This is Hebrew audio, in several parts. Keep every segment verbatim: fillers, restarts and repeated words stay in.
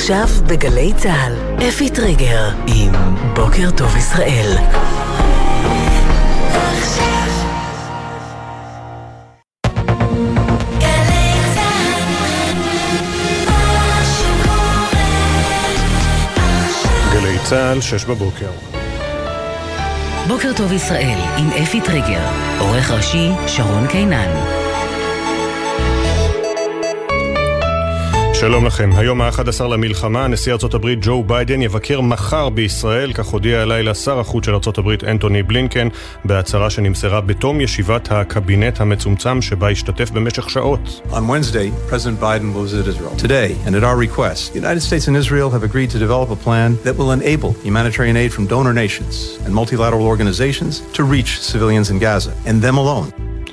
עכשיו בגלי צהל, אפי טריגר עם בוקר טוב ישראל. גלי צהל, שש בבוקר. בוקר טוב ישראל עם אפי טריגר, עורך ראשי שרון קינן. שלום לכם. היום ה-אחד עשר למלחמה, נשיא ארצות הברית ג'ו ביידן יבקר מחר בישראל, כך הודיע הלילה שר החוץ של ארצות הברית אנטוני בלינקן, בהצהרה שנמסרה בתום ישיבת הקבינט המצומצם שבה השתתף במשך שעות. On Wednesday, President Biden will visit Israel. Today, and at our request, the United States and Israel have agreed to develop a plan that will enable humanitarian aid from donor nations and multilateral organizations to reach civilians in Gaza, and them alone.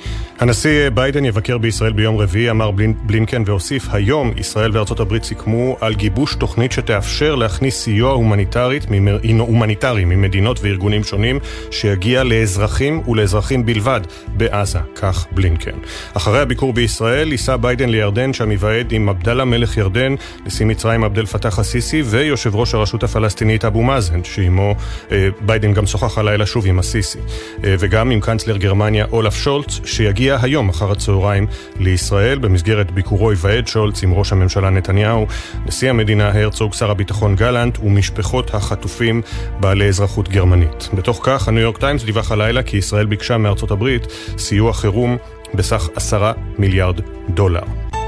הנשיא ביידן יבקר בישראל ביום רביעי, אמר בלינקן והוסיף, היום ישראל וארצות הברית סיכמו על גיבוש תוכנית שתאפשר להכניס סיוע הומניטרית, הומניטרי ממדינות וארגונים שונים שיגיע לאזרחים ולאזרחים בלבד בעזה, כך בלינקן. אחרי הביקור בישראל ייסע ביידן לירדן, שם יוועד עם עבדאללה מלך ירדן, נשיא מצרים עבדל פתח הסיסי ויושב ראש הרשות הפלסטינית אבו מאזן, שעמו ביידן גם שוחח הלילה שוב עם הסיסי, וגם עם קנצלר גרמניה אולף שולץ, שיגיע היום אחר הצהריים לישראל. במסגרת ביקורו יוועד שולץ עם ראש הממשלה נתניהו, נשיא המדינה הרצוג, שר הביטחון גלנט ומשפחות החטופים בעלי אזרחות גרמנית. בתוך כך, הניו יורק טיימס דיווח הלילה כי ישראל ביקשה מארצות הברית סיוע חירום בסך עשרה מיליארד דולר.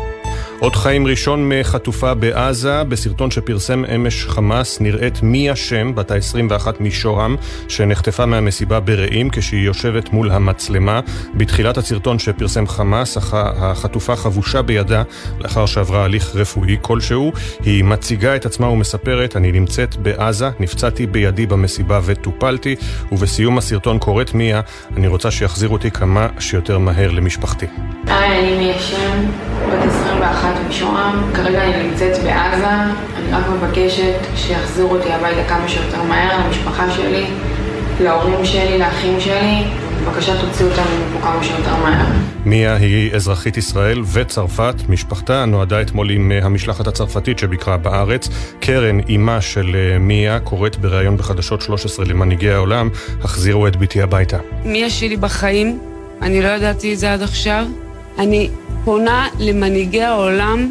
עוד חיים ראשון מחטופה בעזה, בסרטון שפרסם אמש חמאס נראית מי השם, בת ה-עשרים ואחת משוהם, שנחטפה מהמסיבה ברעים כשהיא יושבת מול המצלמה. בתחילת הסרטון שפרסם חמאס, החטופה חבושה בידה לאחר שעברה הליך רפואי כלשהו. היא מציגה את עצמה ומספרת, אני נמצאת בעזה, נפצעתי בידי במסיבה וטופלתי, ובסיום הסרטון קוראת מיה, אני רוצה שיחזיר אותי כמה שיותר מהר למשפחתי. היי, אני מי השם, בת עשרים ואחת משוהם, כרגע אני נמצאת בעזה, אני רק מבקשת שיחזירו אותי הביתה כמה שיותר מהר, למשפחה שלי, להורים שלי, לאחים שלי, בבקשה תוציאו אותנו מפה כמה שיותר מהר. מיה היא אזרחית ישראל וצרפת, משפחתה נועדה אתמול עם המשלחת הצרפתית שביקרה בארץ. קרן, אימה של מיה, קוראת בראיון בחדשות שלוש עשרה למנהיגי העולם, החזירו את ביתי הביתה. מיה שלי בחיים, אני לא ידעתי את זה עד עכשיו, אני פונה למנהיגי העולם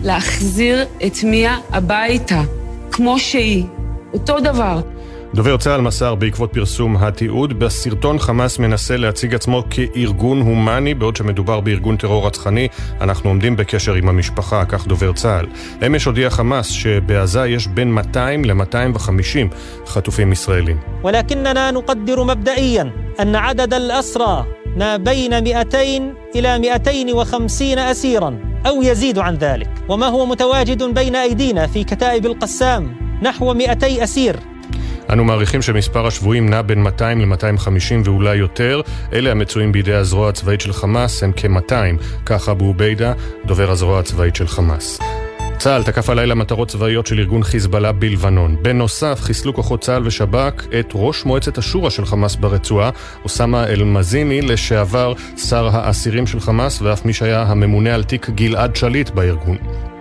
להחזיר את מיה הביתה, כמו שהיא, אותו דבר. דובר צה"ל מסר בעקבות פרסום התיעוד, בסרטון חמאס מנסה להציג עצמו כארגון הומני, בעוד שמדובר בארגון טרור רצחני. אנחנו עומדים בקשר עם המשפחה, כך דובר צה"ל. אמש הודיע חמאס שבעזה יש בין מאתיים ל-מאתיים וחמישים חטופים ישראלים. ولكننا نقدر مبدئيا أن عدد الأسرى ما بين مئتين إلى مئتين وخمسين أسيرا أو يزيد عن ذلك وما هو متواجد بين أيدينا في كتائب القسام نحو مئتي أسير. אנו מעריכים שמספר השבויים נע בין מאתיים ל-מאתיים וחמישים ואולי יותר. אלה המצויים בידי הזרוע הצבאית של חמאס הם כ-מאתיים, כך אבו עוביידה, דובר הזרוע הצבאית של חמאס. צה"ל תקף הלילה מטרות צבאיות של ארגון חיזבאללה בלבנון. בנוסף, חיסלו כוחות צה"ל ושב"כ את ראש מועצת השורה של חמאס ברצועה, אוסמה אל-מזיני, לשעבר שר האסירים של חמאס, ואף מי שהיה הממונה על תיק גלעד שליט בארגון.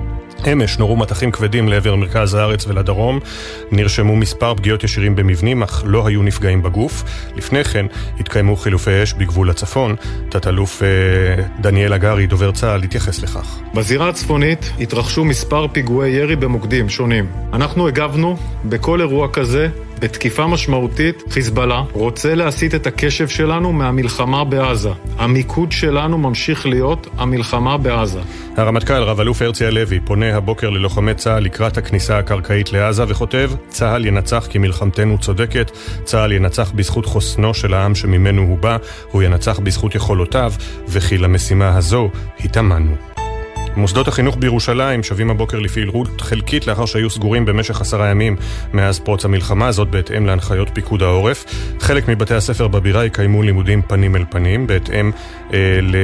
אמש נורו מטחים כבדים לעבר מרכז הארץ ולדרום, נרשמו מספר פגיעות ישירים במבנים, אך לא היו נפגעים בגוף. לפני כן התקיימו חילופי אש בגבול הצפון. תת-אלוף אה, דניאל אגרי, דובר צה"ל, התייחס לכך. בזירה הצפונית התרחשו מספר פיגועי ירי במוקדים שונים. אנחנו הגבנו בכל אירוע כזה בתקיפה משמעותית. חיזבאללה רוצה להסיט את הקשב שלנו מהמלחמה בעזה. המיקוד שלנו ממשיך להיות המלחמה בעזה. הרמטכ"ל רב אלוף הרצי הלוי פונה הבוקר ללוחמי צה"ל לקראת הכניסה הקרקעית לעזה וכותב, צה"ל ינצח כי מלחמתנו צודקת, צה"ל ינצח בזכות חוסנו של העם שממנו הוא בא, הוא ינצח בזכות יכולותיו, וכי למשימה הזו התאמנו. מוסדות החינוך בירושלים שבים הבוקר לפעילות חלקית לאחר שהיו סגורים במשך עשרה ימים מאז פרוץ המלחמה, זאת בהתאם להנחיות פיקוד העורף. חלק מבתי הספר בבירה יקיימו לימודים פנים אל פנים בהתאם אה,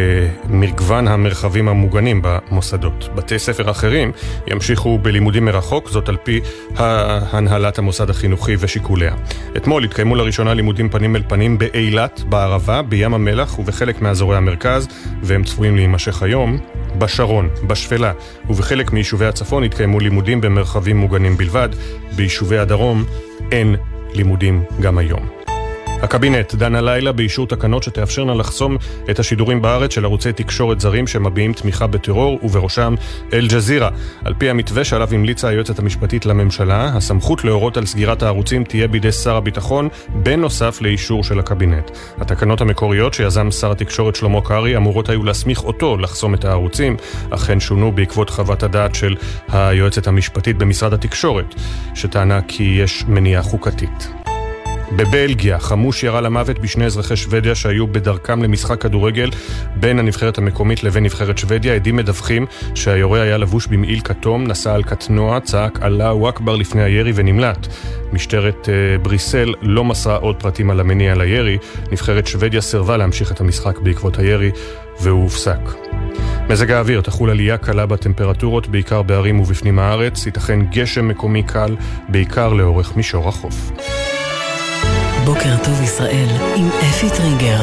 למגוון המרחבים המוגנים במוסדות. בתי ספר אחרים ימשיכו בלימודים מרחוק, זאת על פי הנהלת המוסד החינוכי ושיקוליה. אתמול התקיימו לראשונה לימודים פנים אל פנים באילת, בערבה, בים המלח ובחלק מאזורי המרכז, והם צפויים להימשך היום. בשרון, בשפלה ובחלק מיישובי הצפון התקיימו לימודים במרחבים מוגנים בלבד. ביישובי הדרום אין לימודים גם היום. הקבינט דן הלילה באישור תקנות שתאפשרנה לחסום את השידורים בארץ של ערוצי תקשורת זרים שמביעים תמיכה בטרור ובראשם אל-ג'זירה. על פי המתווה שעליו המליצה היועצת המשפטית לממשלה, הסמכות להורות על סגירת הערוצים תהיה בידי שר הביטחון בנוסף לאישור של הקבינט. התקנות המקוריות שיזם שר התקשורת שלמה קרעי אמורות היו להסמיך אותו לחסום את הערוצים, אכן שונו בעקבות חוות הדעת של היועצת המשפטית במשרד התקשורת, שטענה כי יש מניעה חוקתית. בבלגיה, חמוש ירה למוות בשני אזרחי שוודיה שהיו בדרכם למשחק כדורגל בין הנבחרת המקומית לבין נבחרת שוודיה. עדים מדווחים שהיורה היה לבוש במעיל כתום, נסע על קטנוע, צעק אללהו אכבר לפני הירי ונמלט. משטרת uh, בריסל לא מסרה עוד פרטים על המניע לירי. נבחרת שוודיה סירבה להמשיך את המשחק בעקבות הירי והוא הופסק. מזג האוויר, תחול עלייה קלה בטמפרטורות, בעיקר בערים ובפנים הארץ. ייתכן גשם מקומי קל, בעיקר לאורך מישור החוף. בוקר טוב ישראל עם אפי טריגר.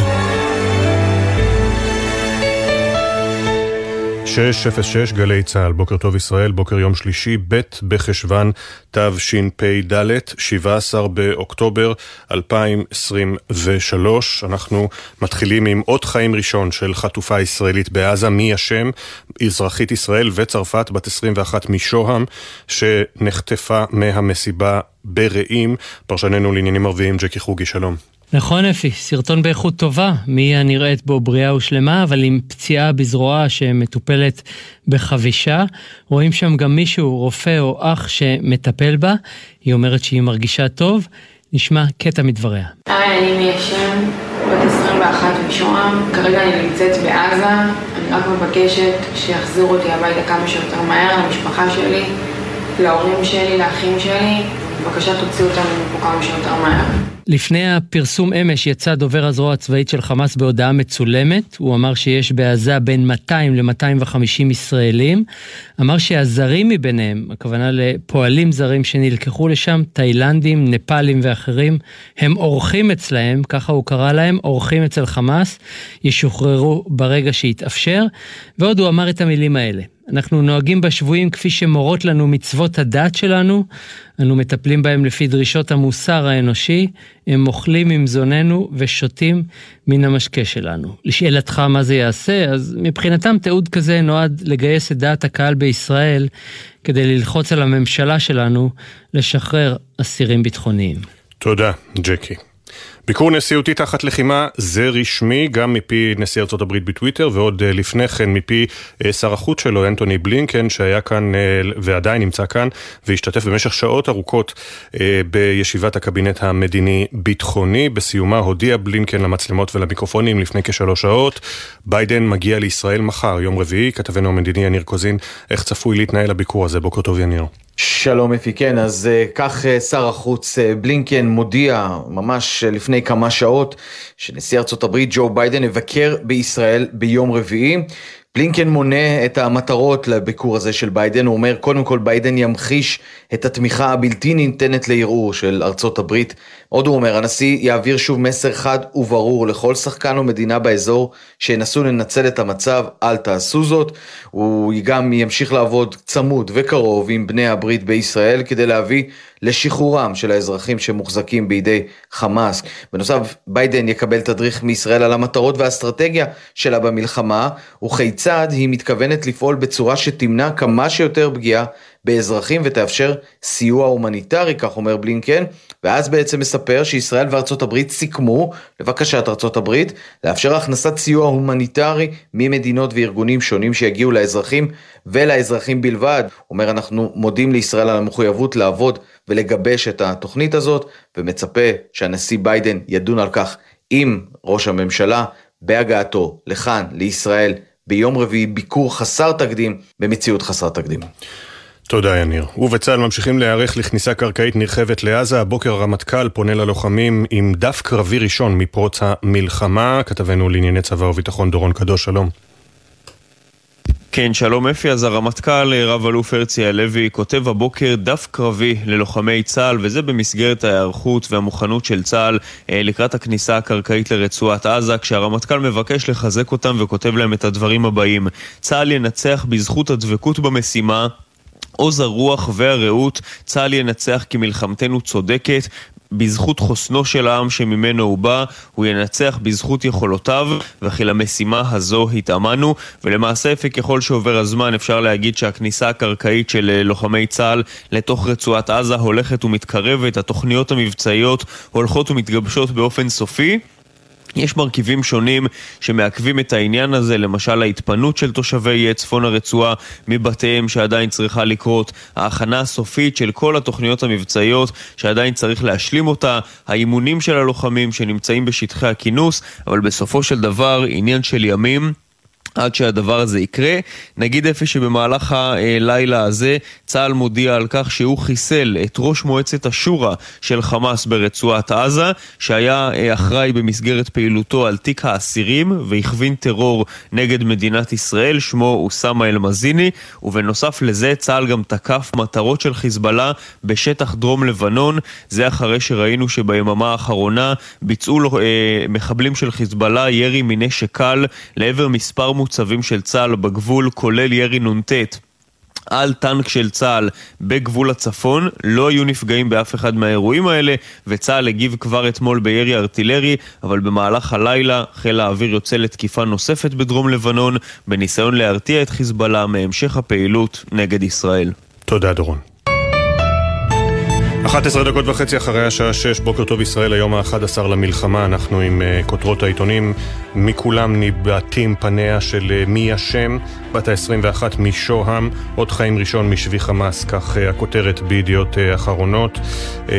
שש אפס שש גלי צהל, בוקר טוב ישראל, בוקר יום שלישי, ב' בחשוון תשפ"ד, שבעה עשר באוקטובר אלפיים עשרים ושלוש. אנחנו מתחילים עם עוד חיים ראשון של חטופה ישראלית בעזה, מי השם, אזרחית ישראל וצרפת בת עשרים ואחת משוהם, שנחטפה מהמסיבה ברעים. פרשננו לעניינים ערביים ג'קי חוגי, שלום. נכון אפי, סרטון באיכות טובה, מי הנראית בו בריאה ושלמה, אבל עם פציעה בזרועה שמטופלת בחבישה. רואים שם גם מישהו, רופא או אח שמטפל בה. היא אומרת שהיא מרגישה טוב. נשמע קטע מדבריה. היי, אני מי השם, בת עשרים ואחת משוהם. כרגע אני נמצאת בעזה. אני רק מבקשת שיחזירו אותי הביתה כמה שיותר מהר, למשפחה שלי, להורים שלי, לאחים שלי. בבקשה תוציאו אותנו מפה כמה שיותר מהר. לפני הפרסום אמש יצא דובר הזרוע הצבאית של חמאס בהודעה מצולמת. הוא אמר שיש בעזה בין מאתיים ל-מאתיים וחמישים ישראלים. אמר שהזרים מביניהם, הכוונה לפועלים זרים שנלקחו לשם, תאילנדים, נפאלים ואחרים, הם אורחים אצלהם, ככה הוא קרא להם, אורחים אצל חמאס, ישוחררו ברגע שיתאפשר. ועוד הוא אמר את המילים האלה: אנחנו נוהגים בשבויים כפי שמורות לנו מצוות הדת שלנו, אנו מטפלים בהם לפי דרישות המוסר האנושי, הם אוכלים עם זוננו ושותים מן המשקה שלנו. לשאלתך מה זה יעשה, אז מבחינתם תיעוד כזה נועד לגייס את דעת הקהל בישראל, כדי ללחוץ על הממשלה שלנו לשחרר אסירים ביטחוניים. תודה, ג'קי. ביקור נשיאותי תחת לחימה זה רשמי, גם מפי נשיא ארצות הברית בטוויטר, ועוד לפני כן מפי שר החוץ שלו, אנטוני בלינקן, שהיה כאן ועדיין נמצא כאן, והשתתף במשך שעות ארוכות בישיבת הקבינט המדיני-ביטחוני. בסיומה הודיע בלינקן למצלמות ולמיקרופונים לפני כשלוש שעות, ביידן מגיע לישראל מחר, יום רביעי. כתבנו המדיני יניר קוזין, איך צפוי להתנהל הביקור הזה? בוקר טוב יניר. שלום אפי, כן, אז כך שר החוץ בלינקן מודיע ממש לפני כמה שעות שנשיא ארצות הברית ג'ו ביידן יבקר בישראל ביום רביעי. בלינקן מונה את המטרות לביקור הזה של ביידן. הוא אומר, קודם כל ביידן ימחיש את התמיכה הבלתי ניתנת לערעור של ארצות הברית. עוד הוא אומר, הנשיא יעביר שוב מסר חד וברור לכל שחקן ומדינה באזור שינסו לנצל את המצב, אל תעשו זאת. הוא גם ימשיך לעבוד צמוד וקרוב עם בני הברית בישראל כדי להביא לשחרורם של האזרחים שמוחזקים בידי חמאס. בנוסף, ביידן יקבל תדריך מישראל על המטרות והאסטרטגיה שלה במלחמה, וכיצד היא מתכוונת לפעול בצורה שתמנע כמה שיותר פגיעה באזרחים ותאפשר סיוע הומניטרי, כך אומר בלינקן. ואז בעצם מספר שישראל וארצות הברית סיכמו, לבקשת ארצות הברית, לאפשר הכנסת סיוע הומניטרי ממדינות וארגונים שונים שיגיעו לאזרחים ולאזרחים בלבד. אומר, אנחנו מודים לישראל על המחויבות לעבוד ולגבש את התוכנית הזאת, ומצפה שהנשיא ביידן ידון על כך עם ראש הממשלה בהגעתו לכאן, לישראל, ביום רביעי, ביקור חסר תקדים במציאות חסר תקדים. תודה יניר. ובצה"ל ממשיכים להיערך לכניסה קרקעית נרחבת לעזה. הבוקר הרמטכ"ל פונה ללוחמים עם דף קרבי ראשון מפרוץ המלחמה. כתבנו לענייני צבא וביטחון דורון קדוש, שלום. כן, שלום אפי. אז הרמטכ"ל רב אלוף הרצי הלוי כותב הבוקר דף קרבי ללוחמי צה"ל, וזה במסגרת ההיערכות והמוכנות של צה"ל לקראת הכניסה הקרקעית לרצועת עזה, כשהרמטכ"ל מבקש לחזק אותם וכותב להם את הדברים הבאים: צה"ל ינצח בזכות הדבקות במשימה, עוז הרוח והרעות. צה"ל ינצח כי מלחמתנו צודקת, בזכות חוסנו של העם שממנו הוא בא. הוא ינצח בזכות יכולותיו, וכי למשימה הזו התאמנו. ולמעשה אפי ככל שעובר הזמן אפשר להגיד שהכניסה הקרקעית של לוחמי צה"ל לתוך רצועת עזה הולכת ומתקרבת. התוכניות המבצעיות הולכות ומתגבשות באופן סופי. יש מרכיבים שונים שמעכבים את העניין הזה, למשל ההתפנות של תושבי צפון הרצועה מבתיהם שעדיין צריכה לקרות, ההכנה הסופית של כל התוכניות המבצעיות שעדיין צריך להשלים אותה, האימונים של הלוחמים שנמצאים בשטחי הכינוס, אבל בסופו של דבר עניין של ימים עד שהדבר הזה יקרה. נגיד אפי שבמהלך הלילה הזה צה"ל מודיע על כך שהוא חיסל את ראש מועצת השורה של חמאס ברצועת עזה, שהיה אחראי במסגרת פעילותו על תיק האסירים והכווין טרור נגד מדינת ישראל, שמו אוסמה אל-מזיני. ובנוסף לזה צה"ל גם תקף מטרות של חיזבאללה בשטח דרום לבנון. זה אחרי שראינו שביממה האחרונה ביצעו לו, אה, מחבלים של חיזבאללה ירי מנשק קל לעבר מספר מוצבים של צה"ל בגבול, כולל ירי נונטט על טנק של צה"ל בגבול הצפון. לא היו נפגעים באף אחד מהאירועים האלה, וצה"ל הגיב כבר אתמול בירי ארטילרי, אבל במהלך הלילה חיל האוויר יוצא לתקיפה נוספת בדרום לבנון בניסיון להרתיע את חיזבאללה מהמשך הפעילות נגד ישראל. תודה דורון. אחת עשרה דקות וחצי אחרי השעה שש, בוקר טוב ישראל, היום ה-אחד עשר למלחמה. אנחנו עם uh, כותרות העיתונים, מכולם ניבטים פניה של uh, מיה שם, בת ה-עשרים ואחת משוהם, עוד חיים ראשון משבי חמאס, כך uh, הכותרת בידיעות uh, אחרונות, uh,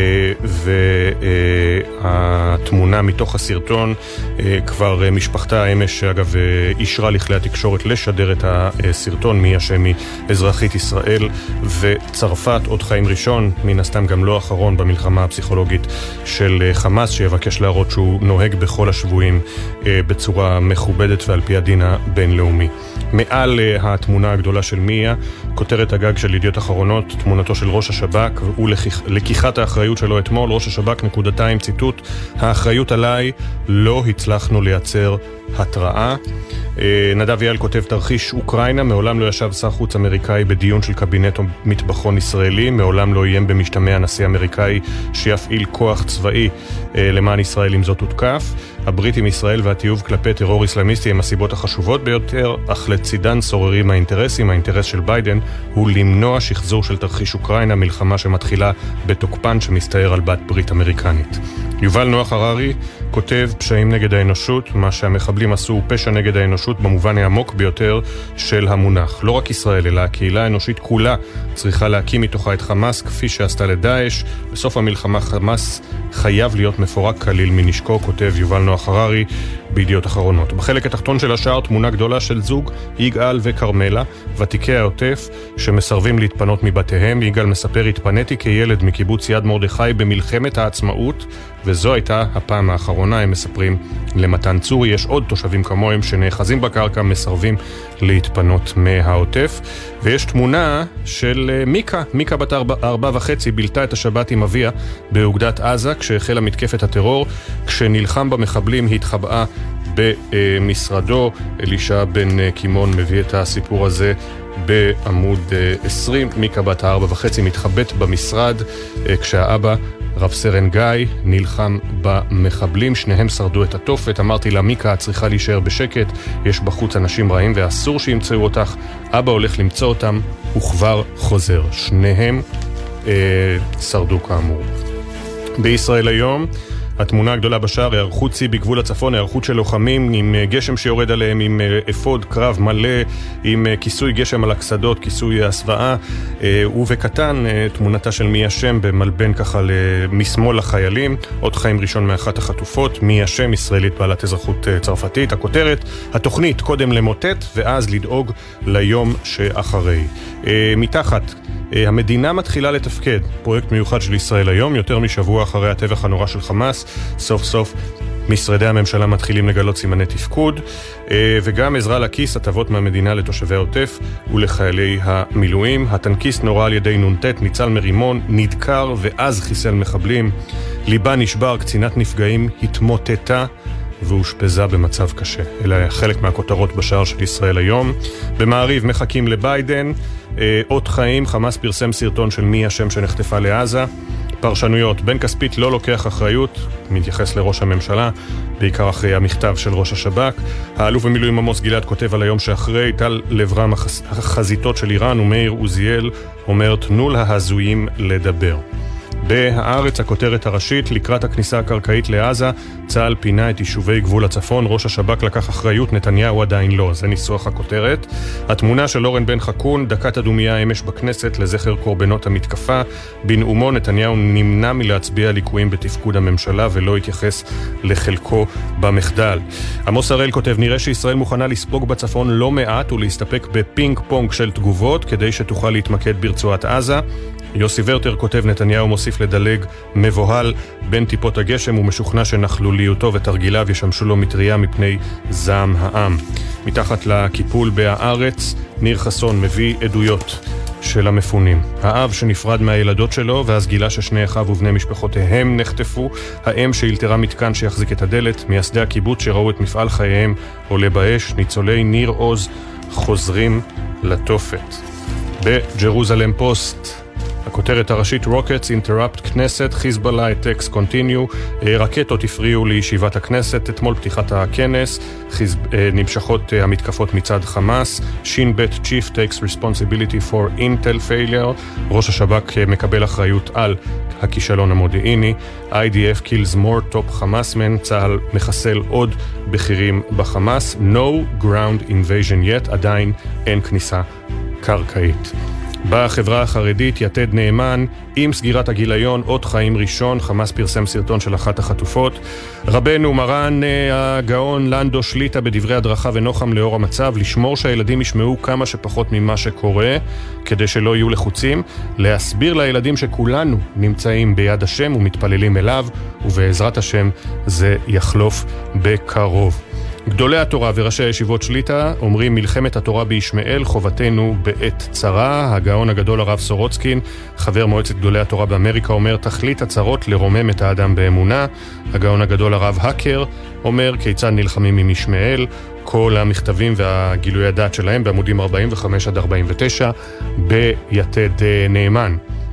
והתמונה uh, מתוך הסרטון, uh, כבר uh, משפחתה אמש, אגב, uh, אישרה לכלי התקשורת לשדר את הסרטון. מיה שם היא אזרחית ישראל, וצרפת, עוד חיים ראשון, מן הסתם גם לא אחרון במלחמה הפסיכולוגית של חמאס, שיבקש להראות שהוא נוהג בכל השבויים בצורה מכובדת ועל פי הדין הבינלאומי. מעל התמונה הגדולה של מיה, כותרת הגג של ידיעות אחרונות, תמונתו של ראש השב"כ ולקיחת האחריות שלו אתמול. ראש השב"כ נקודתיים ציטוט: האחריות עליי, לא הצלחנו לייצר התראה. נדב יעל כותב תרחיש אוקראינה, מעולם לא ישב שר חוץ אמריקאי בדיון של קבינט או מטבחון ישראלי, מעולם לא איים במשתמע הנשיא האמריקאי שיפעיל כוח צבאי למען ישראל אם זאת הותקף. הבריטים ישראל והתיוב כלפי טרור איסלאמיסטי הם הסיבות החשובות ביותר, אך לצידן שוררים האינטרסים. האינטרס של ביידן הוא למנוע שחזור של תרחיש אוקראינה, מלחמה שמתחילה בתוקפן שמסתער על בת ברית אמריקנית. יובל נוח הררי כותב פשעים נגד האנושות, מה שהמחבלים עשו הוא פשע נגד האנושות במובן העמוק ביותר של המונח. לא רק ישראל אלא הקהילה האנושית כולה צריכה להקים מתוכה את חמאס כפי שעשתה לדאעש. בסוף המלחמה חמאס חייב להיות מפורק כליל מנשקו, כותב יובל נוח הררי בידיעות אחרונות. בחלק התחתון של השער תמונה גדולה של זוג, יגאל וקרמלה, ותיקי העוטף שמסרבים להתפנות מבתיהם. יגאל מספר: התפניתי כילד מקיבוץ יד מרדכי במלחמת העצמאות, וזו הייתה הפעם האחרונה, הם מספרים למתן צורי. יש עוד תושבים כמוהם שנאחזים בקרקע, מסרבים להתפנות מהעוטף. ויש תמונה של מיקה, מיקה בת ארבע, ארבע וחצי, בילתה את השבת עם אביה באוגדת עזה כשהחלה מתקפת הטרור. כשנלחם במחבלים היא התחבאה במשרדו. אלישע בן קימון מביא את הסיפור הזה בעמוד עשרים. מיקה בת הארבע וחצי מתחבאת במשרד כשהאבא רב סרן גיא נלחם במחבלים. שניהם שרדו את התופת. אמרתי לה, מיקה, את צריכה להישאר בשקט, יש בחוץ אנשים רעים ואסור שימצאו אותך. אבא הולך למצוא אותם, הוא כבר חוזר. שניהם אה, שרדו כאמור. בישראל היום התמונה הגדולה בשער, הערכות צי בגבול הצפון, הערכות של לוחמים עם גשם שיורד עליהם, עם אפוד קרב מלא, עם כיסוי גשם על הכסדות, כיסוי הסוואה, ובקטן תמונתה של מיה שם במלבן ככה משמאל לחיילים. עוד חיים ראשון מאחת החטופות, מיה שם, ישראלית בעלת אזרחות צרפתית. הכותרת, התוכנית קודם למוטט ואז לדאוג ליום שאחרי. מתחת, המדינה מתחילה לתפקד, פרויקט מיוחד של ישראל היום, יותר משבוע אחרי הטבח הנורא של חמאס. סוף סוף משרדי הממשלה מתחילים לגלות סימני תפקוד, וגם עזרה לכיס, הטבות מהמדינה לתושבי העוטף ולחיילי המילואים. הטנקיסט נורה על ידי נונטט, ניצל מרימון, נדקר ואז חיסל מחבלים. ליבה נשבר, קצינת נפגעים התמוטטה והושפזה במצב קשה. אלה חלק מהכותרות בשער של ישראל היום. במעריב מחכים לביידן, אות חיים, חמאס פרסם סרטון של מי השם שנחטפה לעזה. פרשנויות, בן כספית לא לוקח אחריות, מתייחס לראש הממשלה, בעיקר אחרי המכתב של ראש השב"כ. האלוף במילואים עמוס גלעד כותב על היום שאחרי, טל לברם החזיתות של איראן, ומאיר עוזיאל אומר תנו להזויים לדבר. בהארץ הכותרת הראשית, לקראת הכניסה הקרקעית לעזה, צה"ל פינה את יישובי גבול הצפון, ראש השב"כ לקח אחריות, נתניהו עדיין לא. זה ניסוח הכותרת. התמונה של אורן בן חכון, דקת הדומיה אמש בכנסת לזכר קורבנות המתקפה. בנאומו נתניהו נמנע מלהצביע ליקויים בתפקוד הממשלה ולא התייחס לחלקו במחדל. עמוס הראל כותב, נראה שישראל מוכנה לספוג בצפון לא מעט ולהסתפק בפינג פונג של תגובות כדי שתוכל להתמקד ברצועת עזה. יוסי ורטר כותב, נתניהו מוסיף לדלג מבוהל בין טיפות הגשם ומשוכנע שנחלוליותו ותרגיליו ישמשו לו מטריה מפני זעם העם. מתחת לקיפול בהארץ, ניר חסון מביא עדויות של המפונים. האב שנפרד מהילדות שלו ואז גילה ששני אחיו ובני משפחותיהם נחטפו, האם שהילתרה מתקן שיחזיק את הדלת, מייסדי הקיבוץ שראו את מפעל חייהם עולה באש, ניצולי ניר עוז חוזרים לתופת. בג'רוזלם פוסט הכותרת הראשית, Rockets interrupt כנסת, חיזבאללה attacks continue, רקטות הפריעו לישיבת הכנסת, אתמול פתיחת הכנס, חיז... נמשכות המתקפות מצד חמאס, שין בית chief takes responsibility for intel failure, ראש השב"כ מקבל אחריות על הכישלון המודיעיני, איי די אף kills more top חמאסמן, צה"ל מחסל עוד בכירים בחמאס, no ground invasion yet, עדיין אין כניסה קרקעית. בחברה החרדית יתד נאמן, עם סגירת הגיליון, אות חיים ראשון, חמאס פרסם סרטון של אחת החטופות. רבנו מרן הגאון לנדו שליטה בדברי הדרכה ונוחם לאור המצב, לשמור שהילדים ישמעו כמה שפחות ממה שקורה, כדי שלא יהיו לחוצים, להסביר לילדים שכולנו נמצאים ביד השם ומתפללים אליו, ובעזרת השם זה יחלוף בקרוב. גדולי התורה וראשי הישיבות שליטה אומרים מלחמת התורה בישמעאל חובתנו בעת צרה. הגאון הגדול הרב סורוצקין, חבר מועצת גדולי התורה באמריקה, אומר תכלית הצרות לרומם את האדם באמונה. הגאון הגדול הרב הקר אומר כיצד נלחמים עם ישמעאל. כל המכתבים והגילוי הדת שלהם בעמודים ארבעים וחמש עד ארבעים ותשע ביתד נאמן.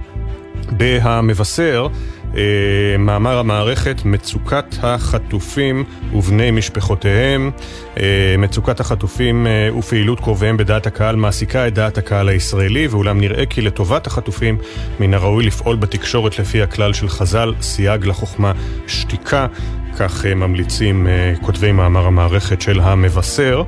בהמבשר מאמר המערכת, מצוקת החטופים ובני משפחותיהם. מצוקת החטופים ופעילות קרוביהם בדעת הקהל מעסיקה את דעת הקהל הישראלי, ואולם נראה כי לטובת החטופים מן הראוי לפעול בתקשורת לפי הכלל של חז"ל, סייג לחוכמה שתיקה. כך ממליצים כותבי מאמר המערכת של המבשר.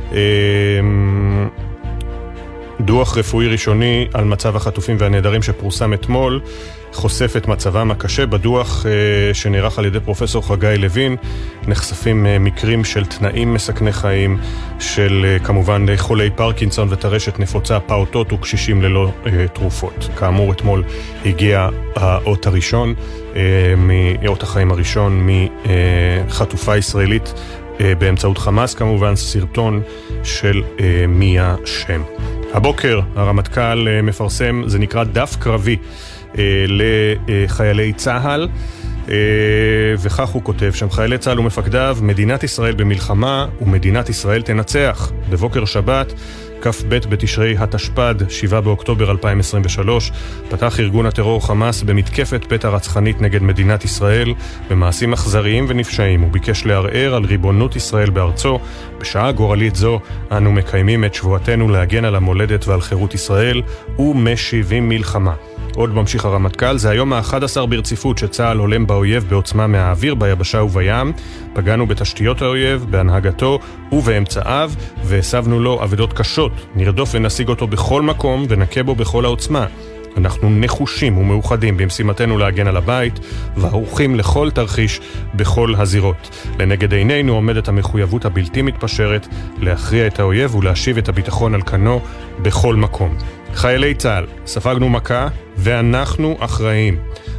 דוח רפואי ראשוני על מצב החטופים והנעדרים שפורסם אתמול חושף את מצבם הקשה. בדוח שנערך על ידי פרופסור חגי לוין נחשפים מקרים של תנאים מסכני חיים, של כמובן חולי פרקינסון וטרשת נפוצה, פעוטות וקשישים ללא תרופות. כאמור אתמול הגיע האות הראשון, מאות החיים הראשון מחטופה ישראלית באמצעות חמאס, כמובן סרטון של מי השם. הבוקר הרמטכ"ל מפרסם, זה נקרא דף קרבי לחיילי צה"ל, וכך הוא כותב שם, חיילי צה"ל ומפקדיו, מדינת ישראל במלחמה ומדינת ישראל תנצח. בבוקר שבת כ"ב בתשרי התשפ"ד, שבעה באוקטובר אלפיים עשרים ושלוש, פתח ארגון הטרור חמאס במתקפת פתע רצחנית נגד מדינת ישראל במעשים אכזריים ונפשעים. הוא ביקש לערער על ריבונות ישראל בארצו. בשעה גורלית זו אנו מקיימים את שבועתנו להגן על המולדת ועל חירות ישראל ומשיבים מלחמה. עוד ממשיך הרמטכ"ל, זה היום ה-אחד עשר ברציפות שצה"ל הולם באויב בעוצמה מהאוויר, ביבשה ובים. פגענו בתשתיות האויב, בהנהגתו ובאמצעיו, והסבנו לו עבודות קשות. נרדוף ונשיג אותו בכל מקום ונכה בו בכל העוצמה. אנחנו נחושים ומאוחדים במשימתנו להגן על הבית, וערוכים לכל תרחיש בכל הזירות. לנגד עינינו עומדת המחויבות הבלתי מתפשרת להכריע את האויב ולהשיב את הביטחון על כנו בכל מקום. חיילי צה"ל, ספגנו מכה ואנחנו אחראים.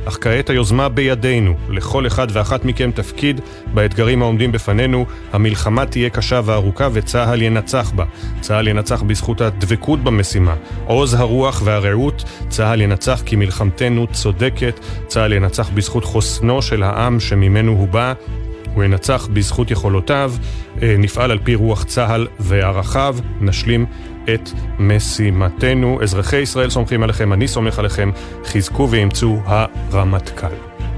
אך כעת היוזמה בידינו. לכל אחד ואחת מכם תפקיד באתגרים העומדים בפנינו. המלחמה תהיה קשה וארוכה וצהל ינצח בה. צהל ינצח בזכות הדבקות במשימה. עוז הרוח והרעות. צהל ינצח כי מלחמתנו צודקת. צהל ינצח בזכות חוסנו של העם שממנו הוא בא. הוא ינצח בזכות יכולותיו. נפעל על פי רוח צהל וערכיו. נשלים את משימתנו. אזרחי ישראל סומכים עליכם, אני סומך עליכם. חזקו ואמצו הרמטכ"ל.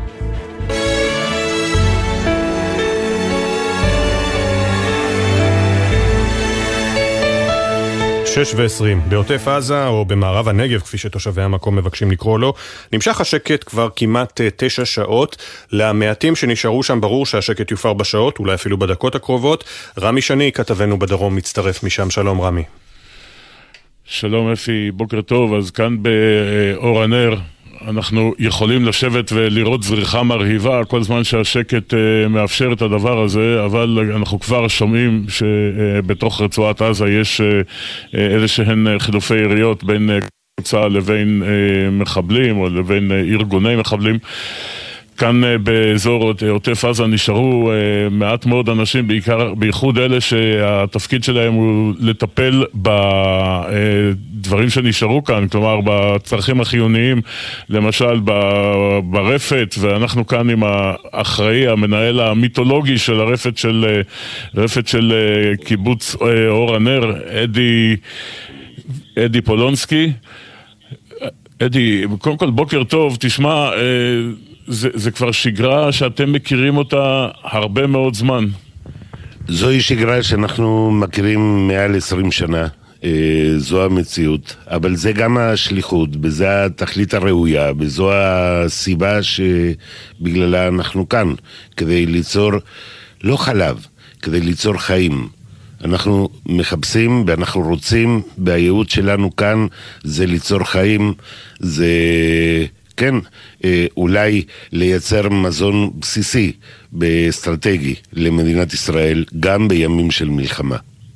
שש ועשרים, בעוטף עזה או במערב הנגב, כפי שתושבי המקום מבקשים לקרוא לו, נמשך השקט כבר כמעט תשע שעות. למעטים שנשארו שם ברור שהשקט יופר בשעות, אולי אפילו בדקות הקרובות. רמי שני, כתבנו בדרום, מצטרף משם. שלום רמי. שלום אפי, בוקר טוב. אז כאן באור הנר אנחנו יכולים לשבת ולראות זריחה מרהיבה כל זמן שהשקט מאפשר את הדבר הזה, אבל אנחנו כבר שומעים שבתוך רצועת עזה יש איזה שהן חילופי יריות בין קבוצה לבין מחבלים או לבין ארגוני מחבלים. כאן באזור עוטף עזה נשארו מעט מאוד אנשים, בעיקר, בייחוד אלה שהתפקיד שלהם הוא לטפל בדברים שנשארו כאן, כלומר בצרכים החיוניים, למשל ברפת, ואנחנו כאן עם האחראי, המנהל המיתולוגי של הרפת של, רפת של קיבוץ אור הנר, אדי, אדי פולונסקי. אדי, קודם כל בוקר טוב, תשמע, זה, זה כבר שגרה שאתם מכירים אותה הרבה מאוד זמן. זוהי שגרה שאנחנו מכירים מעל עשרים שנה, זו המציאות, אבל זה גם השליחות, וזה התכלית הראויה, וזו הסיבה שבגללה אנחנו כאן, כדי ליצור לא חלב, כדי ליצור חיים. אנחנו מחפשים ואנחנו רוצים, והייעוד שלנו כאן זה ליצור חיים, זה כן, אולי לייצר מזון בסיסי באסטרטגי למדינת ישראל, גם בימים של מלחמה.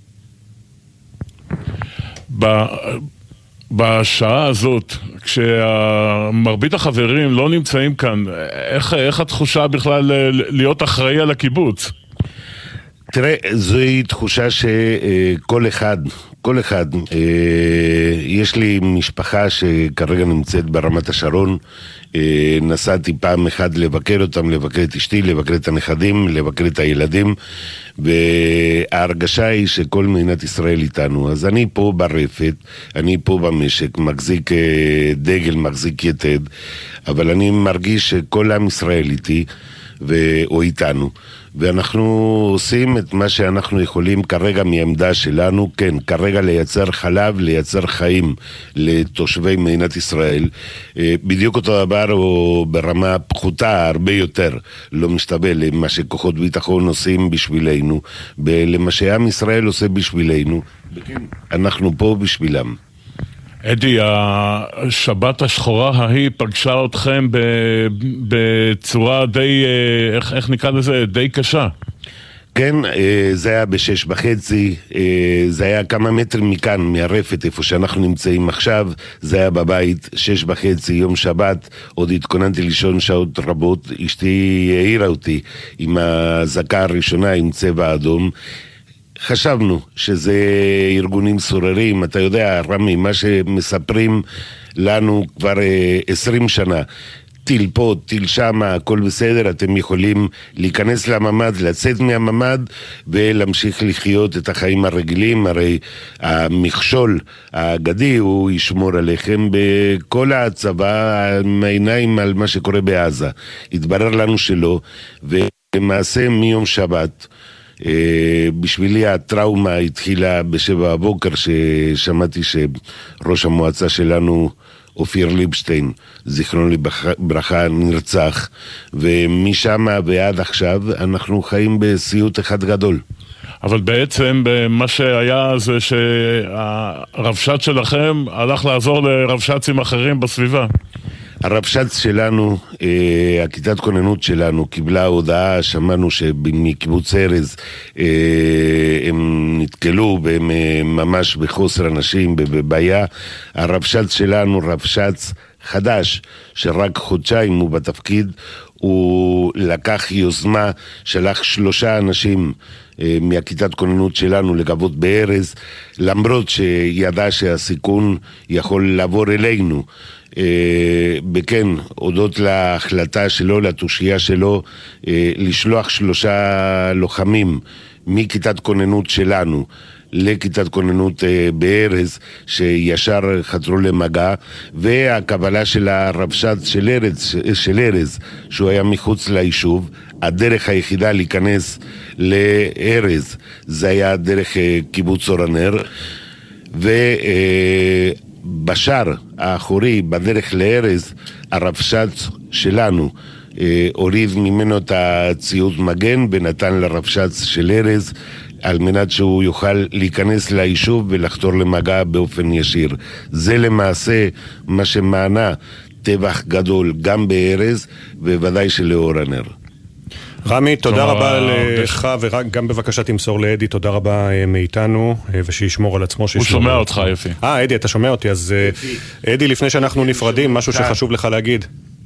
בשעה הזאת, כשמרבית החברים לא נמצאים כאן, איך, איך התחושה בכלל להיות אחראי על הקיבוץ? תראה, זוהי תחושה שכל אחד, כל אחד, יש לי משפחה שכרגע נמצאת ברמת השרון, נסעתי פעם אחת לבקר אותם, לבקר את אשתי, לבקר את הנכדים, לבקר את הילדים, וההרגשה היא שכל מדינת ישראל איתנו. אז אני פה ברפת, אני פה במשק, מחזיק דגל, מחזיק יתד, אבל אני מרגיש שכל עם ישראל איתי, או איתנו, ואנחנו עושים את מה שאנחנו יכולים כרגע מעמדה שלנו, כן, כרגע לייצר חלב, לייצר חיים לתושבי מדינת ישראל, בדיוק אותו דבר או ברמה פחותה הרבה יותר, לא משתווה למה שכוחות ביטחון עושים בשבילנו, ולמה שעם ישראל עושה בשבילנו, וכן, אנחנו פה בשבילם. אדי, השבת השחורה ההיא פגשה אתכם בצורה די, איך, איך נקרא לזה, די קשה. כן, זה היה בשש וחצי, זה היה כמה מטרים מכאן, מהרפת, איפה שאנחנו נמצאים עכשיו, זה היה בבית, שש וחצי, יום שבת, עוד התכוננתי לישון שעות רבות, אשתי העירה אותי עם הזקה הראשונה עם צבע אדום, חשבנו שזה ארגונים סוררים, אתה יודע, רמי, מה שמספרים לנו כבר עשרים שנה, טיל פה, טיל שם, הכל בסדר, אתם יכולים להיכנס לממד, לצאת מהממד ולהמשיך לחיות את החיים הרגילים, הרי המכשול האגדי הוא ישמור עליכם בכל הצבא, העיניים על מה שקורה בעזה. התברר לנו שלא, ולמעשה מיום שבת, בשבילי הטראומה התחילה בשבע בבוקר ששמעתי שראש המועצה שלנו אופיר ליבשטיין, זיכרונו לברכה, נרצח, ומשם ועד עכשיו אנחנו חיים בסיוט אחד גדול. אבל בעצם מה שהיה זה שהרבש"ץ שלכם הלך לעזור לרבש"צים אחרים בסביבה. הרבש"ץ שלנו, הכיתת כוננות שלנו, קיבלה הודעה, שמענו שמקיבוץ ארז הם נתקלו ממש בחוסר אנשים, בבעיה. הרבש"ץ שלנו, רבש"ץ חדש, שרק חודשיים הוא בתפקיד, הוא לקח יוזמה, שלח שלושה אנשים מהכיתת כוננות שלנו לגבות בארז, למרות שידע שהסיכון יכול לעבור אלינו. בכן, הודות להחלטה שלו, לתושייה שלו, לשלוח שלושה לוחמים מכיתת כוננות שלנו לכיתת כוננות בארז, שישר חזרו למגע, והקבלה של הרבש"ץ של ארז, של ארז, שהוא היה מחוץ ליישוב. הדרך היחידה להיכנס לארז זה היה דרך קיבוץ אור הנר, ובשער האחורי בדרך לארז הרבש"ץ שלנו הוריד ממנו את הציוד מגן ונתן לרבש"ץ של ארז על מנת שהוא יוכל להיכנס ליישוב ולחתור למגע באופן ישיר. זה למעשה מה שמענה טבח גדול גם בארז וודאי שלאור הנר. רמי, תודה רבה לך, וגם בבקשה תמסור לאדי, תודה רבה מאיתנו, ושישמור על עצמו. הוא שומע אותך, יפי. אה, אדי, אתה שומע אותי, אז אדי, לפני שאנחנו נפרדים, משהו שחשוב לך להגיד.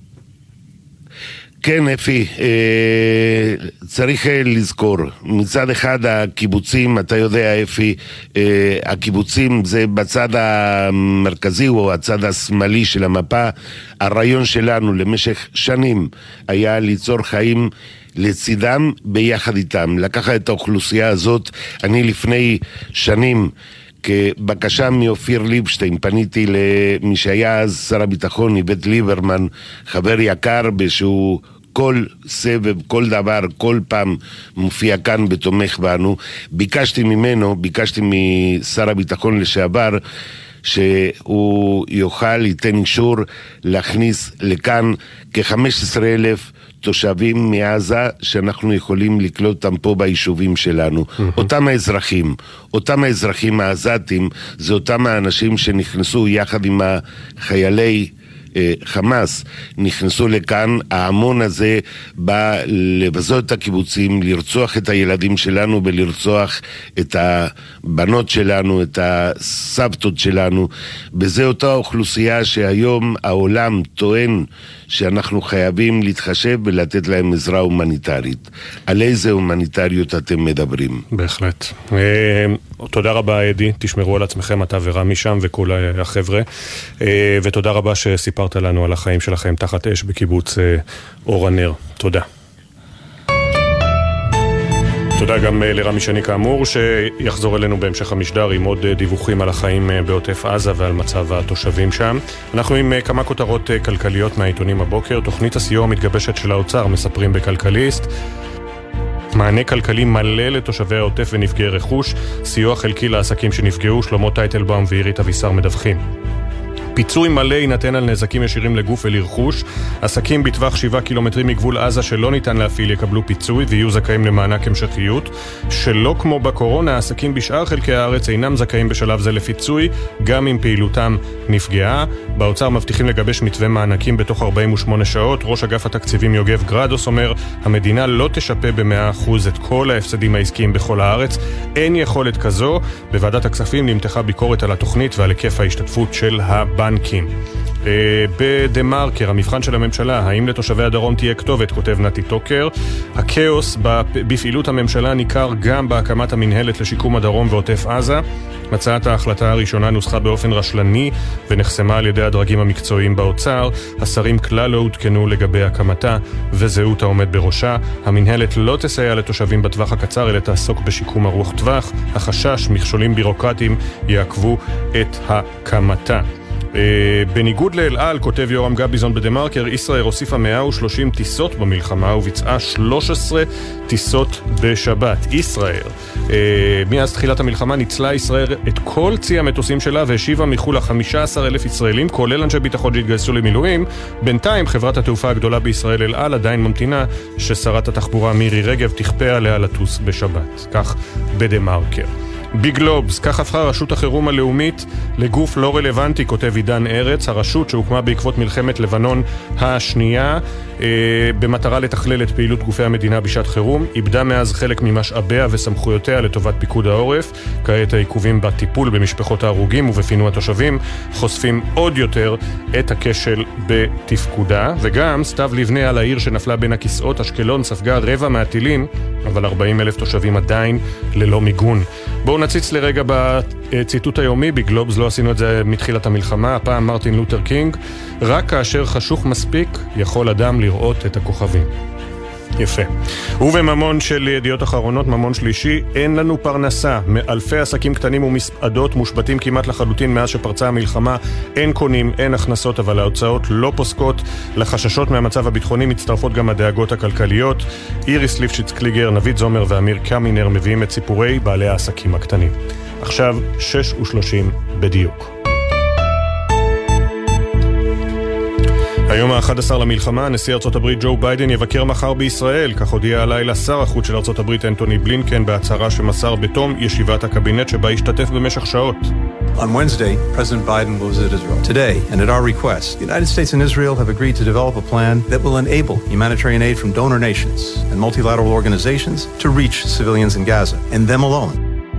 כן, אפי, צריך לזכור, מצד אחד הקיבוצים, אתה יודע אפי, הקיבוצים זה בצד המרכזי או הצד השמאלי של המפה. הרעיון שלנו למשך שנים היה ליצור חיים לצידם ביחד איתם, לקחת את האוכלוסייה הזאת. אני לפני שנים כבקשה מאופיר ליבשטיין פניתי למי שהיה אז שר הביטחון איווט ליברמן, חבר יקר בשהוא כל סבב, כל דבר, כל פעם מופיע כאן ותומך בנו. ביקשתי ממנו, ביקשתי משר הביטחון לשעבר שהוא יוכל, ייתן אישור להכניס לכאן כ-חמישה עשר אלף תושבים מעזה שאנחנו יכולים לקלוט אותם פה ביישובים שלנו. Mm-hmm. אותם האזרחים, אותם האזרחים העזתים, זה אותם האנשים שנכנסו יחד עם החיילי חמאס, נכנסו לכאן. ההמון הזה בא לבזות את הקיבוצים, לרצוח את הילדים שלנו ולרצוח את הבנות שלנו, את הסבתות שלנו. בזה אותה אוכלוסייה שהיום העולם טוען שאנחנו חייבים להתחשב ולתת להם עזרה הומניטרית. על איזה הומניטריות אתם מדברים? בהחלט. תודה רבה אדי, תשמרו על עצמכם אתה ורמי שם וכל החבר'ה, ותודה רבה שסיפרת לנו על החיים שלכם תחת אש בקיבוץ אור הנר. תודה. תודה גם לרמי שני כאמור, שיחזור אלינו בהמשך המשדר עם עוד דיווחים על החיים בעוטף עזה ועל מצב התושבים שם. אנחנו עם כמה כותרות כלכליות מהעיתונים הבוקר. תוכנית הסיוע המתגבשת של האוצר, מספרים בכלכליסט. מענה כלכלי מלא לתושבי העוטף ונפגעי רכוש, סיוע חלקי לעסקים שנפגעו, שלמה טייטלבאום ועירית אבישר מדווחים. פיצוי מלא יינתן על נזקים ישירים לגוף ולרכוש. עסקים בטווח שבעה קילומטרים מגבול עזה שלא ניתן להפעיל יקבלו פיצוי ויהיו זכאים למענק המשכיות. שלא כמו בקורונה, עסקים בשאר חלקי הארץ אינם זכאים בשלב זה לפיצוי, גם אם פעילותם נפגעה. באוצר מבטיחים לגבש מתווה מענקים בתוך ארבעים ושמונה שעות. ראש אגף התקציבים יוגב גרדוס אומר, המדינה לא תשפה ב-מאה אחוז את כל ההפסדים העסקיים בכל הארץ. אין יכולת כזו. בוועדת הכספים נמתחה ביקורת על התוכנית ועל היקף ההשתתפות של הבנקים. בדמרקר, המבחן של הממשלה, האם לתושבי הדרום תהיה כתובת, כותב נתי טוקר. הכאוס בפעילות הממשלה ניכר גם בהקמת המנהלת לשיקום הדרום ועוטף עזה. הצעת ההחלטה הראשונה נוסחה באופן רשלני ונחסמה על ידי הדרגים המקצועיים באוצר. השרים כלל לא עודכנו לגבי הקמתה וזהות העומד בראשה. המנהלת לא תסייע לתושבים בטווח הקצר אלא תעסוק בשיקום ארוך טווח. החשש מכשולים בירוקרטיים יעכבו את הקמתה. בניגוד לאל על, כותב יורם גביזון בדמרקר, ישראל הוסיפה מאה ושלושים טיסות במלחמה וביצעה שלוש עשרה טיסות בשבת. ישראל, מאז תחילת המלחמה ניצלה ישראל את כל צי המטוסים שלה והשיבה מחול ל-חמישה עשר אלף ישראלים, כולל אנשי ביטחון שהתגייסו למילואים. בינתיים חברת התעופה הגדולה בישראל אל על עדיין ממתינה ששרת התחבורה מירי רגב תכפה עליה לטוס בשבת. כך בדמרקר. בגלובס, כך הפכה רשות החירום הלאומית לגוף לא רלוונטי, כותב עידן ארץ. הרשות שהוקמה בעקבות מלחמת לבנון השנייה במטרה לתכלל את פעילות גופי המדינה בשעת חירום. איבדה מאז חלק ממשאביה וסמכויותיה לטובת פיקוד העורף. כעת העיכובים בטיפול במשפחות ההרוגים ובפינוי התושבים חושפים עוד יותר את הכשל בתפקודה. וגם סתיו לבנה על העיר שנפלה בין הכיסאות, אשקלון ספגה רבע מהטילים, אבל ארבעים אלף תושבים עדיין ללא מיגון. בואו נציץ לרגע בציטוט היומי בגלובס, לא עשינו את זה מתחילת המלחמה, הפעם מרטין לותר קינג, רק כאשר חשוך מספיק יכול אדם לראות את הכוכבים. יפה. ובממון של ידיעות אחרונות, ממון שלישי, אין לנו פרנסה. מאלפי עסקים קטנים ומסעדות מושבתים כמעט לחלוטין מאז שפרצה המלחמה. אין קונים, אין הכנסות, אבל ההוצאות לא פוסקות. לחששות מהמצב הביטחוני מצטרפות גם הדאגות הכלכליות. איריס ליפשיץ קליגר, נביד זומר ואמיר קמינר מביאים את סיפורי בעלי העסקים הקטנים. עכשיו שש ושלושים בדיוק. היום ה-אחד עשר למלחמה, נשיא ארצות הברית ג'ו ביידן יבקר מחר בישראל, כך הודיע הלילה שר החוץ של ארצות הברית אנטוני בלינקן בהצהרה שמסר בתום ישיבת הקבינט שבה השתתף במשך שעות. On Wednesday, President Biden will visit Israel. Today, and at our request, the United States and Israel have agreed to develop a plan that will enable humanitarian aid from donor nations and multilateral organizations to reach civilians in Gaza, and them alone.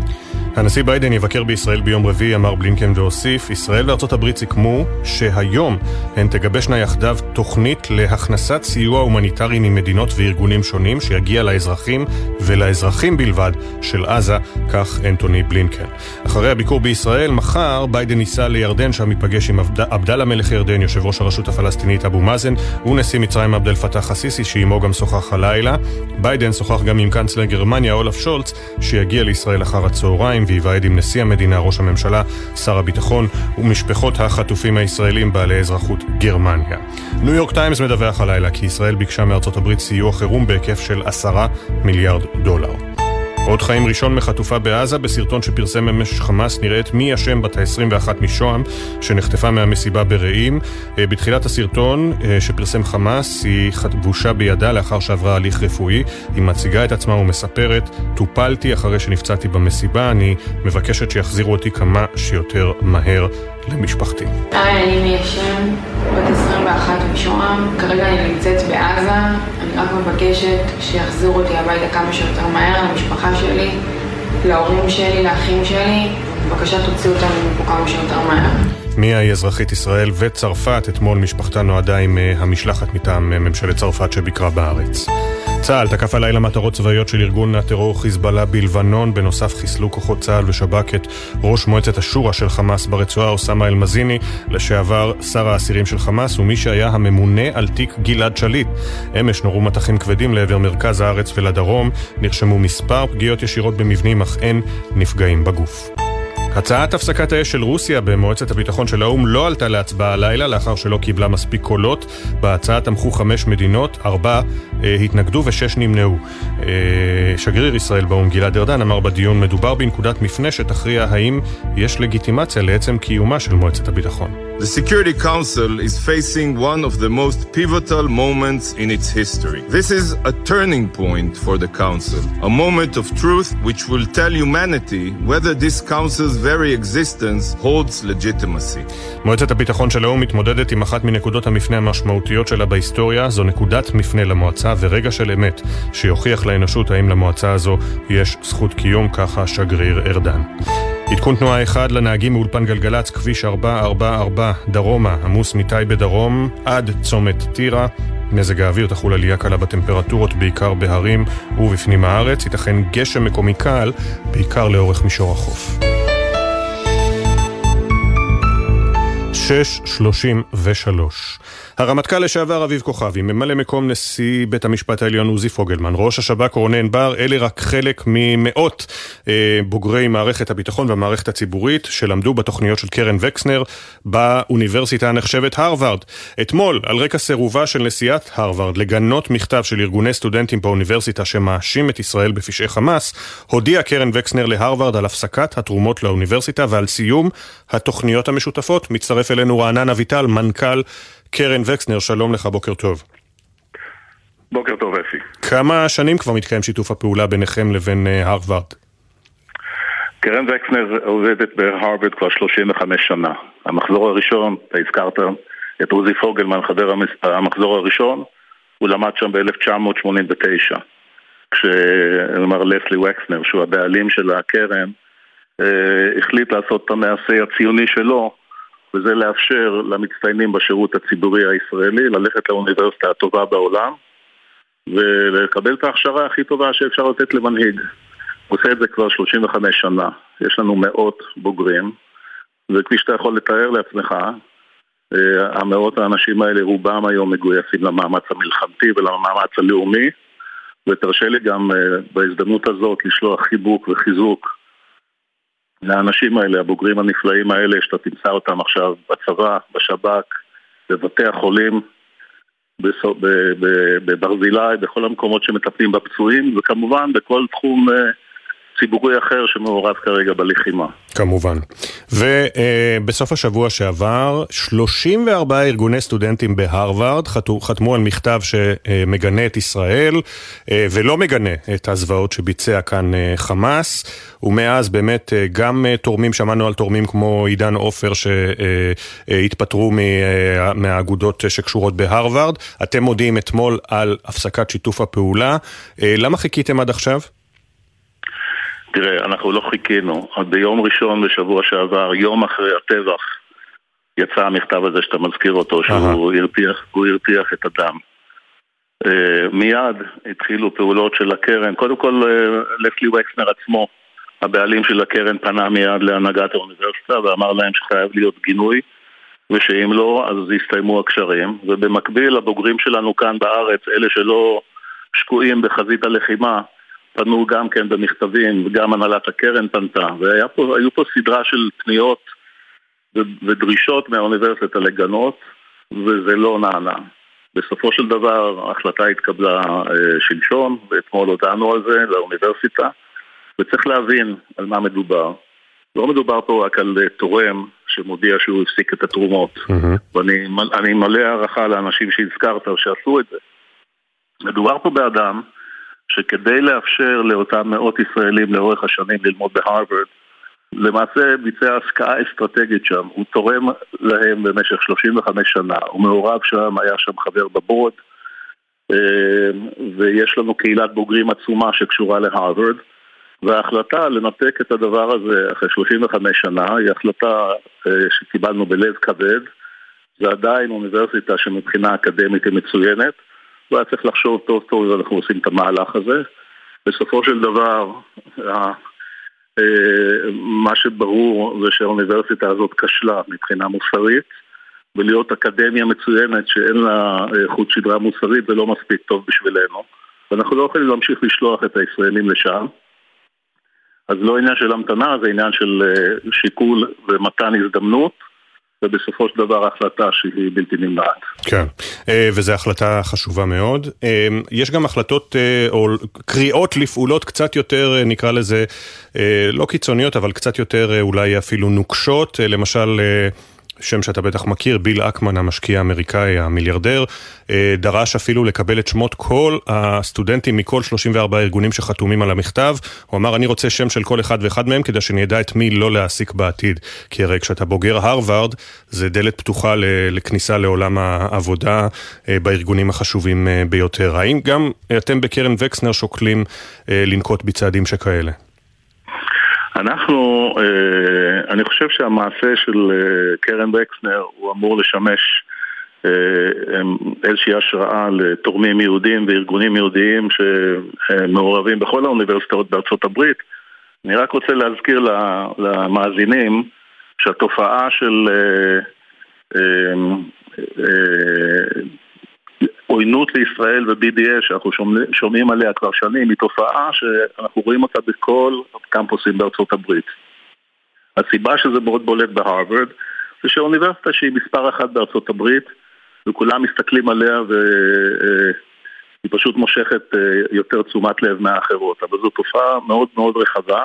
הנשיא ביידן יבקר בישראל ביום רביעי, אמר בלינקן והוסיף, ישראל וארצות הברית סיכמו שהיום הן תגבשנה יחדיו תוכנית להכנסת סיוע הומניטרי ממדינות וארגונים שונים שיגיע לאזרחים ולאזרחים בלבד של עזה, כך אנטוני בלינקן. אחרי הביקור בישראל, מחר ביידן ניסה לירדן, שם ייפגש עם עבד, עבדאללה מלך ירדן, יושב ראש הרשות הפלסטינית אבו מאזן, ונשיא מצרים עבד אל פתח א-סיסי, שעימו גם שוחח הלילה. ביידן שוחח גם עם קנצלר גרמניה אולף שולץ, שיגיע לישראל אחר הצהריים, ויבעד עם נשיא המדינה, ראש הממשלה, שר הביטחון ומשפחות החטופים הישראלים בעלי אזרחות גרמניה. ניו יורק טיימס מדווח הלילה כי ישראל ביקשה מארצות הברית סיוע חירום בהיקף של עשרה מיליארד דולר. עוד חיים ראשון מחטופה בעזה, בסרטון שפרסם אמש חמאס נראית מי אשם בת ה-עשרים ואחת משוהם שנחטפה מהמסיבה ברעים. בתחילת הסרטון שפרסם חמאס היא חטבושה בידה לאחר שעברה הליך רפואי. היא מציגה את עצמה ומספרת, טופלתי אחרי שנפצעתי במסיבה, אני מבקשת שיחזירו אותי כמה שיותר מהר למשפחתי. היי, אני מי אשם, בת עשרים ואחת משוהם, כרגע אני נמצאת בעזה, אני רק מבקשת שיחזירו אותי הביתה כמה שיותר מהר למשפחה שלי, להורים שלי, לאחים שלי, בבקשה תוציאו אותנו מפה כמה שיותר מהר. מיה היא אזרחית ישראל וצרפת, אתמול משפחתה נועדה עם המשלחת מטעם ממשלת צרפת שביקרה בארץ. צה"ל תקף הלילה מטרות צבאיות של ארגון הטרור חיזבאללה בלבנון, בנוסף חיסלו כוחות צה"ל ושב"כ את ראש מועצת השורה של חמאס ברצועה אוסמה אל-מזיני, לשעבר שר האסירים של חמאס ומי שהיה הממונה על תיק גלעד שליט. אמש נורו מטחים כבדים לעבר מרכז הארץ ולדרום, נרשמו מספר פגיעות ישירות במבנים אך אין נפגעים בגוף. הצעת הפסקת האש של רוסיה במועצת הביטחון של האום לא עלתה להצבעה הלילה לאחר שלא קיבלה מספיק קולות. בהצעה תמכו חמש מדינות, ארבע אה, התנגדו ושש נמנעו. אה, שגריר ישראל באום גלעד ארדן אמר בדיון, מדובר בנקודת מפנה שתכריע האם יש לגיטימציה לעצם קיומה של מועצת הביטחון. The Security Council is facing one of the most pivotal moments in its history. This is a turning point for the Council, a moment of truth which will tell humanity whether this Council's very existence holds legitimacy. מועצת הביטחון של האום מתמודדת עם אחת מנקודות המפנה המשמעותיות שלה בהיסטוריה. זו נקודת מפנה למועצה ורגע של אמת שיוכיח לאנושות האם למועצה הזו יש זכות קיום, ככה שגריר ארדן. עדכון תנועה אחד לנהגים מאולפן גלגלץ, כביש ארבע ארבע ארבע דרומה, עמוס מטייבה בדרום עד צומת טירה. מזג האוויר, תחול עלייה קלה בטמפרטורות בעיקר בהרים ובפנים הארץ, ייתכן גשם מקומי קל בעיקר לאורך מישור החוף. שש שלושים ושלוש. הרמטכ"ל לשעבר אביב כוכבי, ממלא מקום נשיא בית המשפט העליון עוזי פוגלמן, ראש השב"כ רונן בר, אלה רק חלק ממאות אה, בוגרי מערכת הביטחון והמערכת הציבורית שלמדו בתוכניות של קרן וקסנר באוניברסיטה הנחשבת הרווארד. אתמול, על רקע סירובה של נשיאת הרווארד לגנות מכתב של ארגוני סטודנטים באוניברסיטה שמאשים את ישראל בפשעי חמאס, הודיעה קרן וקסנר להרווארד על הפסקת התרומות לאוניברסיטה ועל סיום התוכניות המשותפות. מצטרף אלינו רענן אביטל, מנכ"ל קרן וקסנר, שלום לך, בוקר טוב. בוקר טוב אפי. כמה שנים כבר מתקיים שיתוף הפעולה ביניכם לבין הרווארד? קרן וקסנר עובדת בהרווארד כבר שלושים וחמש שנה. המחזור הראשון, אתה הזכרת את עוזי פוגלמן, חבר המחזור הראשון, הוא למד שם ב-אלף תשע מאות שמונים ותשע, כשמר לסלי וקסנר, שהוא הבעלים של הקרן, החליט לעשות את המעשה הציוני שלו, וזה לאפשר למצטיינים בשירות הציבורי הישראלי ללכת לאוניברסיטה הטובה בעולם ולקבל את ההכשרה הכי טובה שאפשר לתת למנהיג. הוא עושה את זה כבר שלושים וחמש שנה. יש לנו מאות בוגרים, וכפי שאתה יכול לתאר לעצמך, המאות האנשים האלה רובם היום מגויסים למאמץ המלחמתי ולמאמץ הלאומי, ותרשה לי גם בהזדמנות הזאת לשלוח חיבוק וחיזוק לאנשים האלה, הבוגרים הנפלאים האלה, שאתה תמצא אותם עכשיו בצבא, בשב"כ, בבתי החולים, בברזילי, בכל המקומות שמטפלים בפצועים, וכמובן בכל תחום ציבורי אחר שמעורב כרגע בלחימה. כמובן. ובסוף השבוע שעבר, שלושים וארבעה ארגוני סטודנטים בהרווארד חתמו על מכתב שמגנה את ישראל, ולא מגנה את הזוועות שביצע כאן חמאס, ומאז באמת גם תורמים, שמענו על תורמים כמו עידן עופר שהתפטרו מהאגודות שקשורות בהרווארד. אתם מודיעים אתמול על הפסקת שיתוף הפעולה. למה חיכיתם עד עכשיו? תראה, אנחנו לא חיכינו. ביום ראשון בשבוע שעבר, יום אחרי הטבח, יצא המכתב הזה שאתה מזכיר אותו, שהוא הרתיח, הוא הרתיח את הדם. Uh, מיד התחילו פעולות של הקרן. קודם כל, uh, לסלי וקסנר עצמו, הבעלים של הקרן, פנה מיד להנהגת האוניברסיטה ואמר להם שחייב להיות גינוי, ושאם לא, אז יסתיימו הקשרים. ובמקביל, הבוגרים שלנו כאן בארץ, אלה שלא שקועים בחזית הלחימה, פנו גם כן במכתבים, וגם הנהלת הקרן פנתה, והיו פה, פה סדרה של פניות ודרישות מהאוניברסיטה לגנות, וזה לא נענה. בסופו של דבר ההחלטה התקבלה אה, שלשום, ואתמול הודענו על זה לאוניברסיטה, וצריך להבין על מה מדובר. לא מדובר פה רק על תורם שמודיע שהוא הפסיק את התרומות, mm-hmm. ואני אני מלא הערכה לאנשים שהזכרת שעשו את זה. מדובר פה באדם, שכדי לאפשר לאותם מאות ישראלים לאורך השנים ללמוד בהרווארד, למעשה ביצע השקעה אסטרטגית שם. הוא תורם להם במשך שלושים וחמש שנה, הוא מעורב שם, היה שם חבר בבורד, ויש לנו קהילת בוגרים עצומה שקשורה להרווארד, וההחלטה לנתק את הדבר הזה אחרי שלושים וחמש שנה היא החלטה שקיבלנו בלב כבד. זה עדיין אוניברסיטה שמבחינה אקדמית היא מצוינת, והיה צריך לחשוב טוב טוב ואנחנו עושים את המהלך הזה. בסופו של דבר, מה שברור זה שהאוניברסיטה הזאת כשלה מבחינה מוסרית, ולהיות אקדמיה מצוינת שאין לה חוט שדרה מוסרית זה לא מספיק טוב בשבילנו, ואנחנו לא יכולים להמשיך לשלוח את הישראלים לשם. אז לא עניין של המתנה, זה עניין של שיקול ומתן הזדמנות, ובסופו של דבר ההחלטה שהיא בלתי נמנעת. כן, וזו החלטה חשובה מאוד. יש גם החלטות או קריאות לפעולות קצת יותר, נקרא לזה, לא קיצוניות, אבל קצת יותר אולי אפילו נוקשות, למשל שם שאתה בטח מכיר, ביל אקמן, המשקיע האמריקאי, המיליארדר, דרש אפילו לקבל את שמות כל הסטודנטים מכל שלושים וארבעה ארגונים שחתומים על המכתב. הוא אמר, אני רוצה שם של כל אחד ואחד מהם כדי שאני ידע את מי לא להעסיק בעתיד. כי הרי כשאתה בוגר הרווארד, זה דלת פתוחה לכניסה לעולם העבודה בארגונים החשובים ביותר. האם גם אתם בקרן וקסנר שוקלים לנקוט בצעדים שכאלה? אנחנו, אני חושב שהמעשה של קרן וקסנר הוא אמור לשמש איזושהי השראה לתורמים יהודים וארגונים יהודיים שמעורבים בכל האוניברסיטאות בארצות הברית. אני רק רוצה להזכיר למאזינים שהתופעה של עוינות לישראל ו-בי די אס שאנחנו שומעים עליה כבר שנים, היא תופעה שאנחנו רואים אותה בכל קמפוסים בארצות הברית. הסיבה שזה מאוד בולט בהרווארד זה שהאוניברסיטה שהיא מספר אחת בארצות הברית וכולם מסתכלים עליה והיא פשוט מושכת יותר תשומת לב מהאחרות, אבל זו תופעה מאוד מאוד רחבה,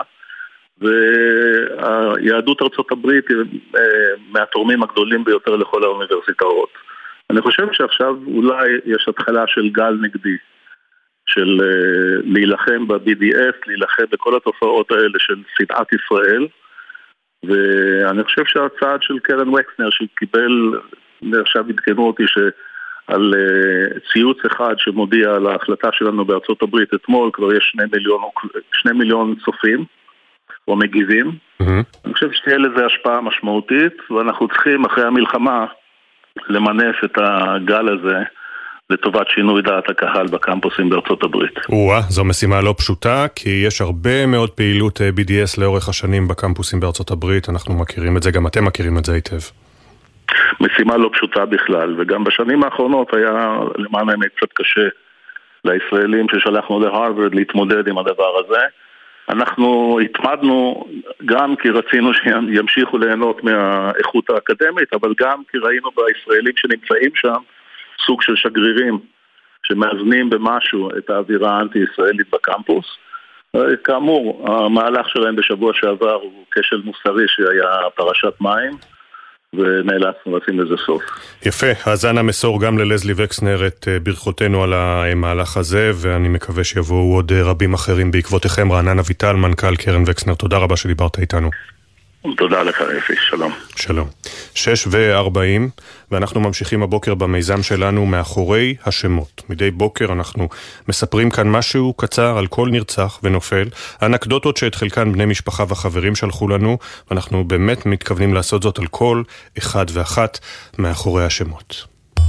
והיהדות ארצות הברית היא מהתורמים הגדולים ביותר לכל האוניברסיטאות. אני חושב שעכשיו אולי יש התחלה של גל נגדי, של להילחם ב-בי די אס, להילחם בכל התופעות האלה של שנאת ישראל, ואני חושב שהצעד של קרן וקסנר שקיבל, עכשיו התקנו אותי על uh, ציוץ אחד שמודיע על ההחלטה שלנו בארצות הברית אתמול, כבר יש שני מיליון, שני מיליון צופים או מגיבים. Mm-hmm. אני חושב שתהיה לזה השפעה משמעותית, ואנחנו צריכים אחרי המלחמה למנף את הגל הזה לטובת שינוי דעת הקהל בקמפוסים בארצות הברית. וואה, זו משימה לא פשוטה, כי יש הרבה מאוד פעילות בי די אס לאורך השנים בקמפוסים בארצות הברית, אנחנו מכירים את זה, גם אתם מכירים את זה היטב. משימה לא פשוטה בכלל, וגם בשנים האחרונות היה למען האמת קצת קשה לישראלים ששלחנו להרווארד להתמודד עם הדבר הזה. אנחנו התמדנו גם כי רצינו שימשיכו ליהנות מהאיכות האקדמית, אבל גם כי ראינו בישראלים שנמצאים שם סוג של שגרירים שמאזנים במשהו את האווירה האנטי-ישראלית בקמפוס. כאמור, המהלך שלהם בשבוע שעבר הוא כשל מוסרי שהיה פרשת מים, ונאלצנו לשים לזה סוף. יפה, אז אנא מסור גם ללזלי וקסנר את ברכותינו על המהלך הזה, ואני מקווה שיבואו עוד רבים אחרים בעקבותיכם. רענן אביטל, מנכ"ל קרן וקסנר, תודה רבה שדיברת איתנו. תודה לך אפי, שלום. שלום. שש וארבעים, ואנחנו ממשיכים הבוקר במיזם שלנו מאחורי השמות. מדי בוקר אנחנו מספרים כאן משהו קצר על כל נרצח ונופל, אנקדוטות שאת חלקן בני משפחה וחברים שלחו לנו, ואנחנו באמת מתכוונים לעשות זאת על כל אחד ואחת מאחורי השמות.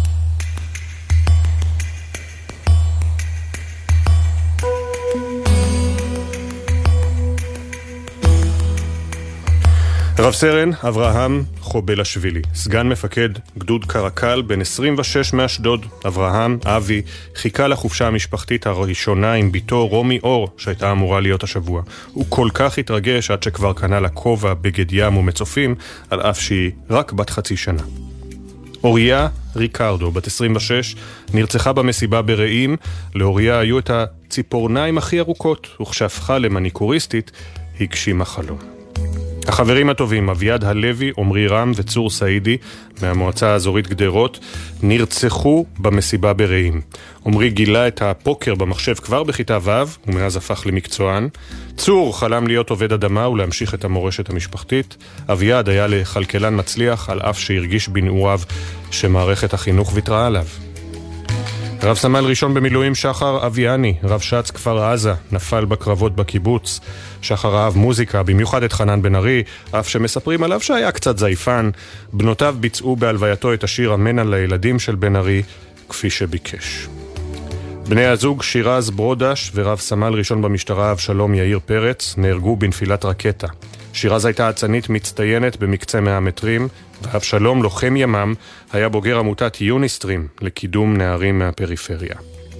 רב סרן אברהם חובלשווילי, סגן מפקד גדוד קרקל, בן עשרים ושש מאשדוד. אברהם, אבי, חיכה לחופשה המשפחתית הראשונה עם ביתו רומי אור, שהייתה אמורה להיות השבוע. הוא כל כך התרגש עד שכבר קנה לה כובע, בגד ים ומצופים, על אף שהיא רק בת חצי שנה. אוריה ריקרדו, בת עשרים ושש, נרצחה במסיבה ברעים. לאוריה היו את הציפורניים הכי ארוכות, וכשהפכה למניקוריסטית, הגשימה חלום. החברים הטובים, אביעד הלוי, עומרי רם וצור סעידי מהמועצה האזורית גדרות, נרצחו במסיבה ברעים. עומרי גילה את הפוקר במחשב כבר בכיתה ו' ומאז הפך למקצוען. צור חלם להיות עובד אדמה ולהמשיך את המורשת המשפחתית. אביעד היה לכלכלן מצליח על אף שהרגיש בנעוריו שמערכת החינוך ויתרה עליו. רב סמל ראשון במילואים שחר אביאני, רב שץ כפר עזה, נפל בקרבות בקיבוץ. שחר אהב מוזיקה, במיוחד את חנן בן ארי, אף שמספרים עליו שהיה קצת זייפן. בנותיו ביצעו בהלווייתו את השיר המנה לילדים של בן ארי, כפי שביקש. בני הזוג שירז ברודש ורב סמל ראשון במשטרה אבשלום יאיר פרץ נהרגו בנפילת רקטה. שירז הייתה עצנית מצטיינת במקצה מאה מטרים, ואבשלום לוחם ימם היה בוגר עמותת יוניסטרים לקידום נערים מהפריפריה.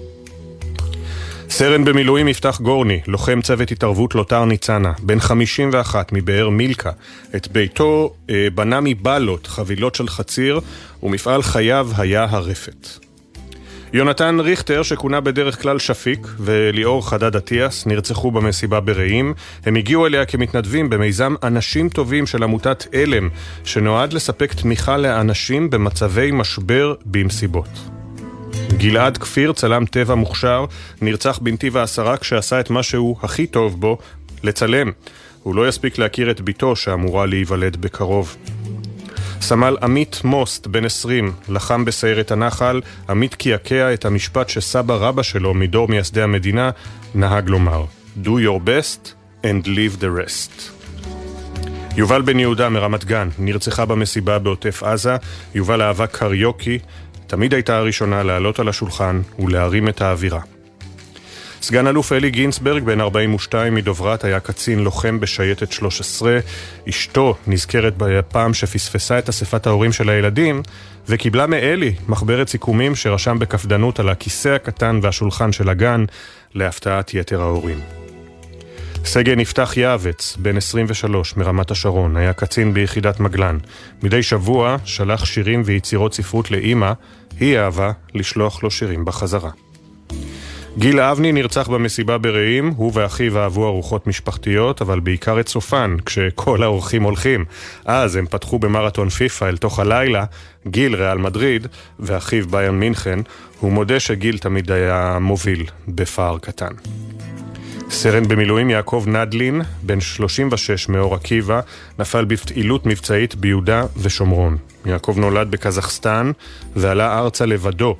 סרן במילואים יפתח גורני, לוחם צוות התערבות לוטר ניצנה, בן חמישים ואחת מבאר מילכה. את ביתו אה, בנה מבלות, חבילות של חציר, ומפעל חייו היה הרפת. יונתן ריכטר, שכונה בדרך כלל שפיק, וליאור חדד עטיאס נרצחו במסיבה ברעים. הם הגיעו אליה כמתנדבים במיזם אנשים טובים של עמותת אלם, שנועד לספק תמיכה לאנשים במצבי משבר במסיבות. גלעד כפיר, צלם טבע מוכשר, נרצח בנתיב העשרה כשעשה את מה שהוא הכי טוב בו, לצלם. הוא לא יספיק להכיר את ביתו שאמורה להיוולד בקרוב. סמל עמית מוסט, בן עשרים, לחם בסיירת הנחל. עמית קעקע את המשפט שסבא רבא שלו מדור מייסדי המדינה נהג לומר: Do your best and leave the rest. יובל בן יהודה מרמת גן נרצחה במסיבה בעוטף עזה. יובל אהבה קריוקי, תמיד הייתה הראשונה לעלות על השולחן ולהרים את האווירה. סגן אלוף אלי גינסברג, בן ארבעים ושתיים מדוברת, היה קצין לוחם בשייטת שלוש עשרה. אשתו נזכרת בפעם שפספסה את אספת ההורים של הילדים, וקיבלה מאלי מחברת סיכומים שרשם בכפדנות על הכיסא הקטן והשולחן של הגן, להפתעת יתר ההורים. סגן יפתח יעבץ, בן עשרים ושלוש מרמת השרון, היה קצין ביחידת מגלן. מדי שבוע שלח שירים ויצירות ספרות לאמא, היא אהבה לשלוח לו שירים בחזרה. גיל אבני נרצח במסיבה ברעים, הוא ואחיו אהבו ארוחות משפחתיות, אבל בעיקר את סופן, כשכל האורחים הולכים. אז הם פתחו במרתון פיפה אל תוך הלילה, גיל ריאל מדריד, ואחיו ביירן מינכן. הוא מודה שגיל תמיד היה מוביל בפער קטן. סרן במילואים יעקב נדלין, בן שלושים ושש מאור עקיבא, נפל בפעילות מבצעית ביהודה ושומרון. יעקב נולד בקזחסטן ועלה ארצה לבדו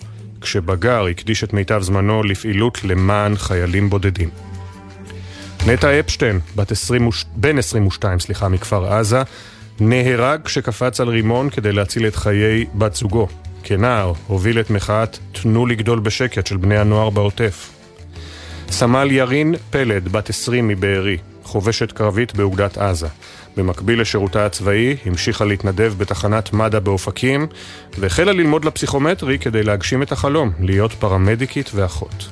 כשבגר הקדיש את מיטב זמנו לפעילות למען חיילים בודדים. נטע אפשטיין, בת עשרים, בן עשרים ושתיים, סליחה, מכפר עזה, נהרג כשקפץ על רימון כדי להציל את חיי בת זוגו. כנער הוביל את מחאת תנו לגדול בשקט של בני הנוער בעוטף. סמל ירין פלד, בת עשרים מבארי, חובשת קרבית באוגדת עזה. במקביל לשירותה הצבאי, המשיכה להתנדב בתחנת מד"א באופקים, והחלה ללמוד לפסיכומטרי כדי להגשים את החלום, להיות פרמדיקית ואחות.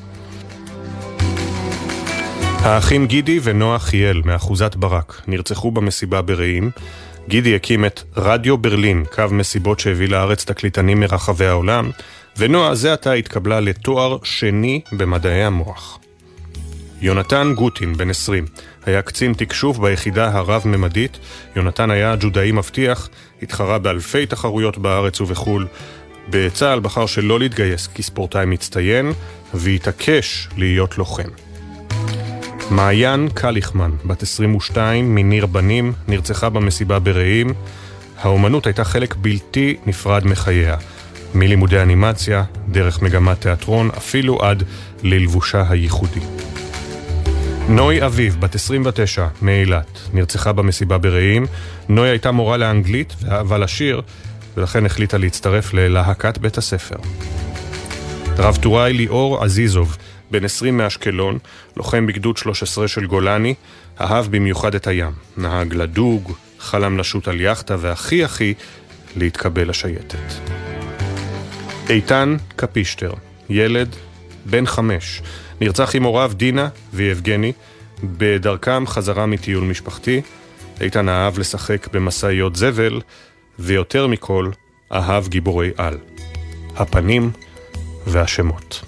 האחים גידי ונועה חיאל מאחוזת ברק נרצחו במסיבה ברעים. גידי הקים את רדיו ברלין, קו מסיבות שהביא לארץ תקליטנים מרחבי העולם, ונועה זה עתה התקבלה לתואר שני במדעי המוח. יונתן גוטין, בן עשרים, היה קצין תקשוב ביחידה הרב-ממדית. יונתן היה ג'ודאי מבטיח, התחרה באלפי תחרויות בארץ ובחול. בצה"ל בחר שלא להתגייס כספורטאי מצטיין, והתעקש להיות לוחם. מעיין קליחמן, בת עשרים ושתיים, מניר בנים, נרצחה במסיבה ברעים. האומנות הייתה חלק בלתי נפרד מחייה. מלימודי אנימציה, דרך מגמת תיאטרון, אפילו עד ללבושה הייחודי. נוי אביב, בת עשרים ותשע, מאילת, נרצחה במסיבה ברעים. נוי הייתה מורה לאנגלית ואהבה לשיר, ולכן החליטה להצטרף ללהקת בית הספר. רב טוראי ליאור עזיזוב, בן עשרים מאשקלון, לוחם בגדוד שלוש עשרה של גולני, אהב במיוחד את הים. נהג לדוג, חלם לשוט על יחטה, והכי הכי להתקבל לשייטת. איתן קפישטר, ילד בן חמש, נרצח עם הוריו דינה ויבגני בדרכם חזרה מטיול משפחתי. איתן אהב לשחק במסעיות זבל, ויותר מכל אהב גיבורי על, הפנים והשמות.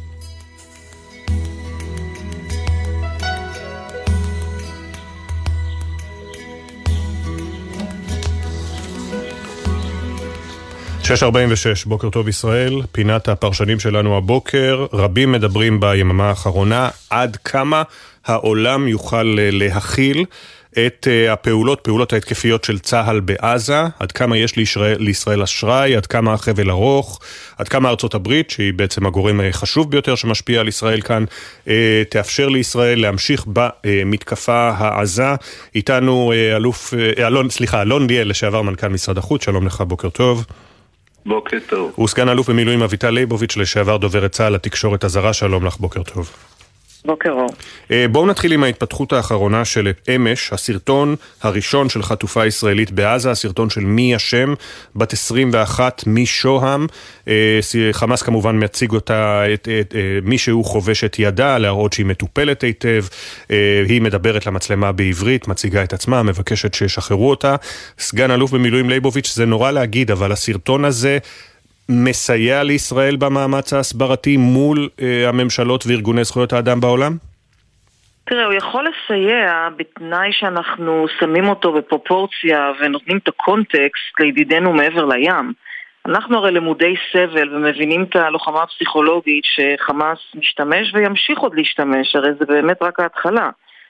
שש ארבעים ושש, בוקר טוב ישראל, פינת הפרשנים שלנו הבוקר. רבים מדברים ביממה האחרונה עד כמה העולם יוכל להכיל את הפעולות, פעולות ההתקפיות של צהל בעזה, עד כמה יש לישראל, לישראל אשראי, עד כמה החבל ארוך, עד כמה ארצות הברית, שהיא בעצם הגורם החשוב ביותר שמשפיע על ישראל כאן, תאפשר לישראל להמשיך במתקפה העזה. איתנו אלוף, אלון, סליחה, אלון ליאל, לשעבר מנכ"ל משרד החוץ, שלום לך, בוקר טוב. בוקר טוב. הוא סגן אלוף במילואים אביטל ליבוביץ', לשעבר דוברת צה"ל, התקשורת הזרה, שלום לך, בוקר טוב. בוקר אור. בואו נתחיל עם ההתפתחות האחרונה של אמש, הסרטון הראשון של חטופה ישראלית בעזה, הסרטון של מי השם, בת עשרים ואחת, מי שוהם. חמאס כמובן מציג אותה, את, את, מי שהוא חובש את ידה, להראות שהיא מטופלת היטב. היא מדברת למצלמה בעברית, מציגה את עצמה, מבקשת שישחררו אותה. סגן אלוף במילואים ליבוביץ', זה נורא להגיד, אבל הסרטון הזה מסייע לישראל במאמץ ההסברתי מול אה, הממשלות וארגוני זכויות האדם בעולם? תראה, הוא יכול לסייע בתנאי שאנחנו שמים אותו בפרופורציה ונותנים את הקונטקסט לידידנו מעבר לים. אנחנו הרי למודי סבל ומבינים את הלוחמה הפסיכולוגית שחמאס משתמש וימשיך עוד להשתמש, הרי זה באמת רק ההתחלה.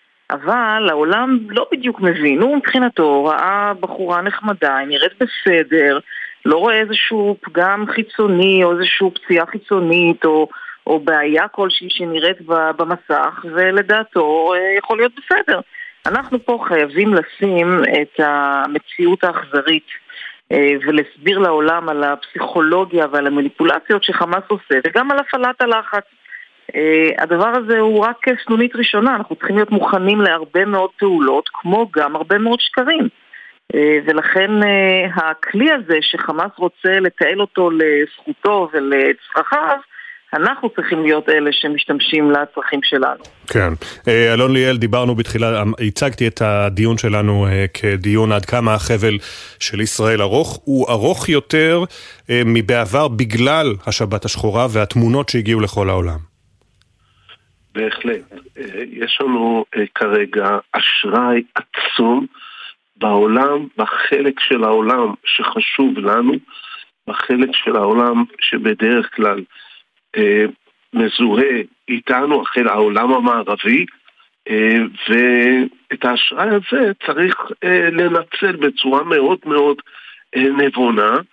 אבל העולם לא בדיוק מבין, הוא מבחינתו ראה בחורה נחמדה, היא נראית בסדר, לא רואה איזשהו פגם חיצוני או איזשהו פציעה חיצונית או, או בעיה כלשהי שנראית במסך, ולדעתו יכול להיות בסדר. אנחנו פה חייבים לשים את המציאות האכזרית ולהסביר לעולם על הפסיכולוגיה ועל המניפולציות שחמאס עושה, וגם על הפעלת הלחץ. הדבר הזה הוא רק סנונית ראשונה, אנחנו צריכים להיות מוכנים להרבה מאוד פעולות, כמו גם הרבה מאוד שקרים. ולכן הכלי הזה שחמאס רוצה לתעל אותו לזכותו ולצרכיו, אנחנו צריכים להיות אלה שמשתמשים לצרכים שלנו. כן. אלון ליאל, דיברנו בתחילה, הצגתי את הדיון שלנו כדיון עד כמה החבל של ישראל ארוך. הוא ארוך יותר מבעבר בגלל השבת השחורה והתמונות שהגיעו לכל העולם. בהחלט. יש לנו כרגע אשראי עצום בעולם, בחלק של העולם שחשוב לנו, בחלק של העולם שבדרך כלל אה, מזוהה איתנו, אחרי העולם המערבי, אה, ואת האשראי הזה צריך אה, לנצל בצורה מאוד מאוד אה, נבונה,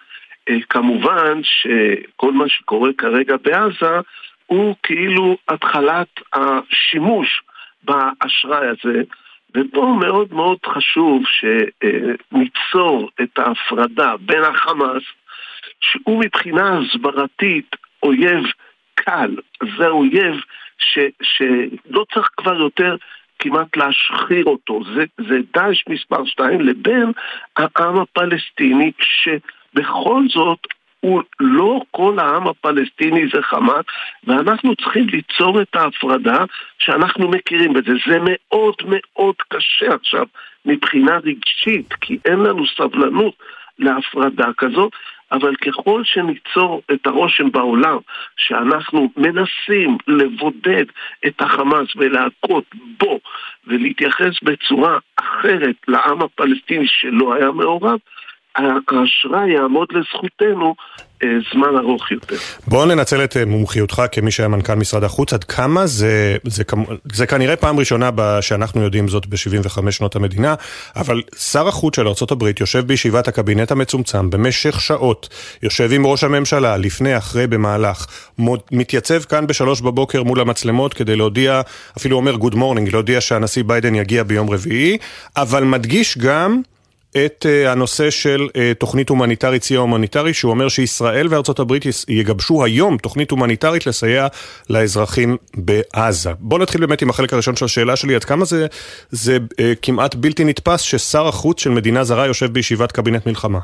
כמובן שכל מה שקורה כרגע בעזה הוא כאילו התחלת השימוש באשראי הזה, ופה מאוד מאוד חשוב שניצור את ההפרדה בין החמאס, שהוא מבחינה הסברתית אויב קל, זה אויב ש, שלא צריך כבר יותר כמעט להשחיר אותו, זה, זה דאעש מספר שתיים, לבין העם הפלסטיני שבכל זאת הוא לא כל העם הפלסטיני זה חמאס, ואנחנו צריכים ליצור את ההפרדה שאנחנו מכירים בזה. זה מאוד מאוד קשה עכשיו מבחינה רגשית, כי אין לנו סבלנות להפרדה כזאת, אבל ככל שניצור את הרושם בעולם שאנחנו מנסים לבודד את החמאס ולהכות בו ולהתייחס בצורה אחרת לעם הפלסטיני שלא היה מעורב, האשראי יעמוד לזכותנו זמן ארוך יותר. בואו ננצל את מומחיותך כמי שהיה מנכ"ל משרד החוץ. עד כמה זה, זה, זה כנראה פעם ראשונה שאנחנו יודעים זאת ב-שבעים וחמש שנות המדינה, אבל שר החוץ של ארצות הברית יושב בישיבת הקבינט המצומצם במשך שעות, יושב עם ראש הממשלה לפני, אחרי, במהלך, מתייצב כאן בשלוש בבוקר מול המצלמות כדי להודיע, אפילו אומר good morning, להודיע שהנשיא ביידן יגיע ביום רביעי, אבל מדגיש גם את הנושא של תוכנית הומניטרית, סיוע הומניטרי, שהוא אומר שישראל וארצות הברית יגבשו היום תוכנית הומניטרית לסייע לאזרחים בעזה. בואו נתחיל באמת עם החלק הראשון של השאלה שלי, עד כמה זה, זה כמעט בלתי נתפס ששר החוץ של מדינה זרה יושב בישיבת קבינט מלחמה?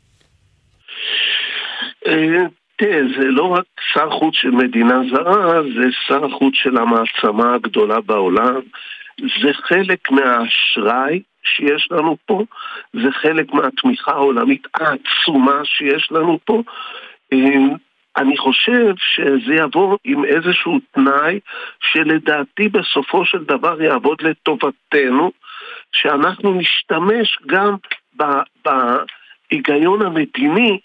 תראה, זה לא רק שר חוץ של מדינה זרה, זה שר החוץ של המעצמה הגדולה בעולם, זה חלק מהאשראי שיש לנו פה, זה חלק מהתמיכה העולמית העצומה שיש לנו פה. אני חושב שזה יבוא עם איזשהו תנאי שלדעתי בסופו של דבר יעבוד לטובתנו, שאנחנו נשתמש גם בהיגיון המדיני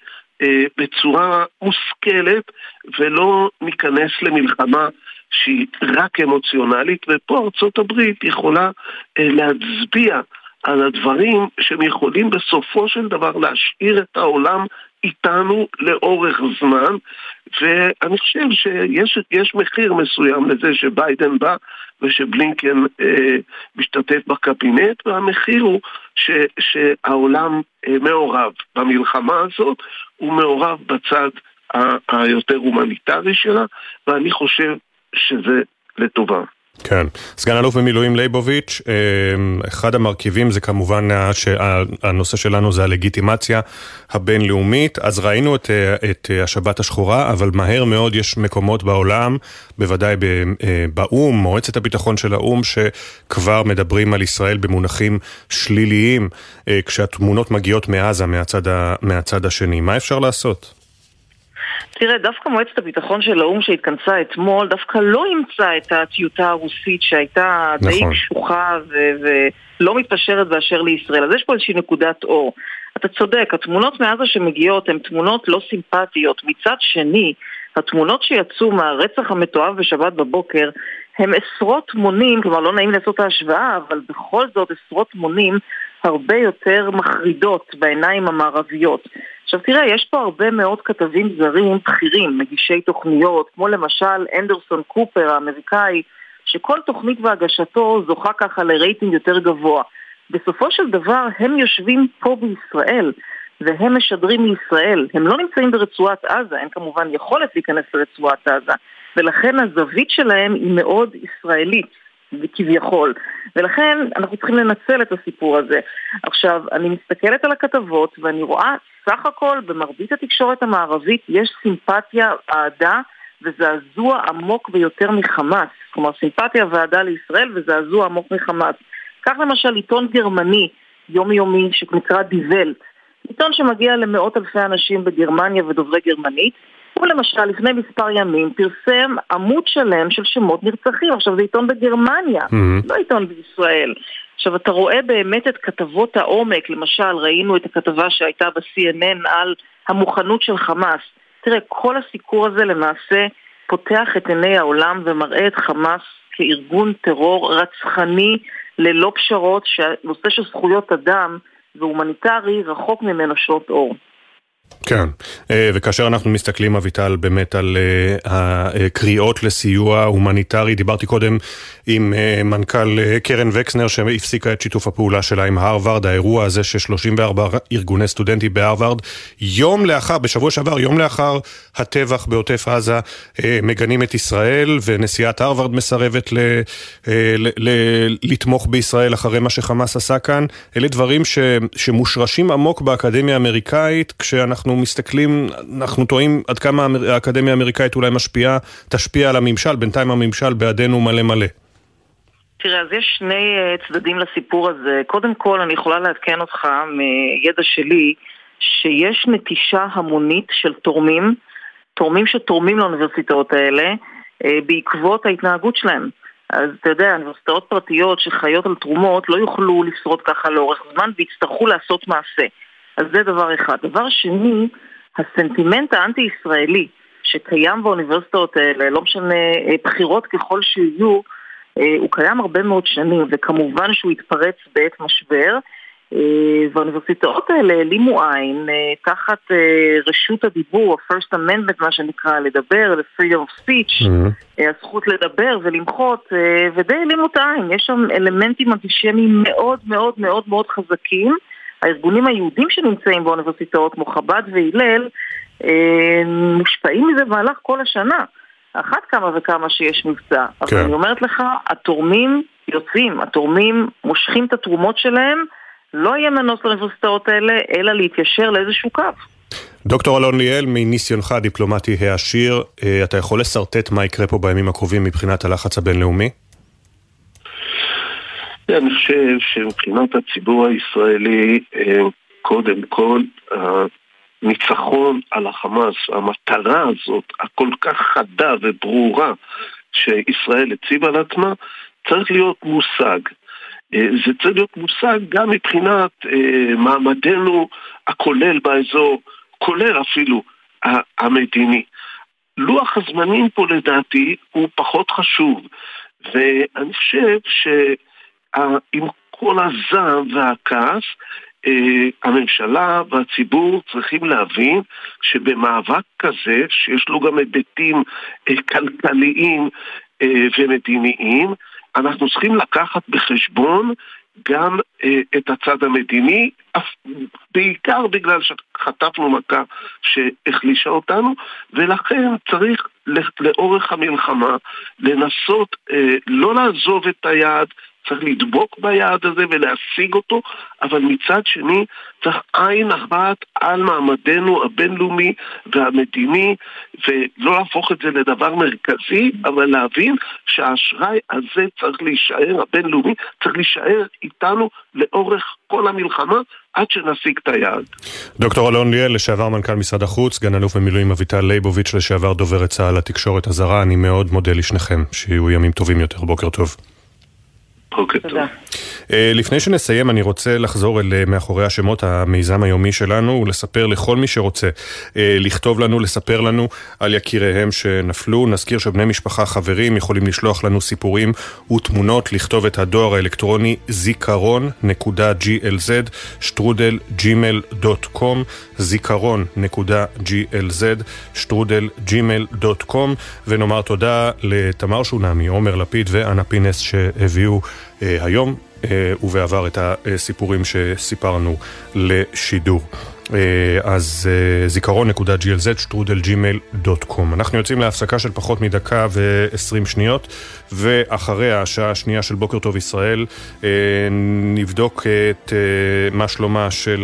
בצורה מושכלת ולא ניכנס למלחמה שהיא רק אמוציונלית, ופה ארצות הברית יכולה להצביע על הדברים שהם יכולים בסופו של דבר להשאיר את העולם איתנו לאורך זמן, ואני חושב שיש יש מחיר מסוים לזה שביידן בא ושבלינקן אה, משתתף בקבינט, והמחיר הוא ש, שהעולם אה, מעורב במלחמה הזאת, הוא מעורב בצד ה- היותר הומניטרי שלה, ואני חושב שזה לטובה. כן. סגן אלוף במילואים ליבוביץ', אחד המרכיבים זה כמובן שהנושא שלנו זה הלגיטימציה הבינלאומית. אז ראינו את, את השבת השחורה, אבל מהר מאוד יש מקומות בעולם, בוודאי באום, מועצת הביטחון של האום, שכבר מדברים על ישראל במונחים שליליים, כשהתמונות מגיעות מעזה, מהצד, מהצד השני. מה אפשר לעשות? תראה, דווקא מועצת הביטחון של האום שהתכנסה אתמול, דווקא לא אימצה את הטיוטה הרוסית שהייתה נכון. די קשוחה ו- ולא מתפשרת באשר לישראל. אז יש פה איזושהי נקודת אור. אתה צודק, התמונות מעזה שמגיעות הן תמונות לא סימפטיות. מצד שני, התמונות שיצאו מהרצח המתועב בשבת בבוקר, הם עשרות מונים, כלומר לא נעים לעשות ההשוואה, אבל בכל זאת עשרות מונים הרבה יותר מחרידות בעיניים המערביות. עכשיו תראה, יש פה הרבה מאוד כתבים זרים בכירים, מגישי תוכניות, כמו למשל אנדרסון קופר האמריקאי, שכל תוכנית והגשתו זוכה ככה לרייטינג יותר גבוה. בסופו של דבר הם יושבים פה בישראל, והם משדרים מישראל. הם לא נמצאים ברצועת עזה, אין כמובן יכולת להיכנס לרצועת עזה, ולכן הזווית שלהם היא מאוד ישראלית, כביכול. ולכן אנחנו צריכים לנצל את הסיפור הזה. עכשיו, אני מסתכלת על הכתבות, ואני רואה סך הכל במרבית התקשורת המערבית יש סימפתיה, אהדה וזעזוע עמוק ביותר מחמאס. כלומר, סימפתיה ועדה לישראל וזעזוע עמוק מחמאס. כך למשל עיתון גרמני יומיומי שנקרא די ולט, עיתון שמגיע למאות אלפי אנשים בגרמניה ודוברי גרמנית, הוא למשל לפני מספר ימים פרסם עמוד שלם של שמות נרצחים. עכשיו זה עיתון בגרמניה, mm-hmm. לא עיתון בישראל. עכשיו אתה רואה באמת את כתבות העומק, למשל ראינו את הכתבה שהייתה ב-סי אן אן על המוכנות של חמאס. תראה, כל הסיקור הזה למעשה פותח את עיני העולם ומראה את חמאס כארגון טרור רצחני ללא פשרות, שהנושא של זכויות אדם והומניטרי רחוק ממנו שעות אור. כן, וכאשר אנחנו מסתכלים, אביטל, באמת על הקריאות לסיוע הומניטרי, דיברתי קודם עם מנכ"ל קרן וקסנר שהפסיקה את שיתוף הפעולה שלה עם הרווארד, האירוע הזה ש-שלושים וארבעה ארגוני סטודנטים בהרווארד, יום לאחר, בשבוע שעבר, יום לאחר הטבח בעוטף עזה, מגנים את ישראל, ונשיאת הרווארד מסרבת ל, ל, ל, לתמוך בישראל אחרי מה שחמאס עשה כאן. אלה דברים ש, שמושרשים עמוק באקדמיה האמריקאית, כשאנחנו מסתכלים, אנחנו טועים עד כמה האקדמיה האמריקאית אולי משפיעה, תשפיע על הממשל, בינתיים הממשל בעדנו מלא מלא. תראה, אז יש שני צדדים לסיפור הזה. קודם כל, אני יכולה לעדכן אותך מידע שלי, שיש נטישה המונית של תורמים, תורמים שתורמים לאוניברסיטאות האלה, בעקבות ההתנהגות שלהם. אז אתה יודע, אוניברסיטאות פרטיות שחיות על תרומות לא יוכלו לשרוד ככה לאורך זמן, ויצטרכו לעשות מעשה. אז זה דבר אחד. דבר שני, הסנטימנט האנטי-ישראלי שקיים באוניברסיטאות האלה, לא משנה בחירות ככל שיהיו, הוא קיים הרבה מאוד שנים, וכמובן שהוא התפרץ בעת משבר, והאוניברסיטות האלה העלימו עין תחת רשות הדיבור, ה-First Amendment, מה שנקרא, לדבר, ל-Freedom of Speech, mm-hmm. הזכות לדבר ולמחות, ודי העלימו את העין. יש שם אלמנטים אנטישמיים מאוד מאוד מאוד מאוד חזקים. הארגונים היהודים שנמצאים באוניברסיטאות, כמו חב"ד והילל, מושפעים מזה במהלך כל השנה. אחת כמה וכמה שיש מבצע. אבל אני אומרת לך, התורמים יוצאים, התורמים מושכים את התרומות שלהם, לא יהיה מנוס לאוניברסיטאות האלה, אלא להתיישר לאיזשהו קו. דוקטור אלון ליאל, מניסיונך הדיפלומטי העשיר, אתה יכול לסרטט מה יקרה פה בימים הקרובים מבחינת הלחץ הבינלאומי? אני חושב שמבחינת הציבור הישראלי, קודם כל, ניצחון על החמאס, המטרה הזאת, הכל כך חדה וברורה שישראל הציבה על עצמה, צריך להיות מושג. זה צריך להיות מושג גם מבחינת מעמדנו הכולל באזור, כולל אפילו המדיני. לוח הזמנים פה לדעתי הוא פחות חשוב, ואני חושב שעם כל הזעם והכעס, הממשלה והציבור צריכים להבין שבמאבק כזה, שיש לו גם היבטים כלכליים ומדיניים, אנחנו צריכים לקחת בחשבון גם את הצד המדיני, בעיקר בגלל שחטפנו מכה שהחלישה אותנו, ולכן צריך לאורך המלחמה לנסות לא לעזוב את היעד, צריך לדבוק ביעד הזה ולהשיג אותו, אבל מצד שני צריך עין אחת על מעמדנו הבינלאומי והמדיני, ולא להפוך את זה לדבר מרכזי, אבל להבין שהאשראי הזה צריך להישאר, הבינלאומי צריך להישאר איתנו לאורך כל המלחמה, עד שנשיג את היעד. דוקטור אלון ליאל, לשעבר מנכ"ל משרד החוץ, סגן אלוף במילואים אביטל ליבוביץ', לשעבר דוברת צה"ל לתקשורת הזרה, אני מאוד מודה לשניכם, שיהיו ימים טובים יותר. בוקר טוב. תודה. לפני שנסיים, אני רוצה לחזור אל מאחורי השמות, המיזם היומי שלנו, ולספר לכל מי שרוצה לכתוב לנו, לספר לנו על יקיריהם שנפלו. נזכיר שבני משפחה, חברים, יכולים לשלוח לנו סיפורים ותמונות, לכתוב את הדואר האלקטרוני זיכרון נקודה ג'י אל זד שטרודל ג'ימייל דוט קום, זיכרון נקודה ג'י אל זד שטרודל ג'ימייל דוט קום, ונאמר תודה לתמר שונמי, עומר לפיד ואנה פינס שהביאו היום ובעבר את הסיפורים שסיפרנו לשידור. אז זיכרון נקודה ג'י אל זד שטרודל ג'ימייל דוט קום. אנחנו יוצאים להפסקה של פחות מדקה ועשרים שניות, ואחריה השעה השנייה של בוקר טוב ישראל נבדוק את מה שלומה של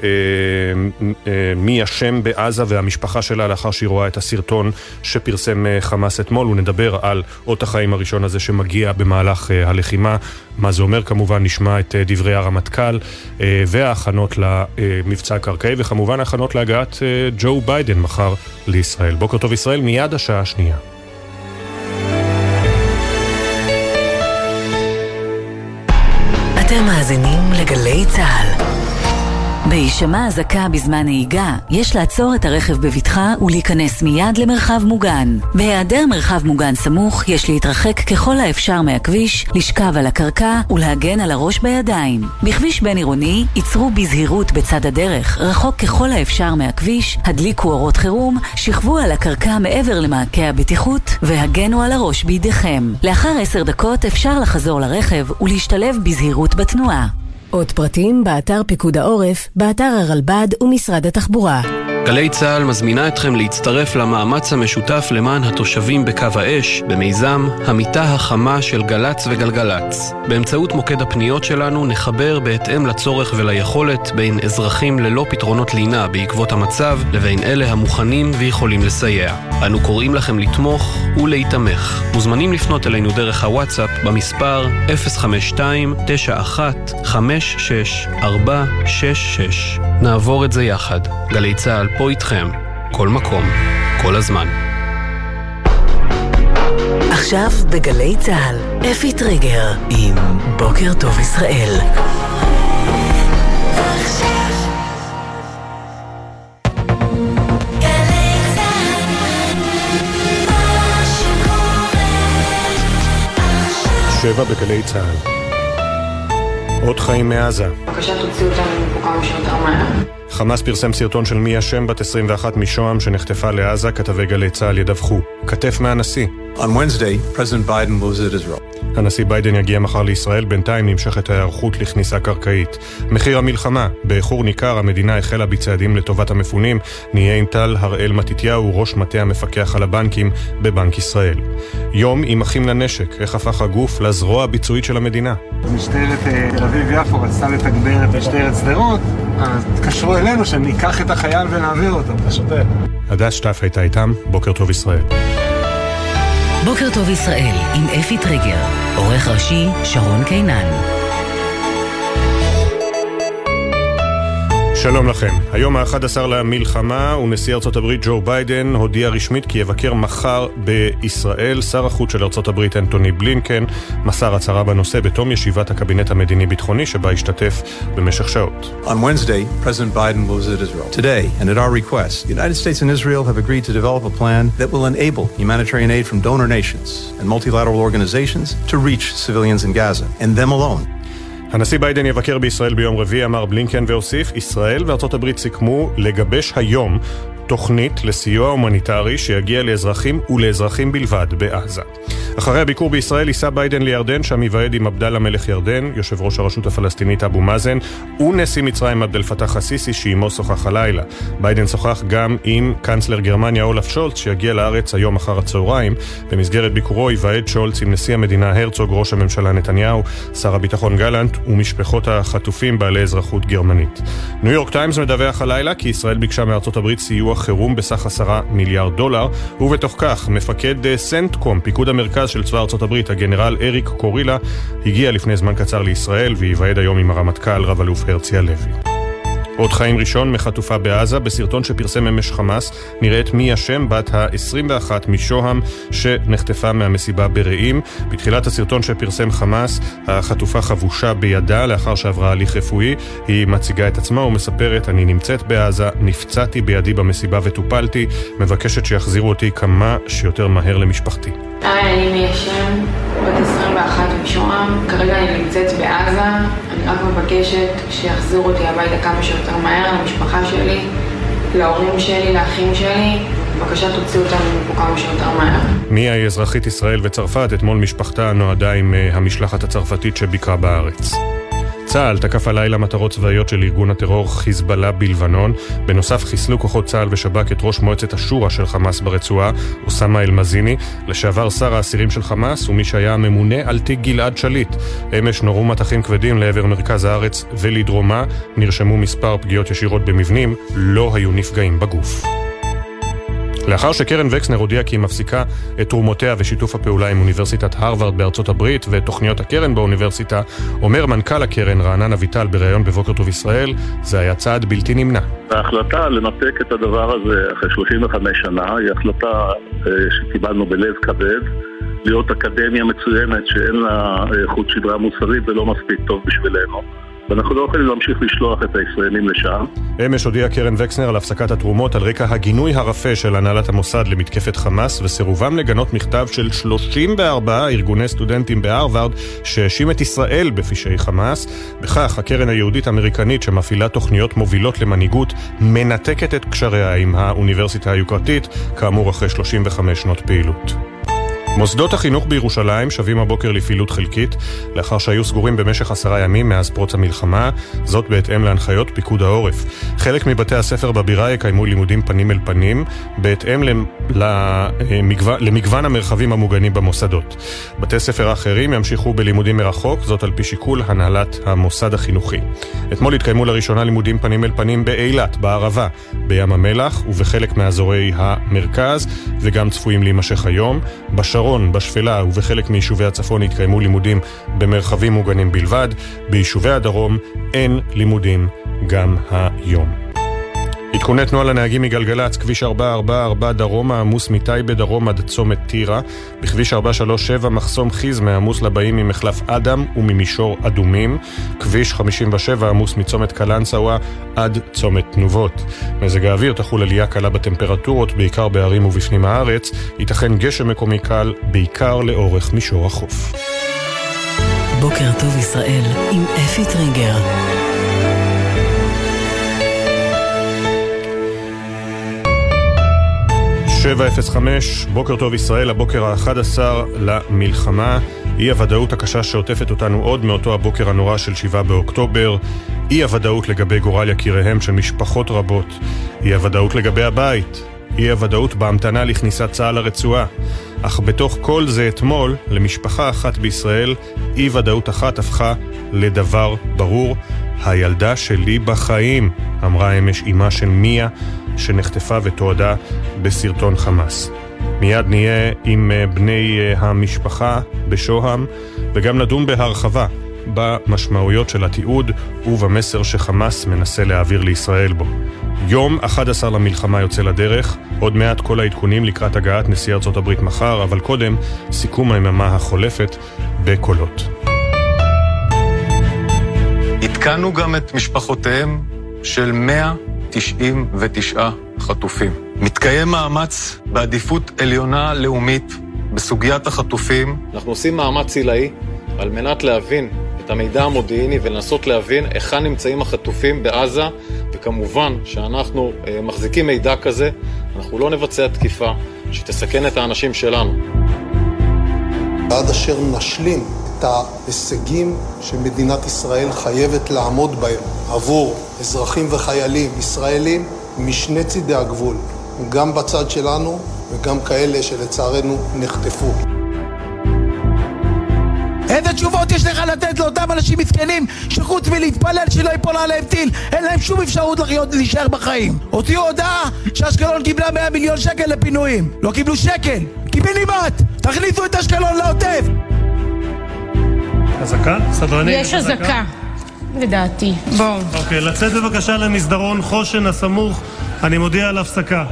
מי השם בעזה והמשפחה שלה לאחר שהיא רואה את הסרטון שפרסם חמאס אתמול, ונדבר על אות החיים הראשון הזה שמגיע במהלך הלחימה, מה זה אומר. כמובן נשמע את דברי הרמטכ"ל וההכנות למבצע הקרקעי, וכמובן ההכנות להגעת ג'ו ביידן מחר לישראל. בוקר טוב ישראל, מיד השעה השנייה. אתם מאזינים לגלי צהל. בהישמע אזעקה בזמן נהיגה, יש לעצור את הרכב בבטחה ולהיכנס מיד למרחב מוגן. בהיעדר מרחב מוגן סמוך, יש להתרחק ככל האפשר מהכביש, לשכב על הקרקע ולהגן על הראש בידיים. בכביש בין עירוני, ייצרו בזהירות בצד הדרך, רחוק ככל האפשר מהכביש, הדליקו אורות חירום, שכבו על הקרקע מעבר למעקה הבטיחות והגנו על הראש בידיכם. לאחר עשר דקות אפשר לחזור לרכב ולהשתלב בזהירות בתנועה. עוד פרטים באתר פיקוד העורף, באתר הרלב"ד ומשרד התחבורה. גלי צהל מזמינה אתכם להצטרף למאמץ המשותף למען התושבים בקו האש, במיזם המיטה החמה של גלץ וגלגלץ. באמצעות מוקד הפניות שלנו נחבר בהתאם לצורך וליכולת בין אזרחים ללא פתרונות לינה בעקבות המצב, לבין אלה המוכנים ויכולים לסייע. אנו קוראים לכם לתמוך ולהתמך. מוזמנים לפנות אלינו דרך הוואטסאפ במספר אפס חמש שתיים תשע אחת חמש שש ארבע שש שש. נעבור את זה יחד. גלי צהל פה איתכם, כל מקום, כל הזמן. עכשיו בגלי צהל, אפי טריגר עם בוקר טוב ישראל. שבע בגלי צהל. עוד חיים מעזה. בבקשה תוציאו אותנו מפה כמה שיותר מהר. חמאס פרסם סרטון של מיה שם בת עשרים ואחת משוהם שנחטפה לעזה, כתבי גלי צהל ידווחו. כתף מהנשיא. On Wednesday, President Biden will visit Israel. הנשיא ביידן יגיע מחר לישראל, בינתיים נמשכת ההיערכות לכניסה קרקעית. מחיר המלחמה, באיחור ניכר המדינה החלה בצעדים לטובת המפונים. נהיה עם טל הראל מתתיהו, ראש מטה המפקח על הבנקים בבנק ישראל. יום עם אחים לנשק, איך הפך הגוף לזרוע הביצועית של המדינה. משטרת תל אביב יפו רצתה לתגבר את משטרת שדרות, אז תקשרו אלינו שניקח את החייל ונעביר אותו, פשוט. הדס שטף הייתה איתם, בוקר טוב ישראל. בוקר טוב ישראל עם אפי טריגר, עורך ראשי שרון קינן. שלום לכם. היום ה-אחד עשר למלחמה ונשיא ארצות הברית ג'ו ביידן הודיע רשמית כי יבקר מחר בישראל. שר החוץ של ארצות הברית אנטוני בלינקן מסר הצהרה בנושא בתום ישיבת הקבינט המדיני-ביטחוני שבה השתתף במשך שעות. On Wednesday, President Biden will visit Israel. Today, and at our request, the United States and Israel have agreed to develop a plan that will enable humanitarian aid from donor nations and multilateral organizations to reach civilians in Gaza, and them alone. הנשיא ביידן יבקר בישראל ביום רביעי, אמר בלינקן והוסיף, ישראל וארצות הברית סיכמו לגבש היום תוכנית לסיוע הומניטרי שיגיע לאזרחים ולאזרחים בלבד בעזה. אחרי הביקור בישראל ייסע ביידן לירדן, שם יוועד עם עבדאללה מלך ירדן, יושב ראש הרשות הפלסטינית אבו מאזן, ונשיא מצרים עבד אל פתח הסיסי שעימו שוחח הלילה. ביידן שוחח גם עם קנצלר גרמניה אולף שולץ שיגיע לארץ היום אחר הצהריים. במסגרת ביקורו יוועד שולץ עם נשיא המדינה הרצוג, ראש הממשלה נתניהו, שר הביטחון גלנט ומשפחות החטופים בעלי אזרחות גרמנית. ניו יורק טיימס מדווח הלילה כי ישראל ביקשה מארצות הברית סיוע חירום בסך עשרה מיליארד דולר, ובתוך כך מפקד סנטקום, פיקוד המרכז של צבא ארצות הברית, הגנרל אריק קורילה, הגיע לפני זמן קצר לישראל ויוועד היום עם הרמטכ"ל רב אלוף הרצי הלוי. עוד חיים ראשון מחטופה בעזה, בסרטון שפרסם אמש חמאס נראית מיה שם בת ה-עשרים ואחת משוהם שנחטפה מהמסיבה ברעים. בתחילת הסרטון שפרסם חמאס, החטופה חבושה בידה לאחר שעברה הליך רפואי. היא מציגה את עצמה ומספרת, אני נמצאת בעזה, נפצעתי בידי במסיבה וטופלתי, מבקשת שיחזירו אותי כמה שיותר מהר למשפחתי. היי, אני מיה שם, בת עשרים ואחת משוהם, כרגע אני נמצאת בעזה, אני רק מבקשת שיחזירו אותי הביתה כמה שיותר מהר למשפחה שלי, להורים שלי, לאחים שלי, בבקשה תוציאו אותנו מפה כמה שיותר מהר. מיה היא אזרחית ישראל וצרפת, אתמול משפחתה נועדה עם המשלחת הצרפתית שביקרה בארץ. צה"ל תקף הלילה מטרות צבאיות של ארגון הטרור חיזבאללה בלבנון. בנוסף חיסלו כוחות צה"ל ושב"כ את ראש מועצת השורה של חמאס ברצועה, אוסמה אל-מזיני, לשעבר שר האסירים של חמאס ומי שהיה הממונה על תיק גלעד שליט. אמש נורו מטחים כבדים לעבר מרכז הארץ ולדרומה, נרשמו מספר פגיעות ישירות במבנים, לא היו נפגעים בגוף. לאחר שקרן וקסנר הודיעה כי היא מפסיקה את תרומותיה ושיתוף הפעולה עם אוניברסיטת הרווארד בארצות הברית ותוכניות הקרן באוניברסיטה, אומר מנכ"ל הקרן רענן אביטל בראיון בבוקר טוב ישראל, זה היה צעד בלתי נמנע. ההחלטה לנתק את הדבר הזה אחרי שלושים וחמש שנה היא החלטה שקיבלנו בלב כבד, להיות אקדמיה מצוינת שאין לה חוט שדרה מוסרית ולא מספיק טוב בשבילנו. ואנחנו לא יכולים להמשיך לשלוח את הישראלים לשם. אמש הודיעה קרן וקסנר על הפסקת התרומות על רקע הגינוי הרפה של הנהלת המוסד למתקפת חמאס וסירובם לגנות מכתב של שלושים וארבעה ארגוני סטודנטים בהרווארד שהאשים את ישראל בפשעי חמאס. בכך הקרן היהודית האמריקנית שמפעילה תוכניות מובילות למנהיגות מנתקת את קשריה עם האוניברסיטה היוקרתית, כאמור אחרי שלושים וחמש שנות פעילות. מוסדות החינוך בירושלים שבים הבוקר לפעילות חלקית, לאחר שהיו סגורים במשך עשרה ימים מאז פרוץ המלחמה, זאת בהתאם להנחיות פיקוד העורף. חלק מבתי הספר בבירה יקיימו לימודים פנים אל פנים, בהתאם למגוון, למגוון המרחבים המוגנים במוסדות. בתי ספר האחרים ימשיכו בלימודים מרחוק, זאת על פי שיקול הנהלת המוסד החינוכי. אתמול התקיימו לראשונה לימודים פנים אל פנים באילת, בערבה, בים המלח ובחלק מאזורי המרכז, וגם צפויים להימשך היום. בשרון, בשפלה ובחלק מיישובי הצפון התקיימו לימודים במרחבים מוגנים בלבד. ביישובי הדרום אין לימודים גם היום. עדכוני תנועה לנהגים מגלגלץ, כביש ארבע ארבע ארבע דרומה עמוס מטייבה דרום עד צומת טירה, בכביש ארבע שלוש שבע מחסום חיזמה עמוס לבאים ממחלף אדם וממישור אדומים, כביש חמישים ושבע עמוס מצומת קלנסווה עד צומת תנובות. מזג האוויר תחול עלייה קלה בטמפרטורות, בעיקר בערים ובפנים הארץ, ייתכן גשם מקומי קל, בעיקר לאורך מישור החוף. בוקר טוב ישראל עם אפי טריגר. שבע אפס חמש, בוקר טוב ישראל, הבוקר ה-אחד עשר למלחמה. אי הוודאות הקשה שעוטפת אותנו עוד מאותו הבוקר הנורא של שבעה באוקטובר. אי הוודאות לגבי גורל יקיריהם של משפחות רבות. אי הוודאות לגבי הבית. אי הוודאות בהמתנה לכניסת צה"ל לרצועה. אך בתוך כל זה אתמול, למשפחה אחת בישראל, אי ודאות אחת הפכה לדבר ברור. הילדה שלי בחיים, אמרה אמש אימה של מיה, שנחטפה ותועדה בסרטון חמאס. מיד נהיה עם בני המשפחה בשוהם, וגם נדון בהרחבה במשמעויות של התיעוד ובמסר שחמאס מנסה להעביר לישראל בו. יום אחד עשר למלחמה יוצא לדרך, עוד מעט כל העדכונים לקראת הגעת נשיא ארצות הברית מחר, אבל קודם סיכום היממה החולפת בקולות. התקנו גם את משפחותיהם של מאה תשעים ותשעה חטופים. מתקיים מאמץ בעדיפות עליונה לאומית בסוגיית החטופים. אנחנו עושים מאמץ עילאי על מנת להבין את המידע המודיעיני ולנסות להבין היכן נמצאים החטופים בעזה, וכמובן שאנחנו אה, מחזיקים מידע כזה, אנחנו לא נבצע תקיפה שתסכן את האנשים שלנו. עד אשר נשלים את ההישגים שמדינת ישראל חייבת לעמוד בהם עבור אזרחים וחיילים ישראלים משני צידי הגבול, גם בצד שלנו וגם כאלה שלצערנו נחטפו. איזה תשובות יש לך לתת לאותם אנשים מסכנים שחוץ מלהתפלל שלא ייפול עליהם טיל אין להם שום אפשרות לחיות להישאר בחיים? הוציאו הודעה שאשקלון קיבלה מאה מיליון שקל לפינויים, לא קיבלו שקל, קיבינימט, תכניסו את אשקלון לעוטף. הזקה? סדרנים? יש הזקה, לדעתי. בואו. אוקיי, לצאת בבקשה למסדרון חושן הסמוך, אני מודיע על הפסקה.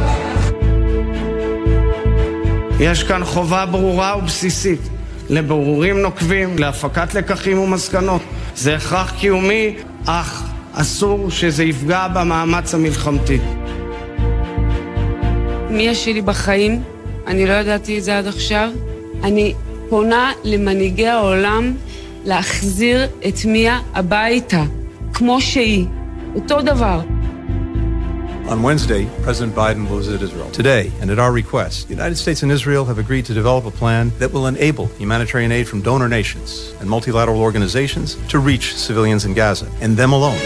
יש כאן חובה ברורה ובסיסית לברורים נוקבים, להפקת לקחים ומסקנות. זה הכרח קיומי, אך אסור שזה יפגע במאמץ המלחמתי. מי שלי בחיים, אני לא ידעתי את זה עד עכשיו. אני פונה למנהיגי העולם להחזיר את מיה הביתה, כמו שהיא, אותו דבר. On Wednesday, President Biden will visit Israel. Today, and at our request, the United States and Israel have agreed to develop a plan that will enable humanitarian aid from donor nations and multilateral organizations to reach civilians in Gaza, and them alone.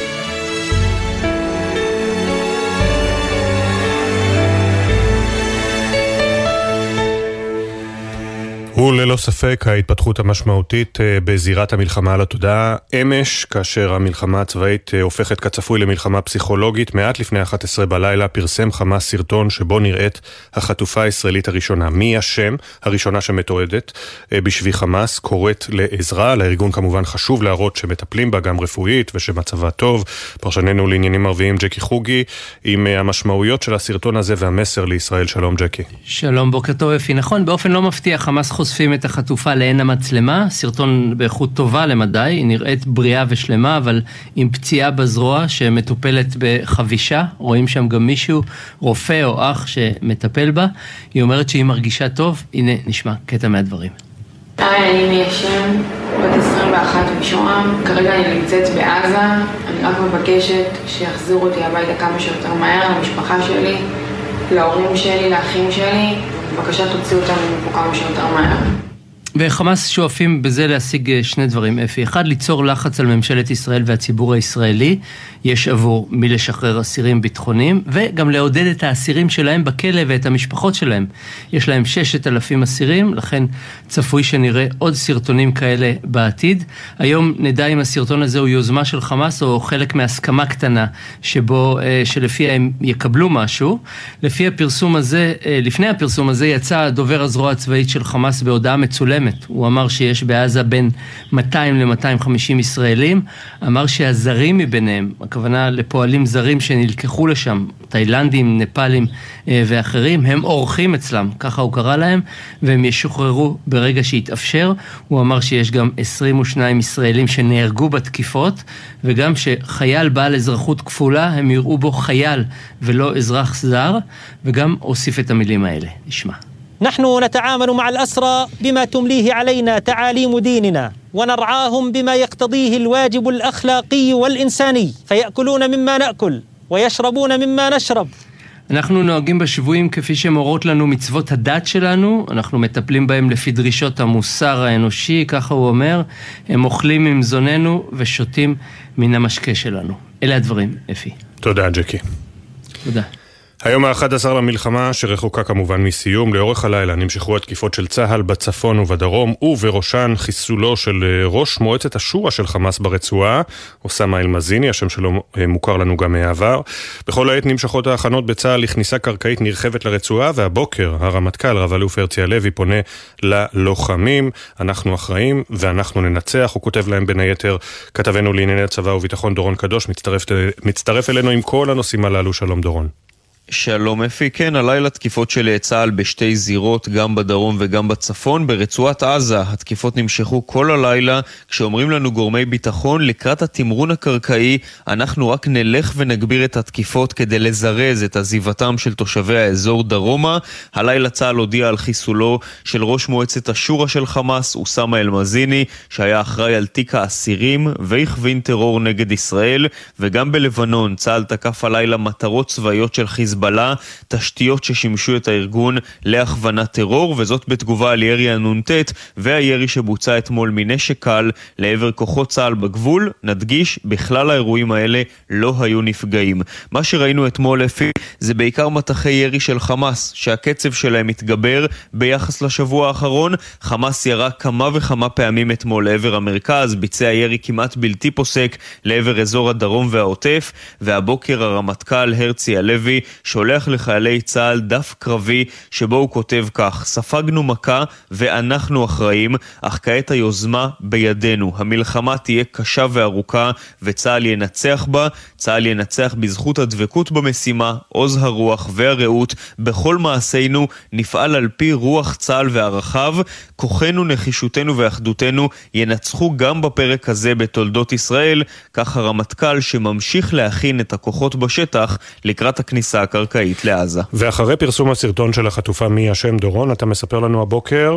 וללא ספק ההתפתחות המשמעותית בזירת המלחמה על התודעה אמש, כאשר המלחמה הצבאית הופכת כצפוי למלחמה פסיכולוגית. מעט לפני אחת עשרה בלילה פרסם חמאס סרטון שבו נראית החטופה הישראלית הראשונה. מי השם הראשונה שמתועדת בשבי חמאס, קוראת לעזרה. לארגון כמובן חשוב להראות שמטפלים בה גם רפואית ושמצבה טוב. פרשננו לעניינים ערביים ג'קי חוגי עם המשמעויות של הסרטון הזה והמסר לישראל. שלום ג'קי. שלום, בוקר טוב אפי. נכון, באופן לא מפתיע חמאס חושף אוספים את החטופה לעין המצלמה, סרטון באיכות טובה למדי, היא נראית בריאה ושלמה, אבל עם פציעה בזרוע שמטופלת בחבישה, רואים שם גם מישהו, רופא או אח שמטפל בה, היא אומרת שהיא מרגישה טוב, הנה נשמע קטע מהדברים. היי, אני מיה שם, בת עשרים ואחת משוהם, כרגע אני נמצאת בעזה, אני רק מבקשת שיחזירו אותי הביתה כמה שיותר מהר, למשפחה שלי, להורים שלי, לאחים שלי, בבקשה תוציאו אותנו מפה כמה שיותר מהר. וחמאס שואפים בזה להשיג שני דברים, אפי. אחד, ליצור לחץ על ממשלת ישראל והציבור הישראלי, יש עבור מי לשחרר אסירים ביטחוניים, וגם לעודד את האסירים שלהם בכלא ואת המשפחות שלהם. יש להם ששת אלפים אסירים, לכן צפוי שנראה עוד סרטונים כאלה בעתיד. היום נדע אם הסרטון הזה הוא יוזמה של חמאס או חלק מהסכמה קטנה, שבו, שלפיה הם יקבלו משהו. לפי הפרסום הזה, לפני הפרסום הזה יצא דובר הזרוע הצבאית של חמאס בהודעה מצולמת. הוא אמר שיש בעזה בין מאתיים ל-מאתיים וחמישים ישראלים, אמר שהזרים מביניהם, הכוונה לפועלים זרים שנלקחו לשם, תאילנדים, נפאלים ואחרים, הם אורחים אצלם, ככה הוא קרא להם, והם ישוחררו ברגע שהתאפשר. הוא אמר שיש גם עשרים ושניים ישראלים שנהרגו בתקיפות, וגם שחייל בעל אזרחות כפולה, הם יראו בו חייל ולא אזרח זר, וגם הוסיף את המילים האלה. נשמע. نحن نتعامل مع الأسرى بما تمليه علينا تعاليم ديننا ونرعاهم بما يقتضيه الواجب الأخلاقي والإنساني فيأكلون مما نأكل ويشربون مما נשרב. אנחנו נוהגים בשבויים כפי שמורות לנו מצוות הדת שלנו, אנחנו מטפלים בהם לפי דרישות המוסר האנושי, ככה הוא אומר, הם אוכלים ממזוננו ושותים מן המשקה שלנו. אלה הדברים, אפי. תודה, ג'קי. תודה. היום ה-אחד עשר למלחמה, שרחוקה כמובן מסיום, לאורך הלילה נמשכו התקיפות של צהל בצפון ובדרום, ובראשן חיסולו של ראש מועצת השורה של חמאס ברצועה, אוסמה אל-מזיני, השם שלו מוכר לנו גם מהעבר. בכל העת נמשכות ההכנות בצהל לכניסה קרקעית נרחבת לרצועה, והבוקר הרמטכ"ל רב-אלוף הרצי הלוי פונה ללוחמים, אנחנו אחראים ואנחנו ננצח, הוא כותב להם בין היתר, כתבנו לענייני הצבא וביטחון דורון קדוש, מצטרף, מצטרף אלינו עם כל הנושאים הללו. שלום דורון. שלום אפי, כן, הלילה תקיפות של צה"ל בשתי זירות, גם בדרום וגם בצפון. ברצועת עזה התקיפות נמשכו כל הלילה, כשאומרים לנו גורמי ביטחון, לקראת התמרון הקרקעי אנחנו רק נלך ונגביר את התקיפות כדי לזרז את עזיבתם של תושבי האזור דרומה. הלילה צה"ל הודיע על חיסולו של ראש מועצת השורה של חמאס, אוסמה אל-מזיני, שהיה אחראי על תיק האסירים והכווין טרור נגד ישראל. וגם בלבנון צה"ל תקף הלילה מטרות צבאיות של חיזבאללה, תשתיות ששימשו את הארגון להכוונת טרור, וזאת בתגובה על ירי הנונטט והירי שבוצע אתמול מנשק קל לעבר כוחות צה"ל בגבול. נדגיש, בכלל האירועים האלה לא היו נפגעים. מה שראינו אתמול אפי זה בעיקר מטחי ירי של חמאס, שהקצב שלהם מתגבר ביחס לשבוע האחרון. חמאס ירה כמה וכמה פעמים אתמול לעבר המרכז, ביצע ירי כמעט בלתי פוסק לעבר אזור הדרום והעוטף, והבוקר הרמטכ"ל הרצי הלוי שולח לחיילי צה"ל דף קרבי שבו הוא כותב כך: ספגנו מכה ואנחנו אחראים, אך כעת היוזמה בידינו. המלחמה תהיה קשה וארוכה וצה"ל ינצח בה. צה"ל ינצח בזכות הדבקות במשימה, עוז הרוח והרעות. בכל מעשינו נפעל על פי רוח צה"ל וערכיו. כוחנו, נחישותנו ואחדותנו ינצחו גם בפרק הזה בתולדות ישראל. כך הרמטכ"ל שממשיך להכין את הכוחות בשטח לקראת הכניסה הקרקעית לעזה. ואחרי פרסום הסרטון של החטופה מיה שם, דורון, אתה מספר לנו הבוקר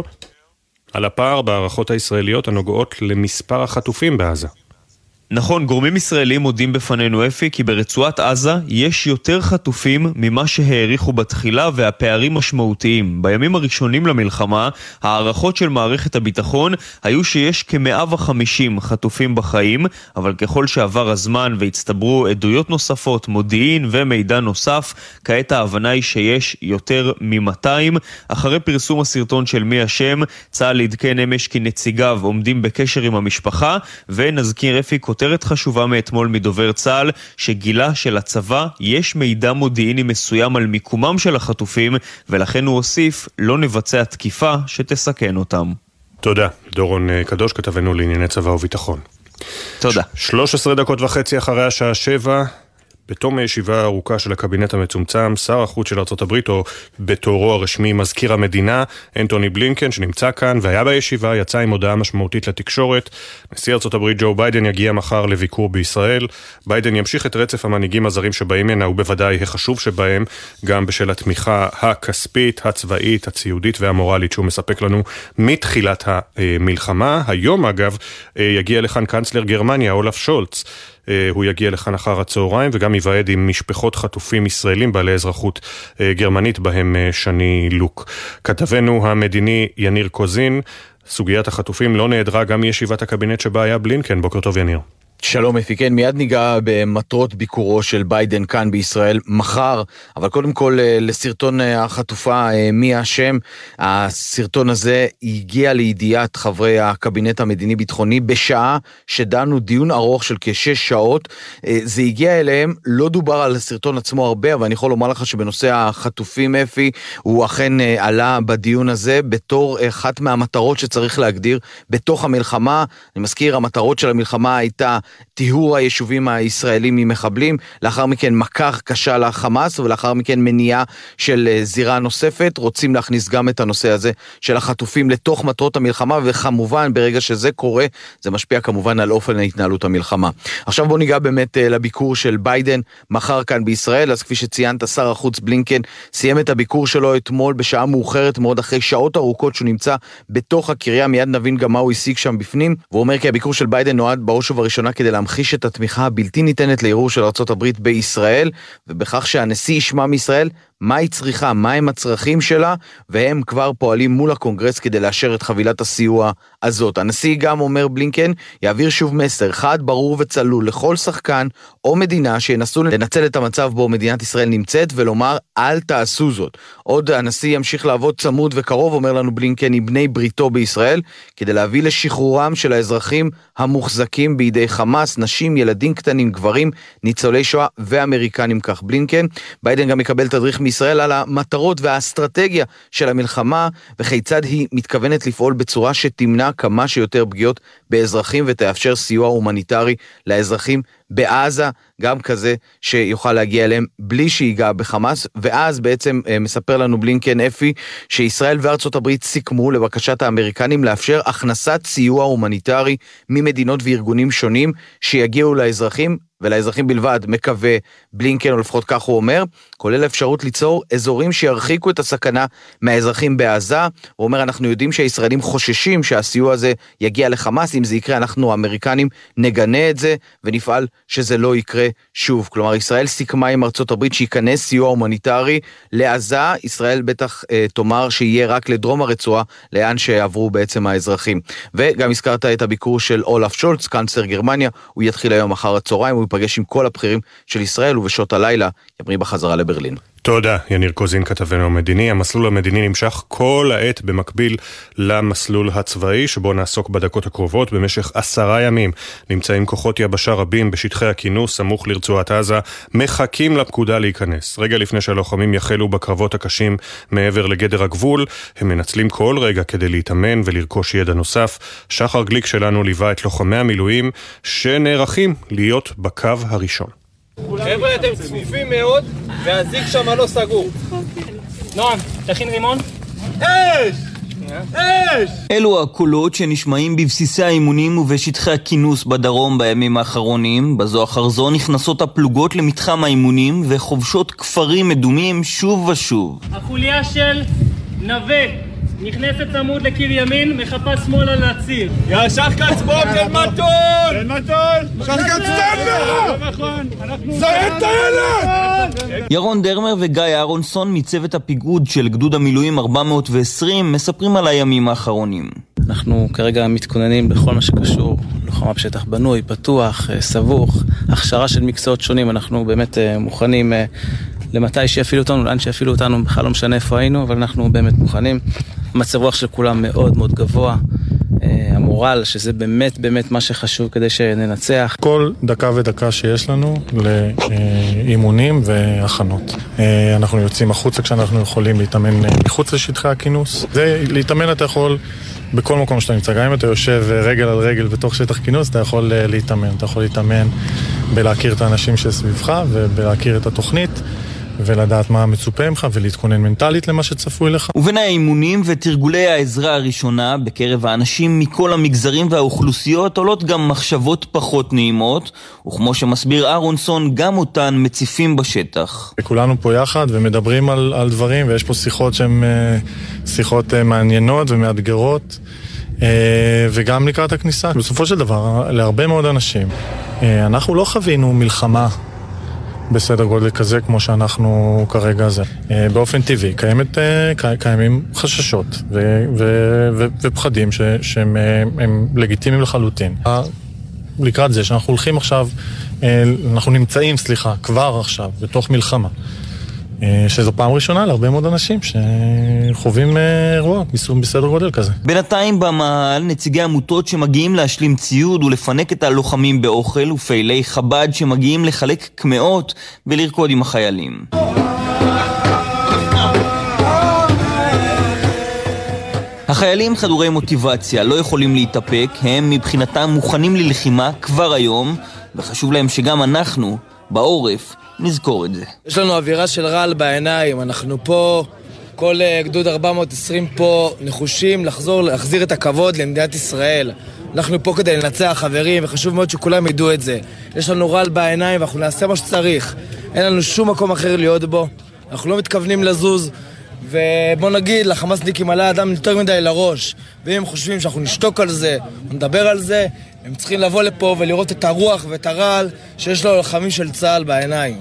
על הפער בהערכות הישראליות הנוגעות למספר החטופים בעזה. נכון, גורמים ישראלים מודים בפנינו אפי כי ברצועת עזה יש יותר חטופים ממה שהעריכו בתחילה, והפערים משמעותיים. בימים הראשונים למלחמה הערכות של מערכת הביטחון היו שיש כ-מאה וחמישים חטופים בחיים, אבל ככל שעבר הזמן והצטברו עדויות נוספות, מודיעין ומידע נוסף, כעת ההבנה היא שיש יותר מ-מאתיים. אחרי פרסום הסרטון של מיה שם, צה"ל עדכן אמש כי נציגיו עומדים בקשר עם המשפחה, ונזכיר אפי כותרת חשובה מאתמול מדובר צה"ל שגילה שלצבא יש מידע מודיעיני מסוים על מיקומם של החטופים, ולכן הוא הוסיף לא נבצע תקיפה שתסכן אותם. תודה. דורון קדוש, כתבנו לענייני צבא וביטחון. תודה. שלוש עשרה דקות וחצי אחרי השעה שבע, בתום הישיבה הארוכה של הקבינט המצומצם, שר החוץ של ארצות הברית, או בתורו הרשמי מזכיר המדינה, אנטוני בלינקן, שנמצא כאן והיה בישיבה, יצא עם הודעה משמעותית לתקשורת. נשיא ארצות הברית ג'ו ביידן יגיע מחר לביקור בישראל. ביידן ימשיך את רצף המנהיגים הזרים שבאים הנה, ובוודאי החשוב שבהם, גם בשל התמיכה הכספית, הצבאית, הציודית והמורלית שהוא מספק לנו מתחילת המלחמה. היום, אגב, יגיע לכאן קנצלר גרמניה, אולף שולץ. הוא יגיע לכאן אחר הצהריים וגם יוועד עם משפחות חטופים ישראלים בעלי אזרחות גרמנית, בהם שני לוק. כתבנו המדיני יניר קוזין, סוגיית החטופים לא נעדרה גם מישיבת הקבינט שבה היה בלינקן. בוקר טוב יניר. שלום אפי, כן, מיד ניגע במטרות ביקורו של ביידן כאן בישראל מחר, אבל קודם כל לסרטון החטופה מי האשם. הסרטון הזה הגיע לידיעת חברי הקבינט המדיני ביטחוני בשעה שדנו דיון ארוך של כשש שעות. זה הגיע אליהם, לא דובר על הסרטון עצמו הרבה, אבל אני יכול לומר לך שבנושא החטופים אפי, הוא אכן עלה בדיון הזה בתור אחת מהמטרות שצריך להגדיר בתוך המלחמה. אני מזכיר, המטרות של המלחמה הייתה טיהור היישובים הישראלים ממחבלים, לאחר מכן מכה קשה לחמאס, ולאחר מכן מניעה של זירה נוספת. רוצים להכניס גם את הנושא הזה של החטופים לתוך מטרות המלחמה, וכמובן ברגע שזה קורה, זה משפיע כמובן על אופן ההתנהלות המלחמה. עכשיו בוא ניגע באמת לביקור של ביידן מחר כאן בישראל. אז כפי שציינת, שר החוץ בלינקן סיים את הביקור שלו אתמול בשעה מאוחרת מאוד, אחרי שעות ארוכות שהוא נמצא בתוך הקריה. מיד נבין גם מה הוא השיג שם בפנים. והוא אומר כי הביקור של ביידן נועד בראש ובראשונה כדי להמחיש את התמיכה הבלתי ניתנת לערעור של ארצות הברית בישראל, ובכך שהנשיא ישמע מישראל מה היא צריכה, מה הם הצרכים שלה, והם כבר פועלים מול הקונגרס כדי לאשר את חבילת הסיוע הזאת. הנשיא גם, אומר בלינקן, יעביר שוב מסר חד, ברור וצלול לכל שחקן או מדינה שינסו לנצל את המצב בו מדינת ישראל נמצאת, ולומר אל תעשו זאת. עוד הנשיא ימשיך לעבוד צמוד וקרוב, אומר לנו בלינקן, עם בני בריתו בישראל, כדי להביא לשחרורם של האזרחים המוחזקים בידי חמאס, נשים, ילדים קטנים, גברים, ניצולי שואה ואמריקנים, כך בלינקן. ביידן גם מקבל תדריך מישראל על המטרות והאסטרטגיה של המלחמה, וכיצד היא מתכוונת לפעול בצורה שתמנע כמה שיותר פגיעות באזרחים ותאפשר סיוע הומניטרי לאזרחים בעזה, גם כזה שיוכל להגיע אליהם בלי שיגע בחמאס. ואז בעצם מספר לנו בלינקן אפי שישראל וארצות הברית סיכמו לבקשת האמריקנים לאפשר הכנסת סיוע הומניטרי ממדינות וארגונים שונים שיגיעו לאזרחים, ולאזרחים בלבד, מקווה בלינקן, או לפחות כך הוא אומר, כולל אפשרות ליצור אזורים שירחיקו את הסכנה מהאזרחים בעזה. הוא אומר, אנחנו יודעים שהישראלים חוששים שהסיוע הזה יגיע לחמאס, אם זה יקרה אנחנו האמריקנים נגנה את זה ונפעל שזה לא יקרה שוב. כלומר, ישראל סיכמה עם ארצות הברית שיכנס סיוע הומניטרי לעזה. ישראל בטח אה, תאמר שיהיה רק לדרום הרצועה, לאן שעברו בעצם האזרחים. וגם הזכרת את הביקור של אולף שולץ, קנצלר גרמניה, הוא יתחיל היום אחר הצהריים, הוא ייפגש עם כל הבכירים של ישראל, ובשעות הלילה ימריא בחזרה לברלין. תודה, יניר קוזין, כתבנו המדיני. המסלול המדיני נמשך כל העת במקביל למסלול הצבאי, שבו נעסוק בדקות הקרובות. במשך עשרה ימים נמצאים כוחות יבשה רבים בשטחי הכינוס, סמוך לרצועת עזה, מחכים לפקודה להיכנס. רגע לפני שהלוחמים יחלו בקרבות הקשים מעבר לגדר הגבול, הם מנצלים כל רגע כדי להתאמן ולרכוש ידע נוסף. שחר גליק שלנו ליווה את לוחמי המילואים שנערכים להיות בקו הראשון. חבר'ה, אתם צפופים מאוד, והזיק שם לא סגור. נועם, תכין רימון. אש! אש! אלו הקולות שנשמעים בבסיסי האימונים ובשטחי הכינוס בדרום בימים האחרונים. בזו אחר זו נכנסות הפלוגות למתחם האימונים וחובשות כפרים מדומים שוב ושוב. החוליה של נווה נכנסת צמוד לקיר ימין, מחפה שמאלה לציר. יא שחקץ בו, כן מטול! כן מטול! שחקץ תנא! נכון, אנחנו... זהה את הילד! ירון דרמר וגיא אהרונסון מצוות הפיגוד של גדוד המילואים ארבע מאות ועשרים מספרים על הימים האחרונים. אנחנו כרגע מתכוננים בכל מה שקשור לוחמה בשטח בנוי, פתוח, סבוך, הכשרה של מקצועות שונים. אנחנו באמת מוכנים למתי שיפעילו אותנו, לאן שיפעילו אותנו, בכלל לא משנה איפה היינו, אבל אנחנו באמת מוכנים. מצב רוח של כולם מאוד מאוד גבוה, המורל, שזה באמת באמת מה שחשוב כדי שננצח. כל דקה ודקה שיש לנו לאימונים והכנות. אנחנו יוצאים החוצה כשאנחנו יכולים להתאמן מחוץ לשטחי הכינוס. זה להתאמן אתה יכול בכל מקום שאתה נמצא, גם אם אתה יושב רגל על רגל בתוך שטח כינוס, אתה יכול להתאמן. אתה יכול להתאמן בלהכיר את האנשים שסביבך ובלהכיר את התוכנית. ולדעת מה מצופה ממך ולהתכונן מנטלית למה שצפוי לך. ובין האימונים ותרגולי העזרה הראשונה בקרב האנשים מכל המגזרים והאוכלוסיות עולות גם מחשבות פחות נעימות, וכמו שמסביר אהרונסון, גם אותן מציפים בשטח. כולנו פה יחד ומדברים על, על דברים, ויש פה שיחות שהן שיחות מעניינות ומאתגרות, וגם לקראת הכניסה. בסופו של דבר, להרבה מאוד אנשים, אנחנו לא חווינו מלחמה בסדר גודל כזה כמו שאנחנו כרגע זה. באופן טבעי קיימת, קיימים חששות ו, ו, ו, ופחדים ש, שהם הם לגיטימיים לחלוטין. לקראת זה שאנחנו הולכים עכשיו, אנחנו נמצאים, סליחה, כבר עכשיו, בתוך מלחמה. שזו פעם ראשונה להרבה מאוד אנשים שחווים אירוע מסוג בסדר גודל כזה. בינתיים במעל נציגי עמותות שמגיעים להשלים ציוד ולפנק את הלוחמים באוכל, ופעילי חב"ד שמגיעים לחלק קמעות ולרקוד עם החיילים. החיילים חדורי מוטיבציה לא יכולים להתאפק, הם מבחינתם מוכנים ללחימה כבר היום, וחשוב להם שגם אנחנו, בעורף, נזכור את זה. יש לנו אווירה של רעל בעיניים, אנחנו פה, כל גדוד ארבע מאות ועשרים פה נחושים לחזור, להחזיר את הכבוד למדינת ישראל. אנחנו פה כדי לנצח חברים, וחשוב מאוד שכולם ידעו את זה. יש לנו רעל בעיניים ואנחנו נעשה מה שצריך. אין לנו שום מקום אחר להיות בו, אנחנו לא מתכוונים לזוז, ובוא נגיד, לחמאסניקים עלה אדם יותר מדי לראש, ואם הם חושבים שאנחנו נשתוק על זה, נדבר על זה, הם צריכים לבוא לפה ולראות את הרוח ואת הרעל שיש לו לוחמים של צה"ל בעיניים.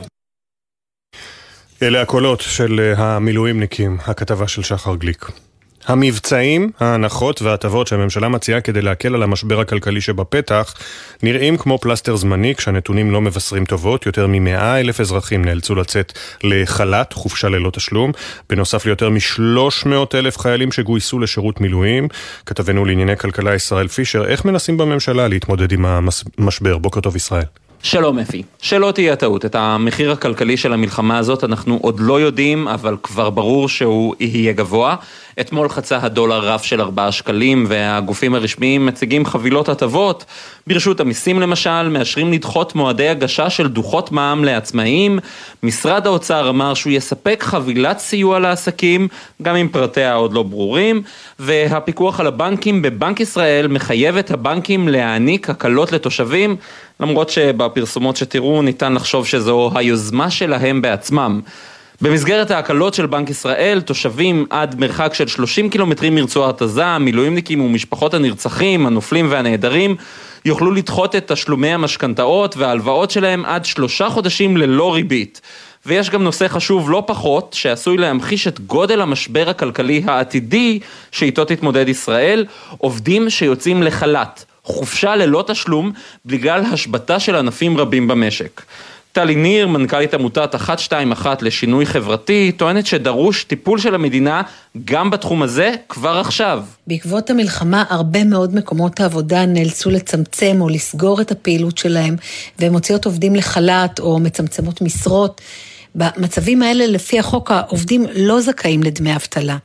אלה הקולות של המילואימניקים, הכתבה של שחר גליק. המבצעים, ההנחות וההטבות שהממשלה מציעה כדי להקל על המשבר הכלכלי שבפתח, נראים כמו פלסטר זמני כשהנתונים לא מבשרים טובות. יותר מ-מאה אלף אזרחים נאלצו לצאת לחל"ת, חופשה ללא תשלום, בנוסף ליותר מ-שלוש מאות אלף חיילים שגויסו לשירות מילואים. כתבנו לענייני כלכלה ישראל פישר, איך מנסים בממשלה להתמודד עם המשבר? בוקר טוב ישראל. שלום אפי, שלא תהיה טעות, את המחיר הכלכלי של המלחמה הזאת אנחנו עוד לא יודעים, אבל כבר ברור שהוא יהיה גבוה. אתמול חצה הדולר רף של ארבעה שקלים, והגופים הרשמיים מציגים חבילות הטבות. ברשות המיסים למשל, מאשרים לדחות מועדי הגשה של דוחות מע"מ לעצמאים. משרד האוצר אמר שהוא יספק חבילת סיוע לעסקים, גם אם פרטיה עוד לא ברורים. והפיקוח על הבנקים בבנק ישראל מחייב את הבנקים להעניק הקלות לתושבים, למרות שבפרסומות שתראו ניתן לחשוב שזו היוזמה שלהם בעצמם. במסגרת ההקלות של בנק ישראל, תושבים עד מרחק של שלושים קילומטרים מרצועת עזה, מילואימניקים ומשפחות הנרצחים, הנופלים והנעדרים, יוכלו לדחות את תשלומי המשכנתאות וההלוואות שלהם עד שלושה חודשים ללא ריבית. ויש גם נושא חשוב לא פחות, שעשוי להמחיש את גודל המשבר הכלכלי העתידי שאיתו תתמודד ישראל, עובדים שיוצאים לחל"ת, חופשה ללא תשלום, בגלל השבתה של ענפים רבים במשק. טלי ניר, מנכ"לית עמותת אחת שתיים אחת לשינוי חברתי, טוענת שדרוש טיפול של המדינה גם בתחום הזה כבר עכשיו. בעקבות המלחמה הרבה מאוד מקומות העבודה נאלצו לצמצם או לסגור את הפעילות שלהם, והם מוציאות עובדים לחל"ת או מצמצמות משרות. במצבים האלה לפי החוק העובדים לא זכאים לדמי אבטלה.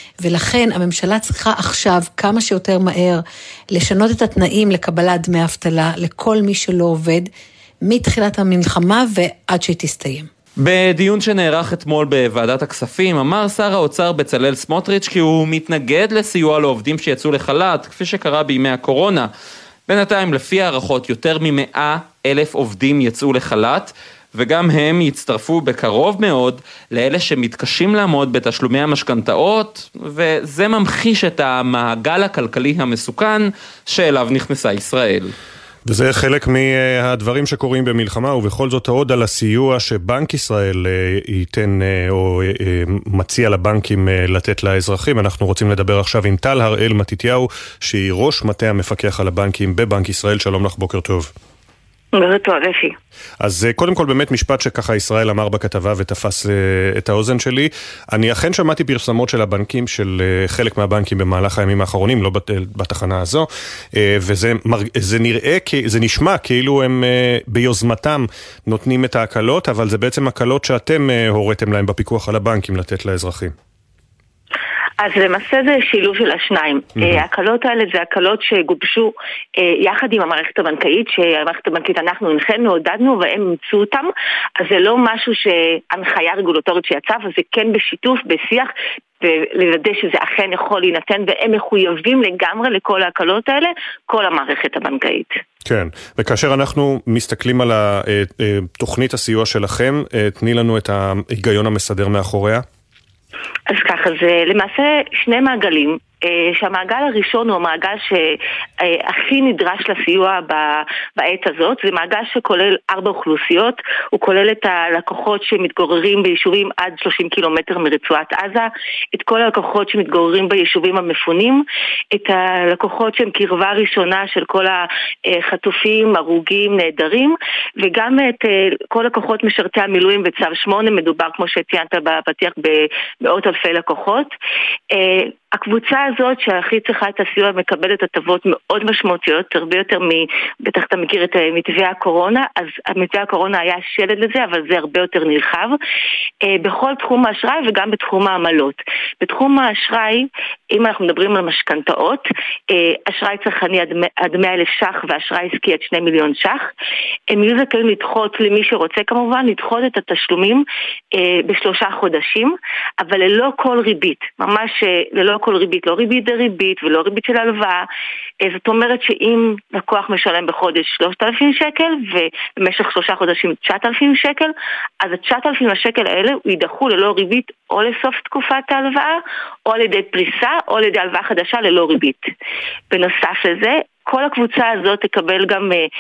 ולכן הממשלה צריכה עכשיו כמה שיותר מהר לשנות את התנאים לקבלת דמי אבטלה לכל מי שלא עובד, מתחילת המלחמה ועד שהיא תסתיים. בדיון שנערך אתמול בוועדת הכספים, אמר שר האוצר בצלאל סמוטריץ' כי הוא מתנגד לסיוע לעובדים שיצאו לחל"ת, כפי שקרה בימי הקורונה. בינתיים לפי הערכות יותר מ-מאה אלף עובדים יצאו לחל"ת, וגם הם יצטרפו בקרוב מאוד לאלה שמתקשים לעמוד בתשלומי המשכנתאות, וזה ממחיש את המעגל הכלכלי המסוכן שאליו נכנסה ישראל. וזה חלק מהדברים שקורים במלחמה, ובכל זאת עוד על הסיוע שבנק ישראל ייתן או מציע לבנקים לתת לאזרחים. אנחנו רוצים לדבר עכשיו עם טל הראל מתתיהו, שהיא ראש מטה המפקח על הבנקים בבנק ישראל. שלום לך, בוקר טוב. בוקר טוב, אפי. אז קודם כל באמת משפט שככה ישראל אמר בכתבה ותפס את האוזן שלי. אני אכן שמעתי פרסמות של הבנקים, של חלק מהבנקים במהלך הימים האחרונים, לא בתחנה הזו, וזה זה נראה, זה נשמע כאילו הם ביוזמתם נותנים את ההקלות, אבל זה בעצם הקלות שאתם הוריתם להם בפיקוח על הבנקים לתת לאזרחים. אז למעשה זה שילוב של השניים. ההקלות האלה זה הקלות שגובשו יחד עם המערכת הבנקאית, שהמערכת הבנקאית אנחנו הנחינו, עודדנו והם אימצו אותם, אז זה לא משהו שהנחיה רגולטורית שיצא, אבל זה כן בשיתוף, בשיח, ולוודא שזה אכן יכול להינתן, והם מחויבים לגמרי לכל ההקלות האלה, כל המערכת הבנקאית. כן, וכאשר אנחנו מסתכלים על תוכנית הסיוע שלכם, תני לנו את ההיגיון המסדר מאחוריה. אז ככה, זה למעשה שני מעגלים, שהמעגל הראשון הוא המעגל שהכי נדרש לסיוע בעת הזאת. זה מעגל שכולל ארבע אוכלוסיות, הוא כולל את הלקוחות שמתגוררים ביישובים עד שלושים קילומטר מרצועת עזה, את כל הלקוחות שמתגוררים ביישובים המפונים, את הלקוחות שהם קרבה ראשונה של כל החטופים, הרוגים, נהדרים, וגם את כל לקוחות משרתי המילואים בצו שמונה, מדובר כמו שציינת בפתיח במאות אלפי לקוחות. הקבוצה הזאת שהכי צריכה את הסיוע מקבלת הטבות מאוד משמעותיות, הרבה יותר מ... בטח אתה מכיר את מתווה הקורונה, אז מתווה הקורונה היה שלד לזה, אבל זה הרבה יותר נרחב, בכל תחום האשראי וגם בתחום העמלות. בתחום האשראי, אם אנחנו מדברים על משכנתאות, אשראי צרכני עד מאה אלף ש"ח ואשראי עסקי עד שני מיליון ש"ח, הם יהיו זכאים לדחות למי שרוצה כמובן, לדחות את התשלומים בשלושה חודשים, אבל ללא כל ריבית, ממש ללא כל ריבית, לא ריבית דריבית ולא ריבית של הלוואה. זאת אומרת שאם לקוח משלם בחודש שלושת אלפים שקל ובמשך שלושה חודשים תשעת אלפים שקל, אז ה-תשעת אלפים השקל האלה יידחו ללא ריבית או לסוף תקופת ההלוואה, או על ידי פריסה או על ידי הלוואה חדשה ללא ריבית. בנוסף לזה, כל הקבוצה הזאת תקבל גם אה,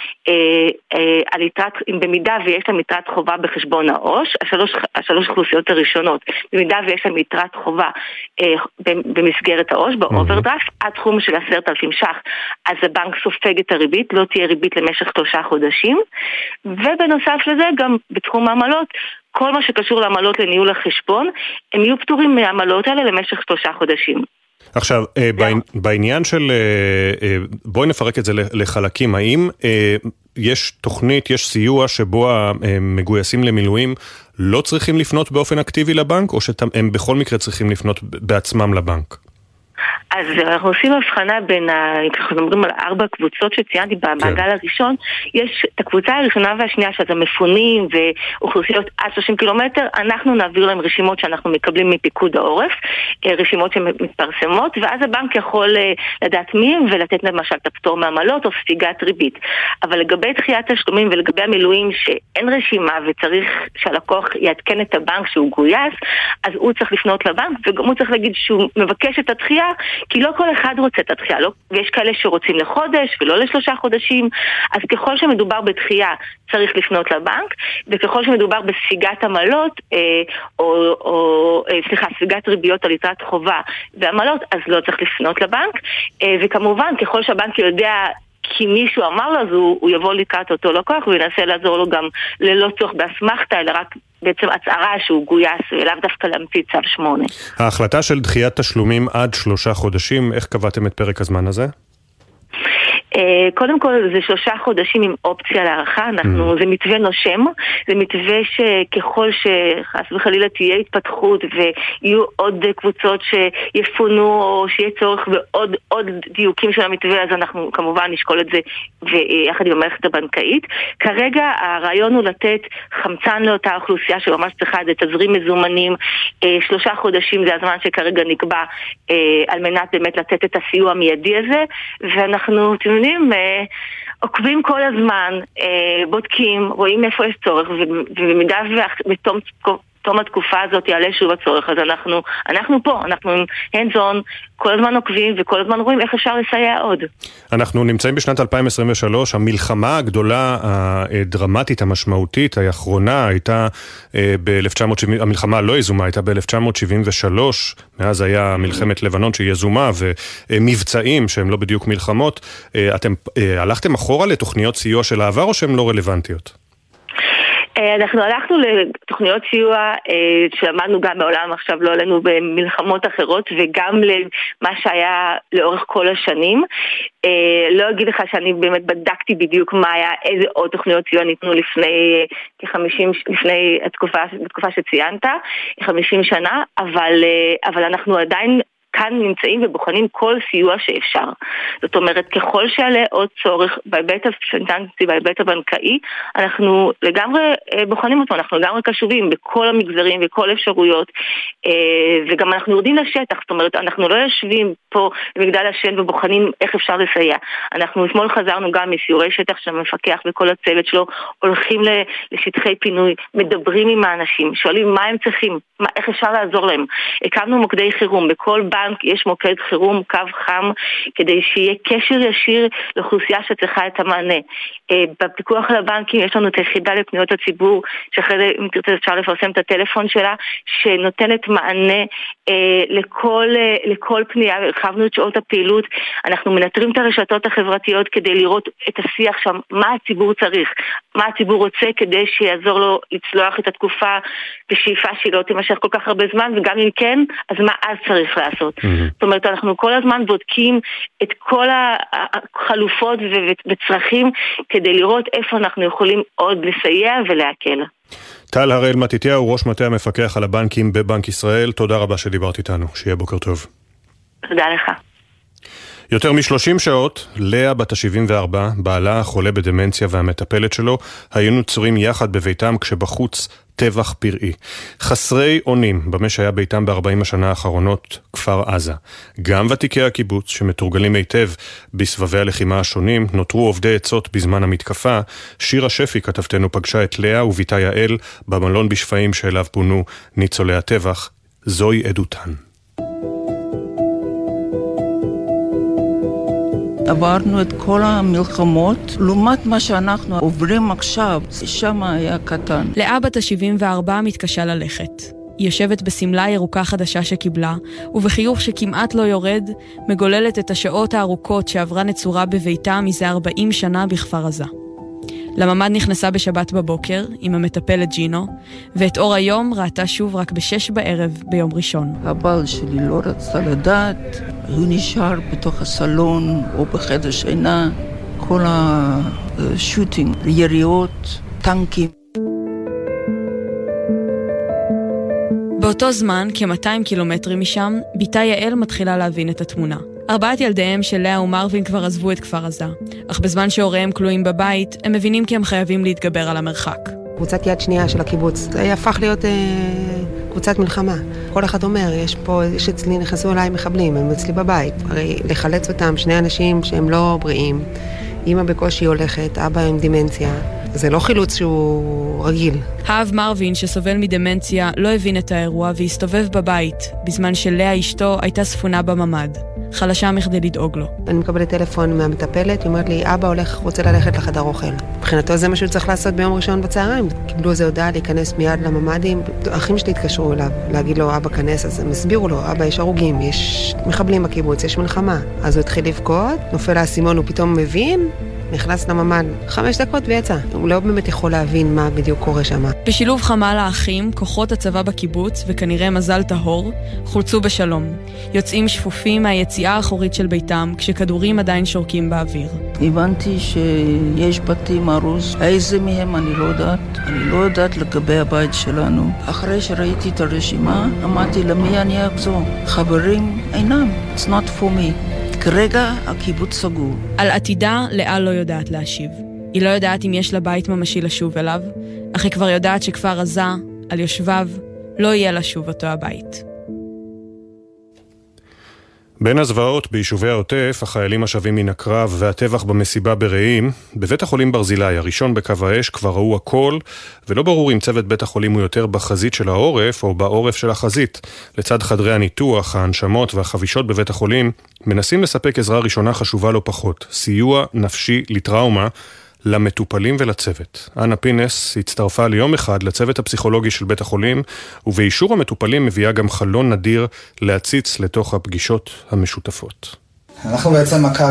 אה, על יתרת, במידה ויש לה יתרת חובה בחשבון העו"ש, השלוש, השלוש אוכלוסיות הראשונות, במידה ויש לה יתרת חובה אה, במסגרת העו"ש, באוברדרפט, עד תחום של עשרת אלפים ש"ח, אז הבנק סופג את הריבית, לא תהיה ריבית למשך שלושה חודשים, ובנוסף לזה גם בתחום העמלות, כל מה שקשור לעמלות לניהול החשבון, הם יהיו פטורים מהעמלות האלה למשך שלושה חודשים. עכשיו, בעניין של, בואי נפרק את זה לחלקים, האם יש תוכנית, יש סיוע שבו המגויסים למילואים לא צריכים לפנות באופן אקטיבי לבנק, או שהם בכל מקרה צריכים לפנות בעצמם לבנק? אז אנחנו עושים הבחנה בין, אנחנו מדברים על ארבע קבוצות שציינתי במעגל הראשון, יש את הקבוצה הראשונה והשנייה שזה מפונים ואוכלוסיות עד שלושים קילומטר, אנחנו נעביר להם רשימות שאנחנו מקבלים מפיקוד העורף, רשימות שמתפרסמות, ואז הבנק יכול לדעת מי הם ולתת למשל את הפטור מעמלות או ספיגת ריבית. אבל לגבי דחיית תשלומים ולגבי המילואים שאין רשימה וצריך שהלקוח יעדכן את הבנק שהוא גויס, אז הוא צריך לפנות לבנק וגם הוא צריך להגיד שהוא מבקש את הדחייה, כי לא כל אחד רוצה את הדחייה, לא? ויש כאלה שרוצים לחודש ולא לשלושה חודשים, אז ככל שמדובר בדחייה צריך לפנות לבנק, וככל שמדובר בספיגת עמלות, אה, או, או אה, סליחה, ספיגת ריביות על יתרת חובה ועמלות, אז לא צריך לפנות לבנק, אה, וכמובן ככל שהבנק יודע כי מישהו אמר לו, אז הוא, הוא יבוא לקראת אותו לקוח, הוא ינסה לעזור לו גם ללא צורך באסמכתה, אלא רק בעצם הצהרה שהוא גויס, ולאו דווקא להמציא צו שמונה. ההחלטה של דחיית תשלומים עד שלושה חודשים, איך קבעתם את פרק הזמן הזה? קודם כל זה שלושה חודשים עם אופציה להערכה, אנחנו, זה מתווה נושם, זה מתווה שככל שחס וחלילה תהיה התפתחות ויהיו עוד קבוצות שיפונו או שיהיה צורך ועוד עוד דיוקים של המתווה, אז אנחנו כמובן נשקול את זה ויחד עם המערכת הבנקאית. כרגע הרעיון הוא לתת חמצן לאותה אוכלוסייה שממש צריכה לתזרים מזומנים, שלושה חודשים זה הזמן שכרגע נקבע על מנת באמת לתת את הסיוע המיידי הזה, ואנחנו תמידים עוקבים כל הזמן, בודקים, רואים איפה יש צורך, ובמידה ובתום תום התקופה הזאת יעלה שוב הצורך. אז אנחנו, אנחנו פה, אנחנו עם הנדזון, כל הזמן עוקבים וכל הזמן רואים איך אפשר לסייע עוד. אנחנו נמצאים בשנת אלפיים עשרים ושלוש, המלחמה הגדולה, הדרמטית, המשמעותית, האחרונה, הייתה ב-אלף תשע מאות שבעים, המלחמה לא יזומה, הייתה ב-אלף תשע מאות שבעים ושלוש, מאז היה מלחמת לבנון שהיא יזומה, ומבצעים שהם לא בדיוק מלחמות. אתם הלכתם אחורה לתוכניות סיוע של העבר או שהן לא רלוונטיות? אנחנו הלכנו לתוכניות סיוע שלמדנו גם בעולם, עכשיו לא עלינו במלחמות אחרות, וגם למה שהיה לאורך כל השנים. לא אגיד לך שאני באמת בדקתי בדיוק מה היה, איזה עוד תוכניות סיוע ניתנו לפני כ-חמישים, לפני התקופה, בתקופה שציינת, חמישים שנה, אבל, אבל אנחנו עדיין כאן נמצאים ובוחנים כל סיוע שאפשר. זאת אומרת, ככל שעלה עוד צורך בהיבט הפיננסי, בהיבט הבנקאי, אנחנו לגמרי בוחנים אותו, אנחנו לגמרי קשובים בכל המגזרים וכל אפשרויות, וגם אנחנו יורדים לשטח, זאת אומרת, אנחנו לא יושבים פה במגדל השן ובוחנים איך אפשר לסייע. אנחנו אתמול חזרנו גם מסיורי שטח שהמפקח וכל הצוות שלו הולכים לשטחי פינוי, מדברים עם האנשים, שואלים מה הם צריכים, מה, איך אפשר לעזור להם. הקמנו מוקדי חירום, בכל בנק יש מוקד חירום, קו חם, כדי שיהיה קשר ישיר לאוכלוסייה שצריכה את המענה. בפיקוח על הבנקים יש לנו את היחידה לפניות הציבור, שאחרי זה אם תרצה אפשר לפרסם את הטלפון שלה, שנותנת מענה לכל, לכל פנייה, הרחבנו את שעות הפעילות, אנחנו מנטרים את הרשתות החברתיות כדי לראות את השיח שם, מה הציבור צריך, מה הציבור רוצה כדי שיעזור לו לצלוח את התקופה בשאיפה שהיא לא תימשך כל כך הרבה זמן, וגם אם כן, אז מה אז צריך לעשות? Mm-hmm. זאת אומרת, אנחנו כל הזמן בודקים את כל החלופות וצרכים כדי לראות איפה אנחנו יכולים עוד לסייע ולהקל. טל הראל מתתיהו, ראש מטה המפקח על הבנקים בבנק ישראל, תודה רבה שדיברת איתנו, שיהיה בוקר טוב. תודה לך. יותר מ-שלושים שעות, לאה בת ה-שבעים וארבע, בעלה החולה בדמנציה והמטפלת שלו, היו נוצרים יחד בביתם כשבחוץ טבח פראי. חסרי אונים במה שהיה ביתם ב-ארבעים השנה האחרונות, כפר עזה. גם ותיקי הקיבוץ שמתורגלים היטב בסבבי הלחימה השונים, נותרו עובדי עצות בזמן המתקפה. שירה שפי כתבתנו פגשה את לאה וביתה יעל במלון בשפעים שאליו פונו ניצולי הטבח. זוהי עדותן. עברנו את כל המלחמות, לעומת מה שאנחנו עוברים עכשיו, שם היה קטן. לאה בת ה-שבעים וארבע מתקשה ללכת. היא יושבת בסמלה ירוקה חדשה שקיבלה, ובחיוך שכמעט לא יורד, מגוללת את השעות הארוכות שעברה נצורה בביתה מזה ארבעים שנה בכפר עזה. לממד נכנסה בשבת בבוקר עם המטפלת ג'ינו, ואת אור היום ראתה שוב רק בשש בערב ביום ראשון. הבעל שלי לא רצה לדעת, הוא נשאר בתוך הסלון או בחדר שינה, כל השוטינג, יריות, טנקים. באותו זמן, כ-מאתיים קילומטרים משם, ביתה יעל מתחילה להבין את התמונה. ארבעת ילדיהם של לאה ומרווין כבר עזבו את כפר עזה, אך בזמן שהוריהם כלואים בבית, הם מבינים כי הם חייבים להתגבר על המרחק. קבוצת יד שנייה של הקיבוץ, זה הפך להיות אה, קבוצת מלחמה. כל אחד אומר, יש פה, יש אצלי, נכנסו אליי מחבלים, הם אצלי בבית. הרי לחלץ אותם שני אנשים שהם לא בריאים, אמא בקושי הולכת, אבא עם דימנציה. זה לא חילוץ שהוא רגיל. האב מרווין שסובל מדמנציה לא הבין את האירוע והסתובב בבית, בזמן שלאה אשתו הייתה ספונה בממד. חלשה מכדי לדאוג לו. אני מקבלת טלפון מהמטפלת, היא אומרת לי, אבא הולך, רוצה ללכת לחדר אוכל. מבחינתו זה מה שהוא צריך לעשות ביום ראשון בצהריים. קיבלו איזה הודעה להיכנס מיד לממדים. האחים שלי התקשרו אליו, להגיד לו, אבא כנס, אז הם הסבירו לו, אבא יש הרוגים, יש מחבלים בקיבוץ, יש מלחמה. אז הוא התחיל לבכות, נופל האסימון, הוא פתאום מבין, נכנס לממד חמש דקות ויצא. הוא לא באמת יכול להבין מה בדיוק קורה שם. בשילוב חמ"ל האחים, כוחות הצבא בקיבוץ, וכנראה מזל טהור, חולצו בשלום. יוצאים שפופים מהיציאה האחורית של ביתם, כשכדורים עדיין שורקים באוויר. הבנתי שיש בתים הרוס. איזה מהם אני לא יודעת. אני לא יודעת לגבי הבית שלנו. אחרי שראיתי את הרשימה, אמרתי למי אני אחזור. חברים אינם. It's not for me. כרגע הקיבוץ סגור. על עתידה לאה לא יודעת להשיב. היא לא יודעת אם יש לה בית ממשי לשוב אליו, אך היא כבר יודעת שכפר עזה, על יושביו, לא יהיה לשוב אותו הבית. בין הזוועות ביישובי העוטף, החיילים השבים מן הקרב והטבח במסיבה ברעים, בבית החולים ברזילי, הראשון בקו האש, כבר ראו הכל, ולא ברור אם צוות בית החולים הוא יותר בחזית של העורף או בעורף של החזית. לצד חדרי הניתוח, ההנשמות והחבישות בבית החולים, מנסים לספק עזרה ראשונה חשובה לא פחות, סיוע נפשי לטראומה, למטופלים ולצוות. אנה פינס הצטרפה ליום אחד לצוות הפסיכולוגי של בית החולים, ובאישור המטופלים מביאה גם חלון נדיר להציץ לתוך הפגישות המשותפות. אנחנו בעצם הקו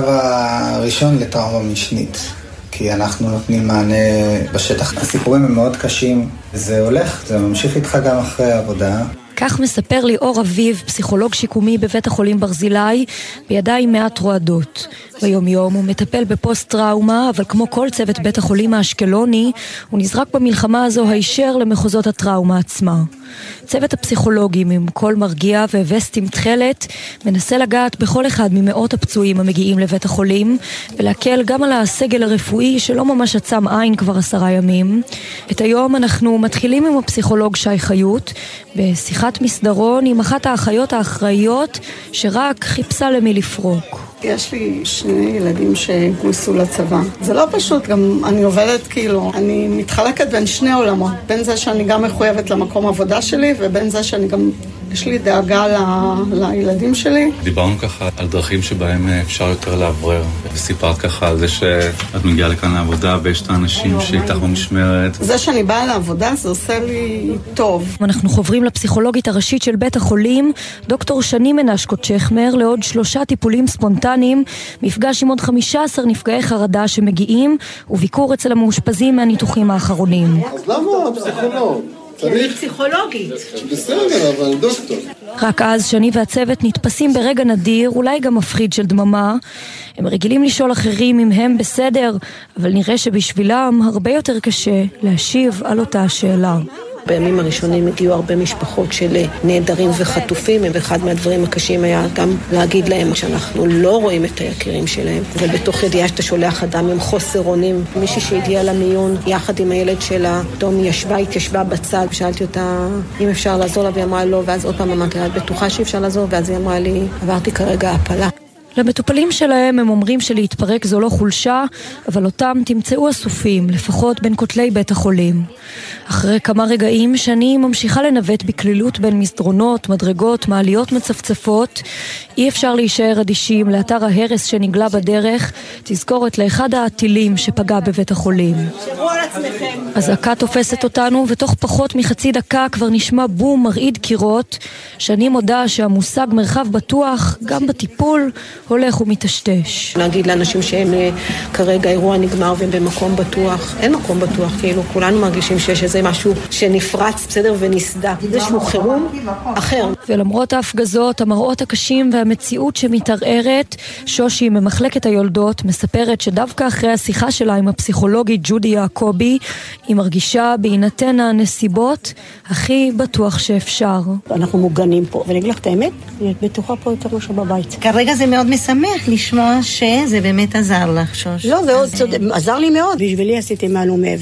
הראשון לטראומה משנית, כי אנחנו נותנים מענה בשטח. הסיפורים הם מאוד קשים, זה הולך, זה ממשיך איתך גם אחרי העבודה. כך מספר לי אור אביב, פסיכולוג שיקומי בבית החולים ברזילי, בידיים מעט רועדות. ביום יום הוא מטפל בפוסט טראומה, אבל כמו כל צוות בית החולים האשקלוני, הוא נזרק במלחמה הזו הישר למחוזות הטראומה עצמה. צוות הפסיכולוגים עם קול מרגיע ווסטים תחלת, מנסה לגעת בכל אחד ממאות הפצועים המגיעים לבית החולים, ולהקל גם על הסגל הרפואי שלא ממש עצם עין כבר עשרה ימים. את היום אנחנו מתחילים עם הפסיכולוג שי חיות, בשיחת מסדרון עם אחת האחיות האחראיות, שרק חיפשה למי לפרוק. יש לי שני ילדים שגויסו לצבא. זה לא פשוט, גם אני עובדת כאילו, אני מתחלקת בין שני עולמות. בין זה שאני גם מחויבת למקום עבודה שלי, ובין זה שאני גם, יש לי דאגה ל, לילדים שלי. דיברנו ככה על דרכים שבהם אפשר יותר לעברר, וסיפרת ככה על זה שאת מגיעה לכאן לעבודה, ויש את האנשים שאיתך במשמרת. זה שאני באה לעבודה, זה עושה לי טוב. אנחנו חוברים לפסיכולוגית הראשית של בית החולים, דוקטור שני מנשקות שחמר, לעוד שלושה טיפולים ספונטניים, מפגש עם עוד חמישה עשר נפגעי חרדה שמגיעים, וביקור אצל המאושפזים מהניתוחים האחרונים. אז למה הפסיכולוג? אני פסיכולוגית. בסדר, אבל דוקטור. רק אז שני והצוות נתפסים ברגע נדיר, אולי גם מפחיד של דממה. הם רגילים לשאול אחרים אם הם בסדר, אבל נראה שבשבילם הרבה יותר קשה להשיב על אותה השאלה. בימים הראשונים הגיעו הרבה משפחות של נעדרים וחטופים, ואחד מהדברים הקשים היה גם להגיד להם שאנחנו לא רואים את היקירים שלהם, ובתוך ידיעה שאתה שולח אדם עם חוסר אונים. מישהי שהגיעה למיון יחד עם הילד שלה, פתאום ישבה, התיישבה בצד, שאלתי אותה אם אפשר לעזור לה, והיא אמרה לא, ואז עוד פעם אמרתי, את בטוחה שאפשר לעזור, ואז היא אמרה לי, עברתי כרגע הפלה. למטופלים שלהם הם אומרים שלהתפרק זו לא חולשה, אבל אותם תמצאו אסופים, לפחות בין כותלי בית החולים. אחרי כמה רגעים שני ממשיכה לנווט בכלילות בין מסדרונות, מדרגות, מעליות מצפצפות. אי אפשר להישאר אדישים לאתר ההרס שנגלה בדרך, תזכורת לאחד העטילים שפגע בבית החולים. שבו על עצמכם. הזעקה תופסת אותנו, ותוך פחות מחצי דקה כבר נשמע בום מרעיד קירות. שני מודה שהמושג מרחב בטוח, גם בטיפול, הולך ומתשתש. להגיד לאנשים שהם כרגע אירוע נגמר והם במקום בטוח, אין מקום בטוח, כאילו כולנו מרגישים שיש איזה משהו שנפרץ, בסדר, ונסדה. זה שהוא חירום אחר. ולמרות ההפגזות, המראות הקשים והמציאות שמתערערת, שושי ממחלקת היולדות מספרת שדווקא אחרי השיחה שלה עם הפסיכולוגית ג'ודי יעקובי, היא מרגישה בהינתן הנסיבות הכי בטוח שאפשר. אנחנו מוגנים פה, ואני אגיד לך את האמת, אני בטוחה פה יותר משהו בבית. כרגע זה מאוד משמח לשמוע שזה באמת עזר לך, שוש. לא, זה עוד עזר לי מאוד. בשבילי עשיתי מענו מעבר.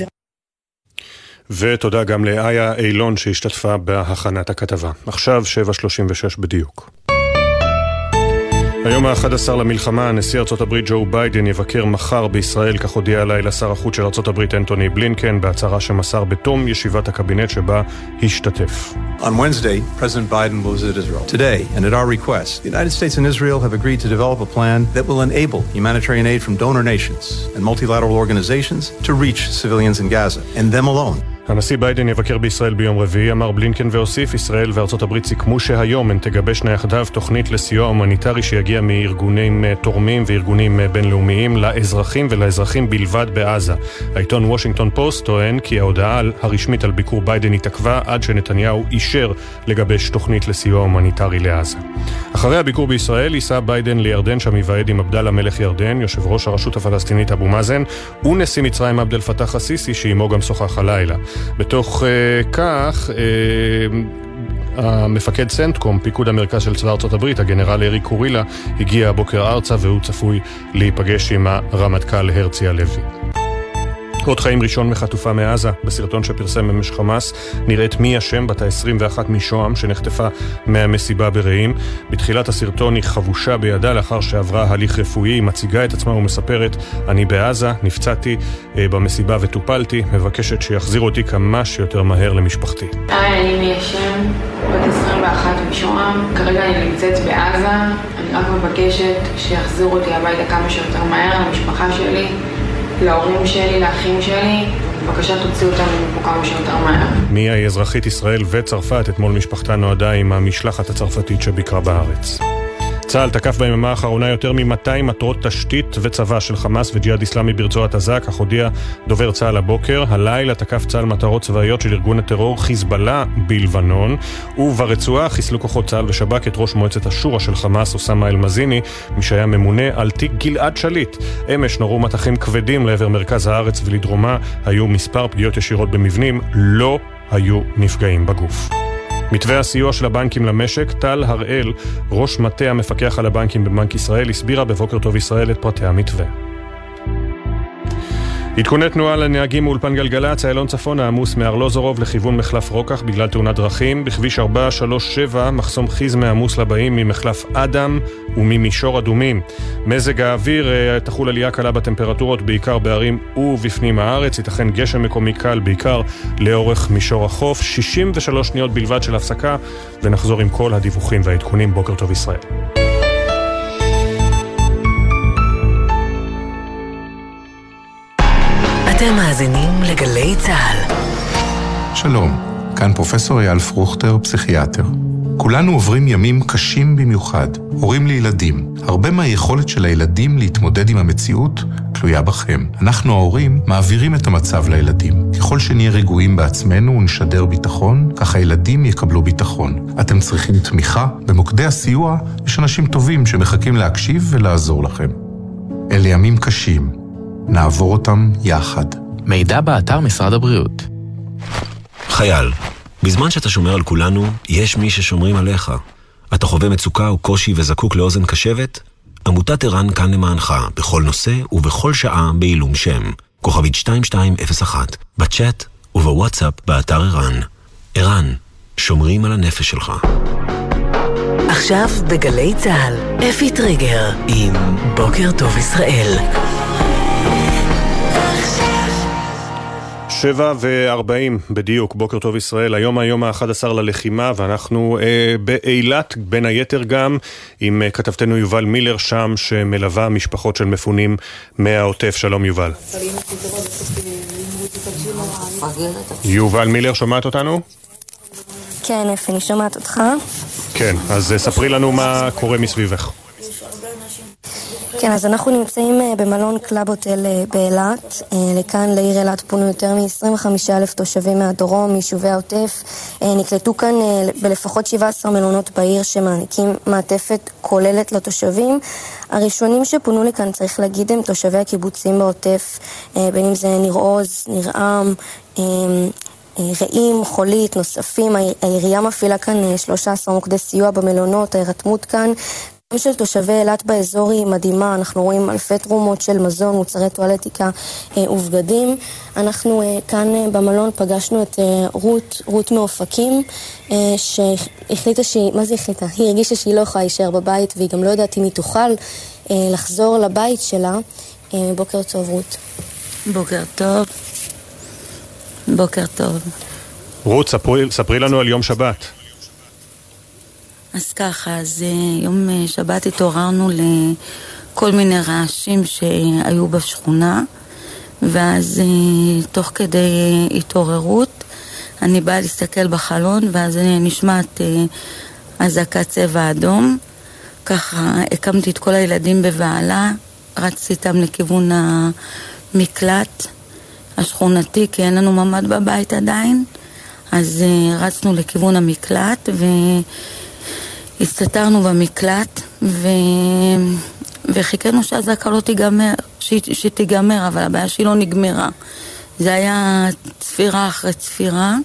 ותודה גם לאיה אילון שהשתתפה בהכנת הכתבה. עכשיו שבע שלושים ושש בדיוק. היום ה-אחד עשר למלחמה, נשיא ארצות הברית ג'ו ביידן יבקר מחר בישראל, כך הודיע לילה שר החוץ של ארצות הברית אנטוני בלינקן, בהצהרה שמסר בתום ישיבת הקבינט שבה השתתף. On Wednesday, President Biden will visit Israel. Today, and at our request, the United States and Israel have agreed to develop a plan that will enable humanitarian aid from donor nations and multilateral organizations to reach civilians in Gaza, and them alone. הנשיא ביידן יבקר בישראל ביום רביעי, אמר בלינקן והוסיף, ישראל וארצות הברית סיכמו שהיום הן תגבשנה יחדיו תוכנית לסיוע הומניטרי שיגיע מארגונים תורמים וארגונים בינלאומיים לאזרחים ולאזרחים בלבד בעזה. העיתון וושינגטון פוסט טוען כי ההודעה הרשמית על ביקור ביידן התעכבה עד שנתניהו אישר לגבש תוכנית לסיוע הומניטרי לעזה. אחרי הביקור בישראל ייסע ביידן לירדן, שם יוועד עם עבדאללה מלך ירדן, יושב ראש הרשות הפלסטינית אבו מאזן, ונשיא מצרים עבד אל פתח א-סיסי, שעימו גם שוחח הלילה. בתוך uh, כך, uh, המפקד סנטקום, פיקוד המרכז של צבא ארצות הברית, הגנרל אריק קורילה, הגיע הבוקר ארצה והוא צפוי להיפגש עם הרמטכ"ל הרצי הלוי. אות חיים ראשון מחטופה מעזה. בסרטון שפרסם ממש חמאס נראית מי השם בת ה-עשרים ואחת משוהם שנחטפה מהמסיבה ברעים. בתחילת הסרטון היא חבושה בידה לאחר שעברה הליך רפואי. היא מציגה את עצמה ומספרת, אני בעזה, נפצעתי במסיבה וטופלתי, מבקשת שיחזירו אותי כמה שיותר מהר למשפחתי. היי, אני מי השם, בת עשרים ואחת משוהם. כרגע אני נמצאת בעזה. אני רק מבקשת שיחזירו אותי הביתה כמה שיותר מהר למשפחה שלי, להורים שלי, לאחים שלי. בבקשה תוציאו אותנו מפה כמה שיותר מהר. מיה היא אזרחית ישראל וצרפת. אתמול משפחתה נועדה עם המשלחת הצרפתית שביקרה בארץ. צה"ל תקף ביממה האחרונה יותר מ-מאתיים מטרות תשתית וצבא של חמאס וג'יהאד איסלאמי ברצועת עזה, כך הודיע דובר צה"ל הבוקר. הלילה תקף צה"ל מטרות צבאיות של ארגון הטרור חיזבאללה בלבנון, וברצועה חיסלו כוחות צה"ל ושב"כ את ראש מועצת השורא של חמאס אוסאמה אל-מזיני, מי שהיה ממונה על תיק גלעד שליט. אמש נורו מטחים כבדים לעבר מרכז הארץ ולדרומה. היו מספר פגיעות ישירות במבנים, לא היו נפגעים בגוף. מתווה הסיוע של הבנקים למשק, טל הראל, ראש מטה המפקח על הבנקים בבנק ישראל, הסבירה בבוקר טוב ישראל את פרטי המתווה. עדכוני תנועה לנהגים מאולפן גלגלצ, איילון צפון העמוס מארלוזורוב לכיוון מחלף רוקח בגלל תאונת דרכים. בכביש ארבע שלוש שבע מחסום חיזמה עמוס לבאים ממחלף אדם וממישור אדומים. מזג האוויר, תחול עלייה קלה בטמפרטורות בעיקר בערים ובפנים הארץ, ייתכן גשם מקומי קל בעיקר לאורך מישור החוף. שישים ושלוש שניות בלבד של הפסקה ונחזור עם כל הדיווחים והעדכונים. בוקר טוב ישראל. אתם מאזינים לגלי צה"ל. שלום, כאן פרופסור אייל פרוכטר, פסיכיאטר. כולנו עוברים ימים קשים במיוחד, הורים לילדים. הרבה מהיכולת של הילדים להתמודד עם המציאות תלויה בכם. אנחנו ההורים מעבירים את המצב לילדים. ככל שנהיה רגועים בעצמנו ונשדר ביטחון, כך הילדים יקבלו ביטחון. אתם צריכים תמיכה. במוקדי הסיוע יש אנשים טובים שמחכים להקשיב ולעזור לכם. אלה ימים קשים. נעבור אותם יחד. מידע באתר משרד הבריאות. חייל, בזמן שאתה שומר על כולנו, יש מי ששומרים עליך. אתה חווה מצוקה או קושי וזקוק לאוזן קשבת? עמותת ערן כאן למענך, בכל נושא ובכל שעה בעילום שם. כוכבית שתיים שתיים אפס אחת, בצ'אט ובוואטסאפ באתר ערן. ערן, שומרים על הנפש שלך. עכשיו בגלי צה"ל, אפי טריגר עם בוקר טוב ישראל. שבע וארבעים בדיוק, בוקר טוב ישראל. היום היום ה-אחד עשר ללחימה, ואנחנו אה, באילת, בין היתר גם עם אה, כתבתנו יובל מילר שם, שמלווה משפחות של מפונים מהעוטף. שלום יובל. יובל מילר, שומעת אותנו? כן, אפי, אני שומעת אותך. כן, אז אה, ספרי לנו מה קורה מסביבך. כן, אז אנחנו נמצאים במלון קלאב הוטל באילת. לכאן לעיר אילת פונו יותר מ-עשרים וחמישה אלף תושבים מהדרום, מיישובי העוטף. נקלטו כאן בלפחות שבעה עשר מלונות בעיר שמעניקים מעטפת כוללת לתושבים. הראשונים שפונו לכאן, צריך להגיד, הם תושבי הקיבוצים בעוטף, בין אם זה ניר עוז, ניר עם, רעים, חולית, נוספים. העירייה מפעילה כאן שלושה עשר מוקדי סיוע במלונות. ההירתמות כאן של תושבי אילת באזור היא מדהימה. אנחנו רואים אלפי תרומות של מזון, מוצרי טואלטיקה ובגדים. אנחנו כאן במלון פגשנו את רות, רות מאופקים, שהחליטה שהיא, מה זה החליטה? היא הרגישה שהיא לא יכולה להישאר בבית, והיא גם לא יודעת אם היא תוכל לחזור לבית שלה. בוקר טוב רות. בוקר טוב. בוקר טוב. רות, ספרי, ספרי לנו על יום שבת. אז ככה, אז יום שבת התעוררנו לכל מיני רעשים שהיו בשכונה, ואז תוך כדי התעוררות אני באה להסתכל בחלון, ואז נשמעת אזעקת צבע אדום. ככה הקמתי את כל הילדים בבעלה, רצתי איתם לכיוון המקלט השכונתי, כי אין לנו ממ"ד בבית עדיין. אז רצנו לכיוון המקלט ו... הסתתרנו במקלט ו... וחיכינו שהזעקה לא תיגמר, ש... שתיגמר, אבל הבעיה שהיא לא נגמרה. זה היה צפירה אחרי צפירה,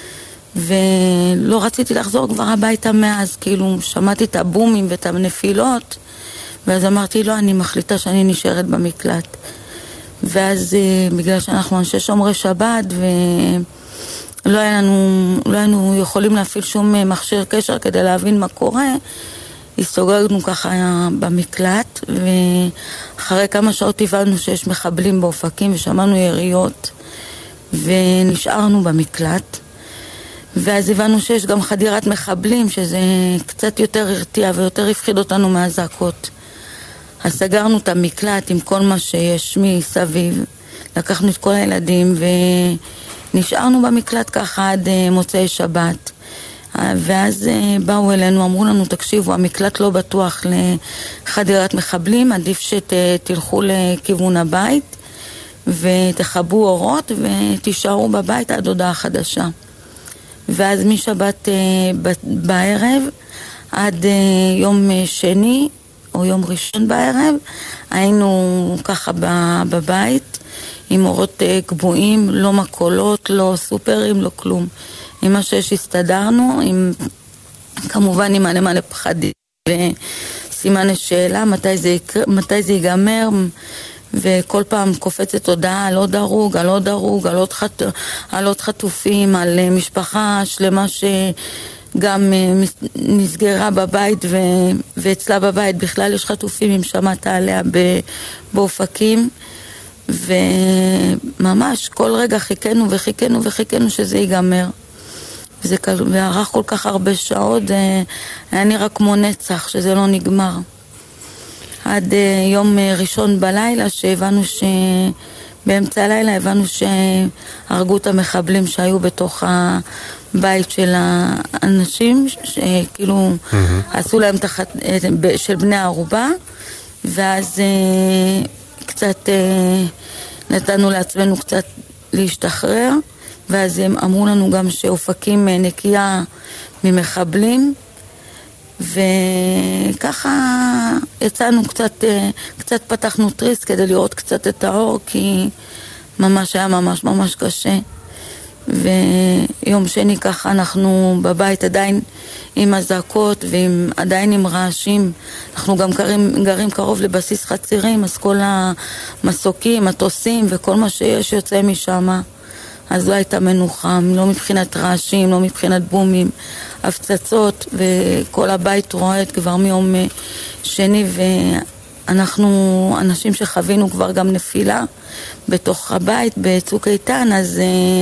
ולא רציתי לחזור כבר הביתה מאז, כאילו שמעתי את הבומים ואת הנפילות, ואז אמרתי, לא, אני מחליטה שאני נשארת במקלט. ואז בגלל שאנחנו אנשי שומרי שבת ולא היה לנו, לא היינו יכולים להפעיל שום מכשיר קשר כדי להבין מה קורה, הסתוגגנו ככה במקלט, ואחרי כמה שעות הבנו שיש מחבלים באופקים ושמענו יריות ונשארנו במקלט, ואז הבנו שיש גם חדירת מחבלים, שזה קצת יותר הרתיע ויותר הפחיד אותנו מהזעקות. אז סגרנו את המקלט עם כל מה שיש מסביב, לקחנו את כל הילדים ונשארנו במקלט ככה עד מוצאי שבת. ואז באו אלינו, אמרו לנו, תקשיבו, המקלט לא בטוח לחדירת מחבלים, עדיף שתלכו לכיוון הבית ותחבו אורות ותישארו בבית עד הודעה חדשה. ואז משבת בערב עד יום שני או יום ראשון בערב היינו ככה בבית עם אורות קבועים, לא מקולות, לא סופרים, לא כלום. עם מה שיש הסתדרנו, עם, כמובן עם מלא מלא פחדים וסימן שאלה מתי זה, מתי זה ייגמר, וכל פעם קופצת הודעה על עוד הרוג, על עוד הרוג, על עוד, חט, על עוד חטופים, על משפחה שלמה שגם נסגרה בבית ו, ואצלה בבית בכלל יש חטופים, אם שמעת עליה באופקים, וממש כל רגע חיכנו וחיכנו וחיכנו שזה ייגמר. זה וערך כל כך הרבה שעות, היה נראה כמו נצח שזה לא נגמר. עד יום ראשון בלילה שהבנו שבאמצע הלילה הבנו שהרגו את המחבלים שהיו בתוך הבית של האנשים, שכאילו mm-hmm. עשו להם תחת, של בני הערובה, ואז קצת נתנו לעצמנו קצת להשתחרר, ואז הם אמרו לנו גם שאופקים נקייה ממחבלים, וככה יצאנו קצת, קצת פתחנו טריס כדי לראות קצת את האור, כי ממש היה ממש ממש קשה. ויום שני ככה אנחנו בבית עדיין עם הזעקות ועדיין עם רעשים. אנחנו גם גרים, גרים קרוב לבסיס חצירים, אז כל המסוקים, מטוסים וכל מה שיש יוצא משם. אז לא הייתה מנוחה, לא מבחינת רעשים, לא מבחינת בומים, הפצצות, וכל הבית רועד כבר מיום שני, ואנחנו אנשים שחווינו כבר גם נפילה בתוך הבית בצוק איתן, אז,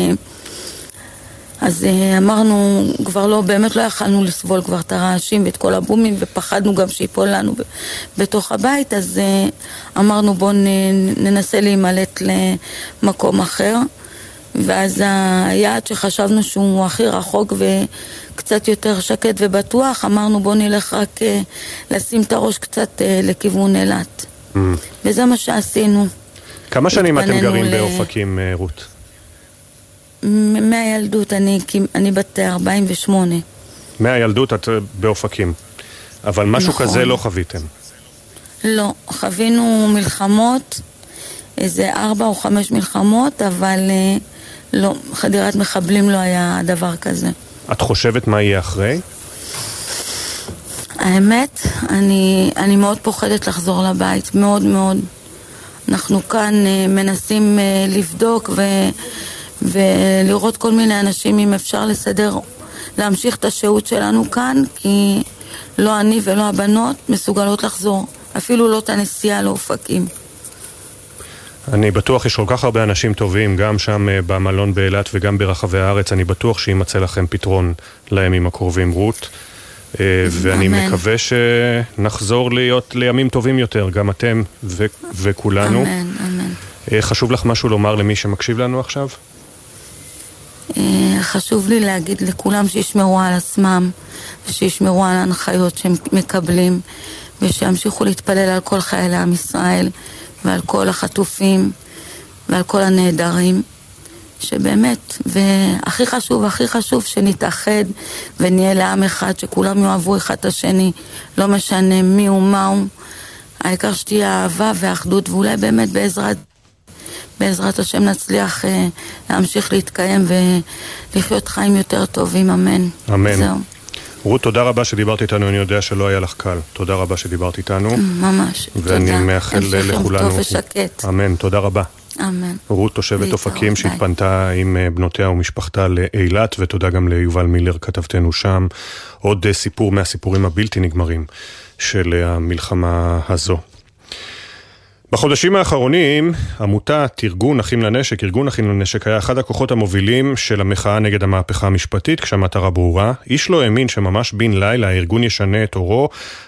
אז אמרנו, כבר לא, באמת לא יכלנו לסבול כבר את הרעשים ואת כל הבומים, ופחדנו גם שיפול לנו בתוך הבית, אז אמרנו בואו ננסה להימלט למקום אחר. ואז היעד שחשבנו שהוא הכי רחוק וקצת יותר שקט ובטוח, אמרנו בוא נלך רק לשים את הראש קצת לכיוון אילת. Mm. וזה מה שעשינו. כמה שנים אתם גרים ל... באופקים, רות? מהילדות, אני, אני בת ארבעים ושמונה. מהילדות את באופקים. אבל משהו נכון. כזה לא חוויתם? לא, חווינו מלחמות, איזה ארבע או חמש מלחמות, אבל... לא, חדירת מחבלים לא היה דבר כזה. את חושבת מה יהיה אחרי? האמת, אני, אני מאוד פוחדת לחזור לבית, מאוד מאוד. אנחנו כאן uh, מנסים uh, לבדוק ו, ולראות כל מיני אנשים אם אפשר לסדר, להמשיך את השהות שלנו כאן, כי לא אני ולא הבנות מסוגלות לחזור, אפילו לא את הנסיעה לאופקים. אני בטוח יש כל כך הרבה אנשים טובים, גם שם במלון באילת וגם ברחבי הארץ, אני בטוח שימצא לכם פתרון לימים הקרובים, רות. ואני אמן. מקווה שנחזור להיות לימים טובים יותר, גם אתם ו- וכולנו. אמן, אמן. חשוב לך משהו לומר למי שמקשיב לנו עכשיו? חשוב לי להגיד לכולם שישמרו על עצמם, ושישמרו על ההנחיות שהם מקבלים, ושימשיכו להתפלל על כל חיילי עם ישראל, ועל כל החטופים ועל כל הנהדרים, שבאמת, והכי חשוב, הכי חשוב שנתאחד ונהיה לעם אחד, שכולם יאהבו אחד את השני, לא משנה מי ומה הוא, העיקר שתהיה אהבה ואחדות, ואולי באמת בעזרת, בעזרת השם נצליח אה, להמשיך להתקיים ולחיות חיים יותר טובים, אמן. אמן. זהו. רות, תודה רבה שדיברת איתנו, אני יודע שלא היה לך קל. תודה רבה שדיברת איתנו. ממש, ואני תודה. מאחל לכולנו. טוב ושקט. אמן, תודה רבה. אמן. רות תושבת אופקים שהתפנתה עם בנותיה ומשפחתה לאילת, ותודה גם ליובל מילר כתבתנו שם. עוד סיפור מהסיפורים הבלתי נגמרים של המלחמה הזו. בחודשים האחרונים, עמותת ארגון אחים לנשק, ארגון אחים לנשק היה אחד הכוחות המובילים של המחאה נגד המהפכה המשפטית, כשהמטרה ברורה. איש לא האמין שממש בן לילה הארגון ישנה את אורו,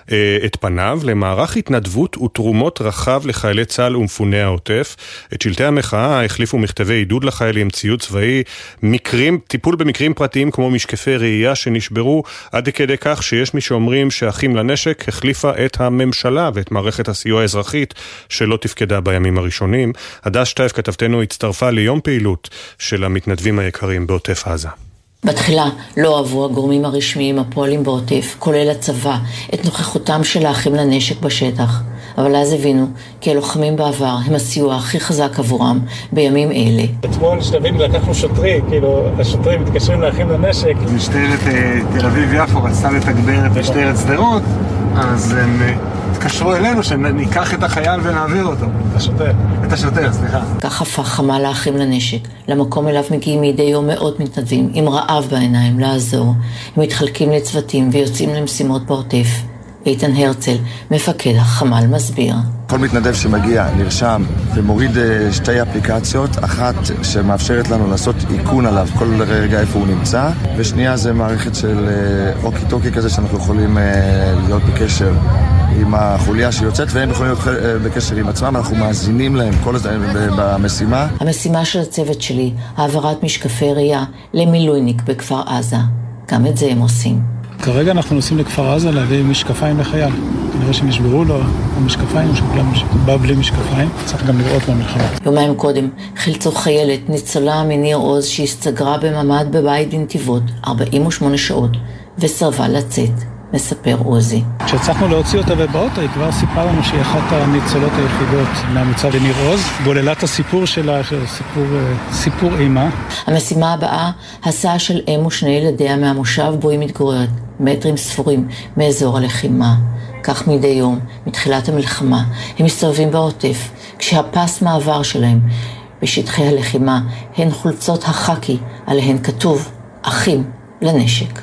את פניו, למערך התנדבות ותרומות רחב לחיילי צה"ל ומפוני העוטף. את שלטי המחאה החליפו מכתבי עידוד לחיילים, ציוד צבאי, מקרים, טיפול במקרים פרטיים כמו משקפי ראייה שנשברו, עד כדי כך שיש מי שאומרים שאחים לנשק החליפה את הממשלה ואת מערכת הסיוע האזרחית שלא תפקדה בימים הראשונים. הדס שטייף כתבתנו הצטרפה ליום פעילות של המתנדבים היקרים בעוטף עזה. בתחילה לא אהבו הגורמים הרשמיים הפועלים בעוטף, כולל הצבא, את נוכחותם של האחים לנשק בשטח. אבל אז הבינו כי הלוחמים בעבר הם הסיוע הכי חזק עבורם בימים אלה. אתמול שתבין לקחנו שוטרים, כאילו השוטרים מתקשרים לאחים לנשק. משטרת תל אביב יפו רצתה לתגבר את משטרת שדרות, אז הם התקשרו אלינו שניקח את החייל ונעביר אותו. את השוטר. את השוטר, סליחה. כך הפך חמ"ל האחים לנשק למקום אליו מגיעים מדי יום מאות מתנדבים עם רעב בעיניים לעזור. הם מתחלקים לצוותים ויוצאים למשימות בעוטף. איתן הרצל, מפקד החמ"ל, מסביר. כל מתנדב שמגיע, נרשם ומוריד שתי אפליקציות, אחת שמאפשרת לנו לעשות עיקון עליו כל רגע איפה הוא נמצא, ושנייה זה מערכת של אוקי טוקי כזה שאנחנו יכולים להיות בקשר עם החוליה שיוצאת, והם יכולים להיות בקשר עם עצמם, אנחנו מאזינים להם כל הזמן במשימה. המשימה של הצוות שלי, העברת משקפי ראייה למילואיניק בכפר עזה. גם את זה הם עושים. כרגע אנחנו נוסעים לכפר עזה להביא משקפיים לחייל. כנראה שהם ישברו לו המשקפיים, או שכולם בא בלי משקפיים. צריך גם לראות במלחמה. יומיים קודם חילצו חיילת ניצולה מניר עוז שהסתגרה בממד בבית בנתיבות ארבעים ושמונה שעות וסרבה לצאת. מספר עוזי. כשהצלחנו להוציא אותה ובאוטו, היא כבר סיפרה לנו שהיא אחת הניצולות היחידות מהמוצב בניר עוז. גוללת הסיפור שלה, סיפור, סיפור אימה. המשימה הבאה, הסעה של אם ושני ילדיה מהמושב בו היא מתגוררת, מטרים ספורים מאזור הלחימה. כך מדי יום, מתחילת המלחמה, הם מסתובבים בעוטף, כשהפס מעבר שלהם בשטחי הלחימה הן חולצות החקי, עליהן כתוב אחים לנשק.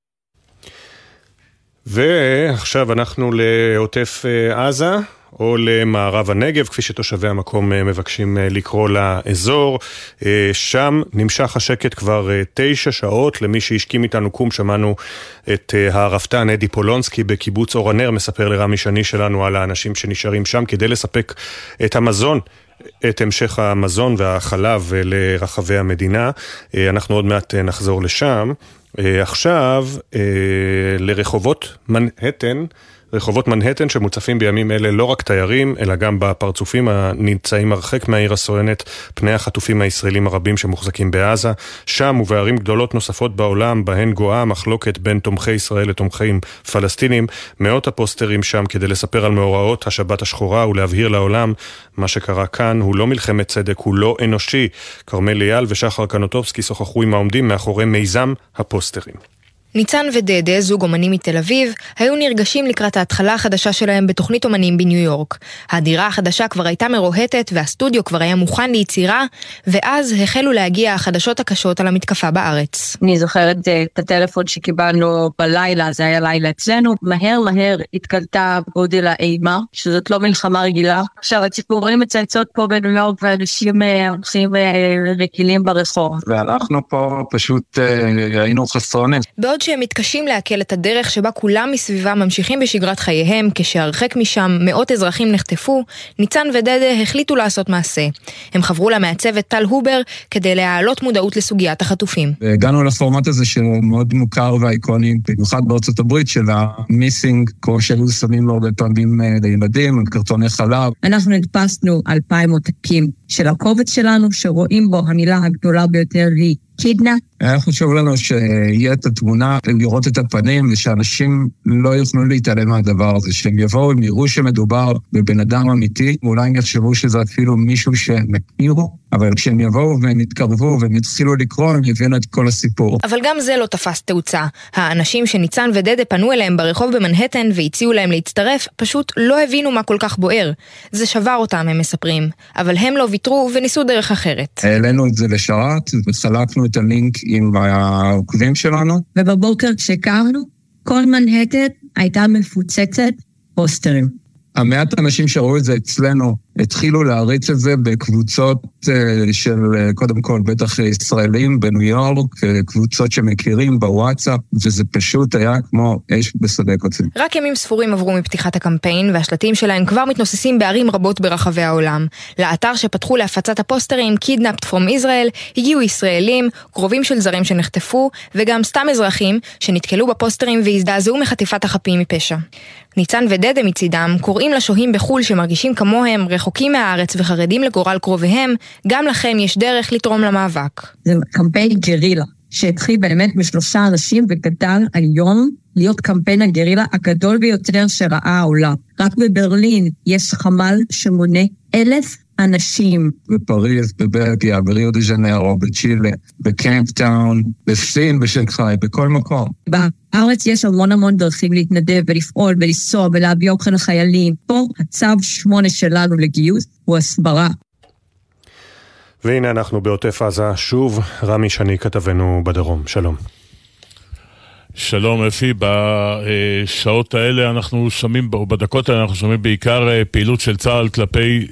ועכשיו אנחנו לעוטף עזה, או למערב הנגב, כפי שתושבי המקום מבקשים לקרוא לאזור. שם נמשך השקט כבר תשע שעות. למי שהשכים איתנו קום, שמענו את הרפתן אדי פולונסקי בקיבוץ אור הנר, מספר לרמי שני שלנו על האנשים שנשארים שם כדי לספק את המזון, את המשך המזון והחלב לרחבי המדינה. אנחנו עוד מעט נחזור לשם. עכשיו לרחובות מנהטן, רחובות מנהטן שמוצפים בימים אלה לא רק תיירים, אלא גם בפרצופים הנמצאים הרחק מהעיר הסואנת, פני החטופים הישראלים הרבים שמוחזקים בעזה. שם ובערים גדולות נוספות בעולם, בהן גואה מחלוקת בין תומכי ישראל לתומכים פלסטינים, מאות הפוסטרים שם כדי לספר על מאורעות השבת השחורה ולהבהיר לעולם מה שקרה כאן הוא לא מלחמת צדק, הוא לא אנושי. כרמל אייל ושחר קנוטובסקי שוחחו עם העומדים מאחורי מיזם הפוסטרים. ניצן ודדה, זוג אומנים מתל אביב, היו נרגשים לקראת ההתחלה החדשה שלהם בתוכנית אומנים בניו יורק. הדירה החדשה כבר הייתה מרוהטת והסטודיו כבר היה מוכן ליצירה, ואז החלו להגיע החדשות הקשות על המתקפה בארץ. אני זוכרת את הטלפון שקיבלנו בלילה, זה היה לילה אצלנו, מהר מהר התקלטה גודל האימה, שזאת לא מלחמה רגילה. עכשיו, הציפורים מצייצות פה בניו יורק ואנשים הולכים רגילים ברחוב. ואנחנו פה פשוט היינו חסרונים. בעוד שהם מתקשים להקל את הדרך שבה כולם מסביבם ממשיכים בשגרת חייהם, כשהרחק משם מאות אזרחים נחטפו, ניצן ודדה החליטו לעשות מעשה. הם חברו למעצבת טל הובר כדי להעלות מודעות לסוגיית החטופים. הגענו לפורמט הזה שהוא מאוד מוכר והאיקוני, במיוחד בארצות הברית של המיסינג, כמו שהיו שמים לו הרבה פעמים לילדים, קרטוני חלב. אנחנו נדפסנו אלפיים עותקים של הקובץ שלנו, שרואים בו המילה הגדולה ביותר היא קידנה. היה חשוב לנו שיהיה את התמונה, לראות את הפנים, ושאנשים לא יוכלו להתעלם מהדבר הזה, שהם יבואו, הם יראו שמדובר בבן אדם אמיתי, ואולי הם יחשבו שזה אפילו מישהו שהם הכירו, אבל כשהם יבואו והם יתקרבו והם יתחילו לקרוא, הם יבינו את כל הסיפור. אבל גם זה לא תפס תאוצה. האנשים שניצן ודדה פנו אליהם ברחוב במנהטן והציעו להם להצטרף, פשוט לא הבינו מה כל כך בוער. זה שבר אותם, הם מספרים. אבל הם לא ויתרו וניסו דרך אחרת. העלינו את זה לשרת וחלקנו את הלינק עם העוקבים שלנו. ובבוקר כשקרנו, כל מנהטן הייתה מפוצצת פוסטרים. המעט אנשים שראו את זה אצלנו התחילו להריץ את זה בקבוצות של, קודם כל, בטח ישראלים בניו יורק, קבוצות שמכירים בוואטסאפ, וזה פשוט היה כמו אש בשדה קוצים. רק ימים ספורים עברו מפתיחת הקמפיין, והשלטים שלהם כבר מתנוססים בערים רבות ברחבי העולם. לאתר שפתחו להפצת הפוסטרים Kidnapped from Israel הגיעו ישראלים, קרובים של זרים שנחטפו, וגם סתם אזרחים שנתקלו בפוסטרים והזדעזעו מחטיפת החפים מפשע. ניצן ודדה מצידם קוראים לשוהים בחול שמרגישים כמוהם רחוקים מהארץ וחרדים לגורל קרוביהם, גם לכם יש דרך לתרום למאבק. זה קמפיין גרילה, שהתחיל באמת משלושה אנשים וגדל היום להיות קמפיין הגרילה הגדול ביותר שראה העולם. רק בברלין יש חמ"ל שמונה אלף אנשים. בפריז, בבלגיה, בריו דה ז'נרו, בצ'ילה, בקמפטאון, בסין, בשנגחאי, בכל מקום. בארץ יש המון המון דרכים להתנדב ולפעול ולנסוע ולהביא אוכל לחיילים. פה הצו שמונה שלנו לגיוס הוא הסברה. והנה אנחנו בעוטף עזה שוב, רמי שני כתבנו בדרום. שלום. שלום אפי, בשעות האלה אנחנו שומעים, או בדקות האלה אנחנו שומעים בעיקר פעילות של צה"ל כלפי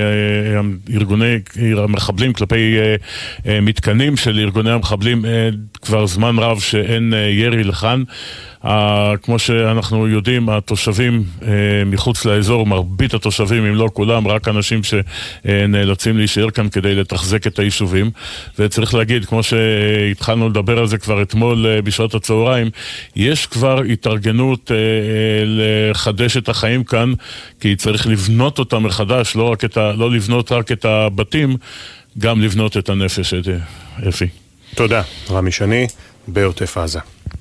ארגוני המחבלים, כלפי מתקנים של ארגוני המחבלים, כבר זמן רב שאין ירי לכאן. כמו שאנחנו יודעים, התושבים מחוץ לאזור, מרבית התושבים, אם לא כולם, רק אנשים שנאלצים להישאר כאן כדי לתחזק את היישובים. וצריך להגיד, כמו שהתחלנו לדבר על זה כבר אתמול בשעות הצהריים, יש כבר התארגנות לחדש את החיים כאן, כי צריך לבנות אותם מחדש, לא, רק את ה, לא לבנות רק את הבתים, גם לבנות את הנפש, אפי. תודה, רמי שני, בעוטף עזה.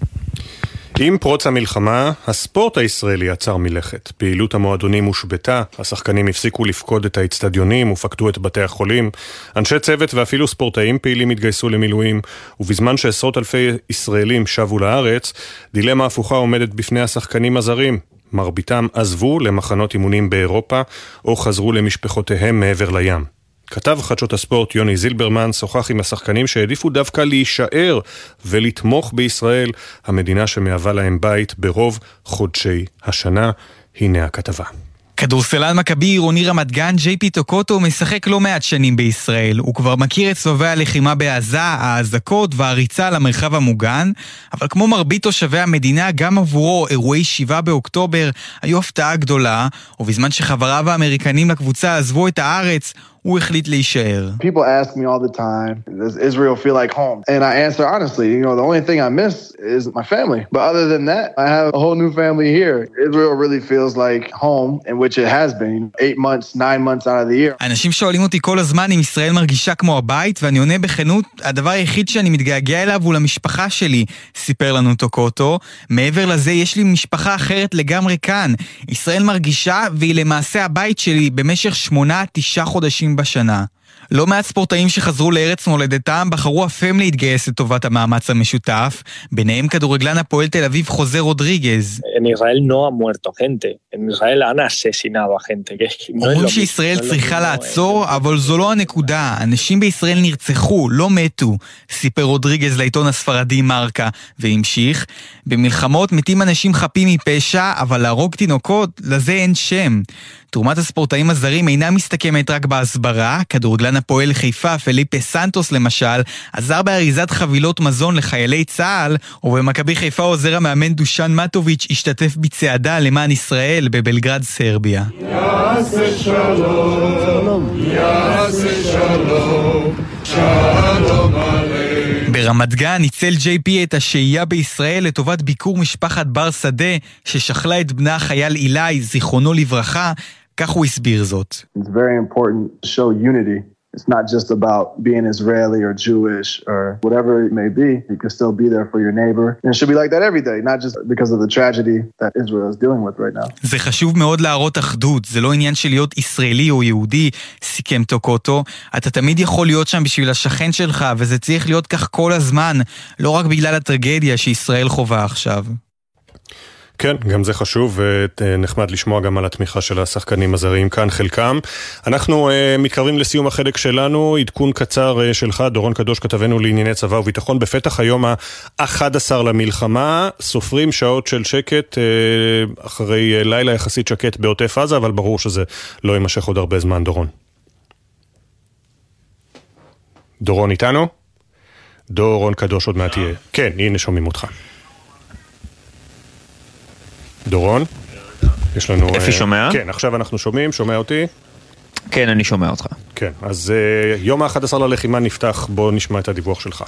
עם פרוץ המלחמה, הספורט הישראלי עצר מלכת. פעילות המועדונים הושבתה, השחקנים הפסיקו לפקוד את האצטדיונים ופקדו את בתי החולים. אנשי צוות ואפילו ספורטאים פעילים התגייסו למילואים, ובזמן שעשרות אלפי ישראלים שבו לארץ, דילמה הפוכה עומדת בפני השחקנים הזרים. מרביתם עזבו למחנות אימונים באירופה, או חזרו למשפחותיהם מעבר לים. כתב חדשות הספורט יוני זילברמן שוחח עם השחקנים שהעדיפו דווקא להישאר ולתמוך בישראל, המדינה שמהווה להם בית ברוב חודשי השנה. הנה הכתבה. כדורסלן מכבי עירוני רמת גן ג'יי פי טוקוטו משחק לא מעט שנים בישראל. הוא כבר מכיר את סבבי הלחימה בעזה, האזעקות והריצה למרחב המוגן, אבל כמו מרבית תושבי המדינה, גם עבורו אירועי שבעה באוקטובר היו הפתעה גדולה, ובזמן שחבריו האמריקנים לקבוצה עזבו את הארץ, הוא החליט להישאר. People ask me all the time, does Israel feel like home? And I answer honestly, you know, the only thing I miss is my family. But other than that, I have a whole new family here. Israel really feels like home, in which it has been eight months, nine months out of the year. אנשים שואלים אותי כל הזמן אם ישראל מרגישה כמו הבית, ואני עונה בכנות, הדבר היחיד שאני מתגעגע אליו הוא למשפחה שלי, סיפר לנו טוקוטו. מעבר לזה, יש לי משפחה אחרת לגמרי כאן. ישראל מרגישה, והיא למעשה הבית שלי במשך שמונה, תשעה חודשים בשנה. לא מעט ספורטאים שחזרו לארץ מולדתם בחרו אף הם להתגייס לטובת המאמץ המשותף, ביניהם כדורגלן הפועל תל אביב חוזה רודריגז. En Israel no ha muerto gente. En Israel han asesinado a gente. אומרים שישראל צריכה לעצור, אבל זו לא הנקודה. אנשים בישראל נרצחו, לא מתו, סיפר רודריגז לעיתון הספרדי מרקה, והמשיך, במלחמות מתים אנשים חפים מפשע, אבל להרוג תינוקות, לזה אין שם. תרומת הספורטאים הזרים אינה מסתכמת רק בהסברה. כדורגלן הפועל חיפה פליפה סנטוס למשל עזר באריזת חבילות מזון לחיילי צה"ל, ובמכבי חיפה עוזר המאמן דושן מטוביץ' השתתף בצעדה למען ישראל בבלגרד סרביה. יעשה שלום, יעשה שלום, שלום עלינו. ברמת גן ניצל ג'יי פי את השהייה בישראל לטובת ביקור משפחת בר שדה ששכלה את בנה חייל אילי, זיכרונו לברכה. כך הוא הסביר זאת. It's very important to show unity It's not just about being Israeli or Jewish or whatever it may be. You can still be there for your neighbor. And it should be like that every day, not just because of the tragedy that Israel is dealing with right now. זה חשוב מאוד להראות אחדות, זה לא עניין של להיות ישראלי או יהודי, סיכם טוקוטו. אתה תמיד יכול להיות שם בשביל השכן שלך, וזה צריך להיות כך כל הזמן, לא רק בגלל הטרגדיה שישראל חובה עכשיו. כן, גם זה חשוב, ונחמד לשמוע גם על התמיכה של השחקנים הזרים כאן, חלקם. אנחנו uh, מתקרבים לסיום החלק שלנו, עדכון קצר uh, שלך, דורון קדוש, כתבנו לענייני צבא וביטחון, בפתח היום ה-אחד עשר למלחמה, סופרים שעות של שקט, uh, אחרי uh, לילה יחסית שקט בעוטף עזה, אבל ברור שזה לא יימשך עוד הרבה זמן, דורון. דורון איתנו? דורון קדוש עוד מעט תהיה. כן, הנה שומעים אותך. דורון, יש לנו... אפי שומע? כן, עכשיו אנחנו שומעים, שומע אותי? כן, אני שומע אותך. כן, אז יום ה-אחד עשר ללחימה נפתח, בוא נשמע את הדיווח שלך.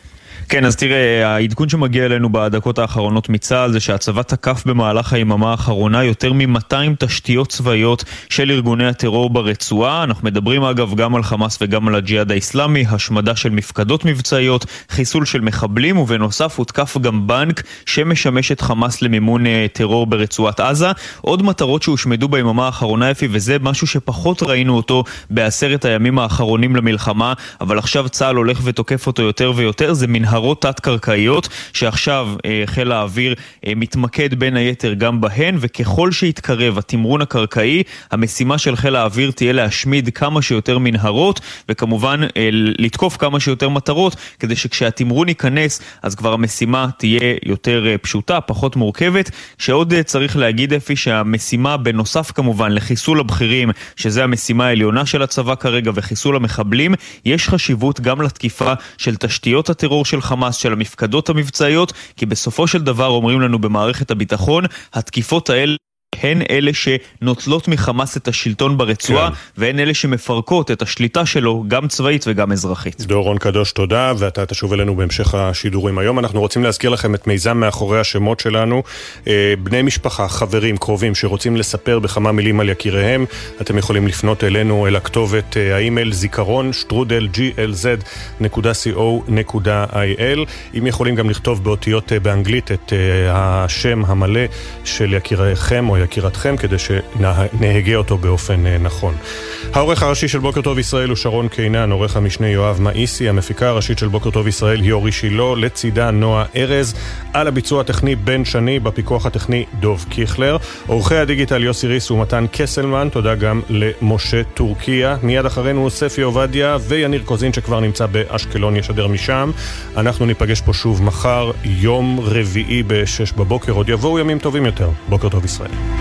כן, אז תראה, העדכון שמגיע אלינו בדקות האחרונות מצה"ל זה שהצבא תקף במהלך היממה האחרונה יותר מ-מאתיים תשתיות צבאיות של ארגוני הטרור ברצועה. אנחנו מדברים אגב גם על חמאס וגם על הג'יהאד האסלאמי, השמדה של מפקדות מבצעיות, חיסול של מחבלים, ובנוסף הותקף גם בנק שמשמש את חמאס למימון טרור ברצועת עזה. עוד מטרות שהושמדו ביממה האחרונה, אפי, וזה משהו שפחות ראינו אותו בעשרת הימים האחרונים למלחמה, אבל עכשיו צה"ל הולך ותוקף אותו יותר ויותר, זה מנהרות תת-קרקעיות, שעכשיו אה, חיל האוויר אה, מתמקד בין היתר גם בהן, וככל שיתקרב התמרון הקרקעי, המשימה של חיל האוויר תהיה להשמיד כמה שיותר מנהרות, וכמובן אה, לתקוף כמה שיותר מטרות, כדי שכשהתמרון ייכנס, אז כבר המשימה תהיה יותר אה, פשוטה, פחות מורכבת. שעוד אה, צריך להגיד אפי שהמשימה בנוסף כמובן לחיסול הבכירים, שזה המשימה העליונה של הצבא כרגע, וחיסול המחבלים, יש חשיבות גם לתקיפה של תשתיות הטרור של חמאס, של המפקדות המבצעיות, כי בסופו של דבר אומרים לנו במערכת הביטחון, התקיפות האלה הן אלה שנוטלות מחמאס את השלטון ברצועה, כן. והן אלה שמפרקות את השליטה שלו, גם צבאית וגם אזרחית. דורון קדוש, תודה, ואתה תשוב אלינו בהמשך השידורים היום. אנחנו רוצים להזכיר לכם את מיזם מאחורי השמות שלנו, בני משפחה, חברים, קרובים, שרוצים לספר בכמה מילים על יקיריהם, אתם יכולים לפנות אלינו, אל הכתובת האימייל זיכרון שטרודל ג'י אל זד נקודה סי או נקודה איי אל. אם יכולים גם לכתוב באותיות באנגלית את השם המלא של יקיריכם או יקירתכם, כדי שנהגה אותו באופן נכון. העורך הראשי של בוקר טוב ישראל הוא שרון קינן, עורך המשנה יואב מאיסי, המפיקה הראשית של בוקר טוב ישראל יורי שילו, לצידה נועה ארז, על הביצוע הטכני בן שני, בפיקוח הטכני דוב קיכלר, עורכי הדיגיטל יוסי ריס ומתן קסלמן, תודה גם למשה טורקיה. מיד אחרינו ספי עובדיה ויניר קוזין שכבר נמצא באשקלון, ישדר משם. אנחנו ניפגש פה שוב מחר, יום רביעי בשש בבוקר, עוד יבואו ימים טובים יותר. בוקר טוב ישראל.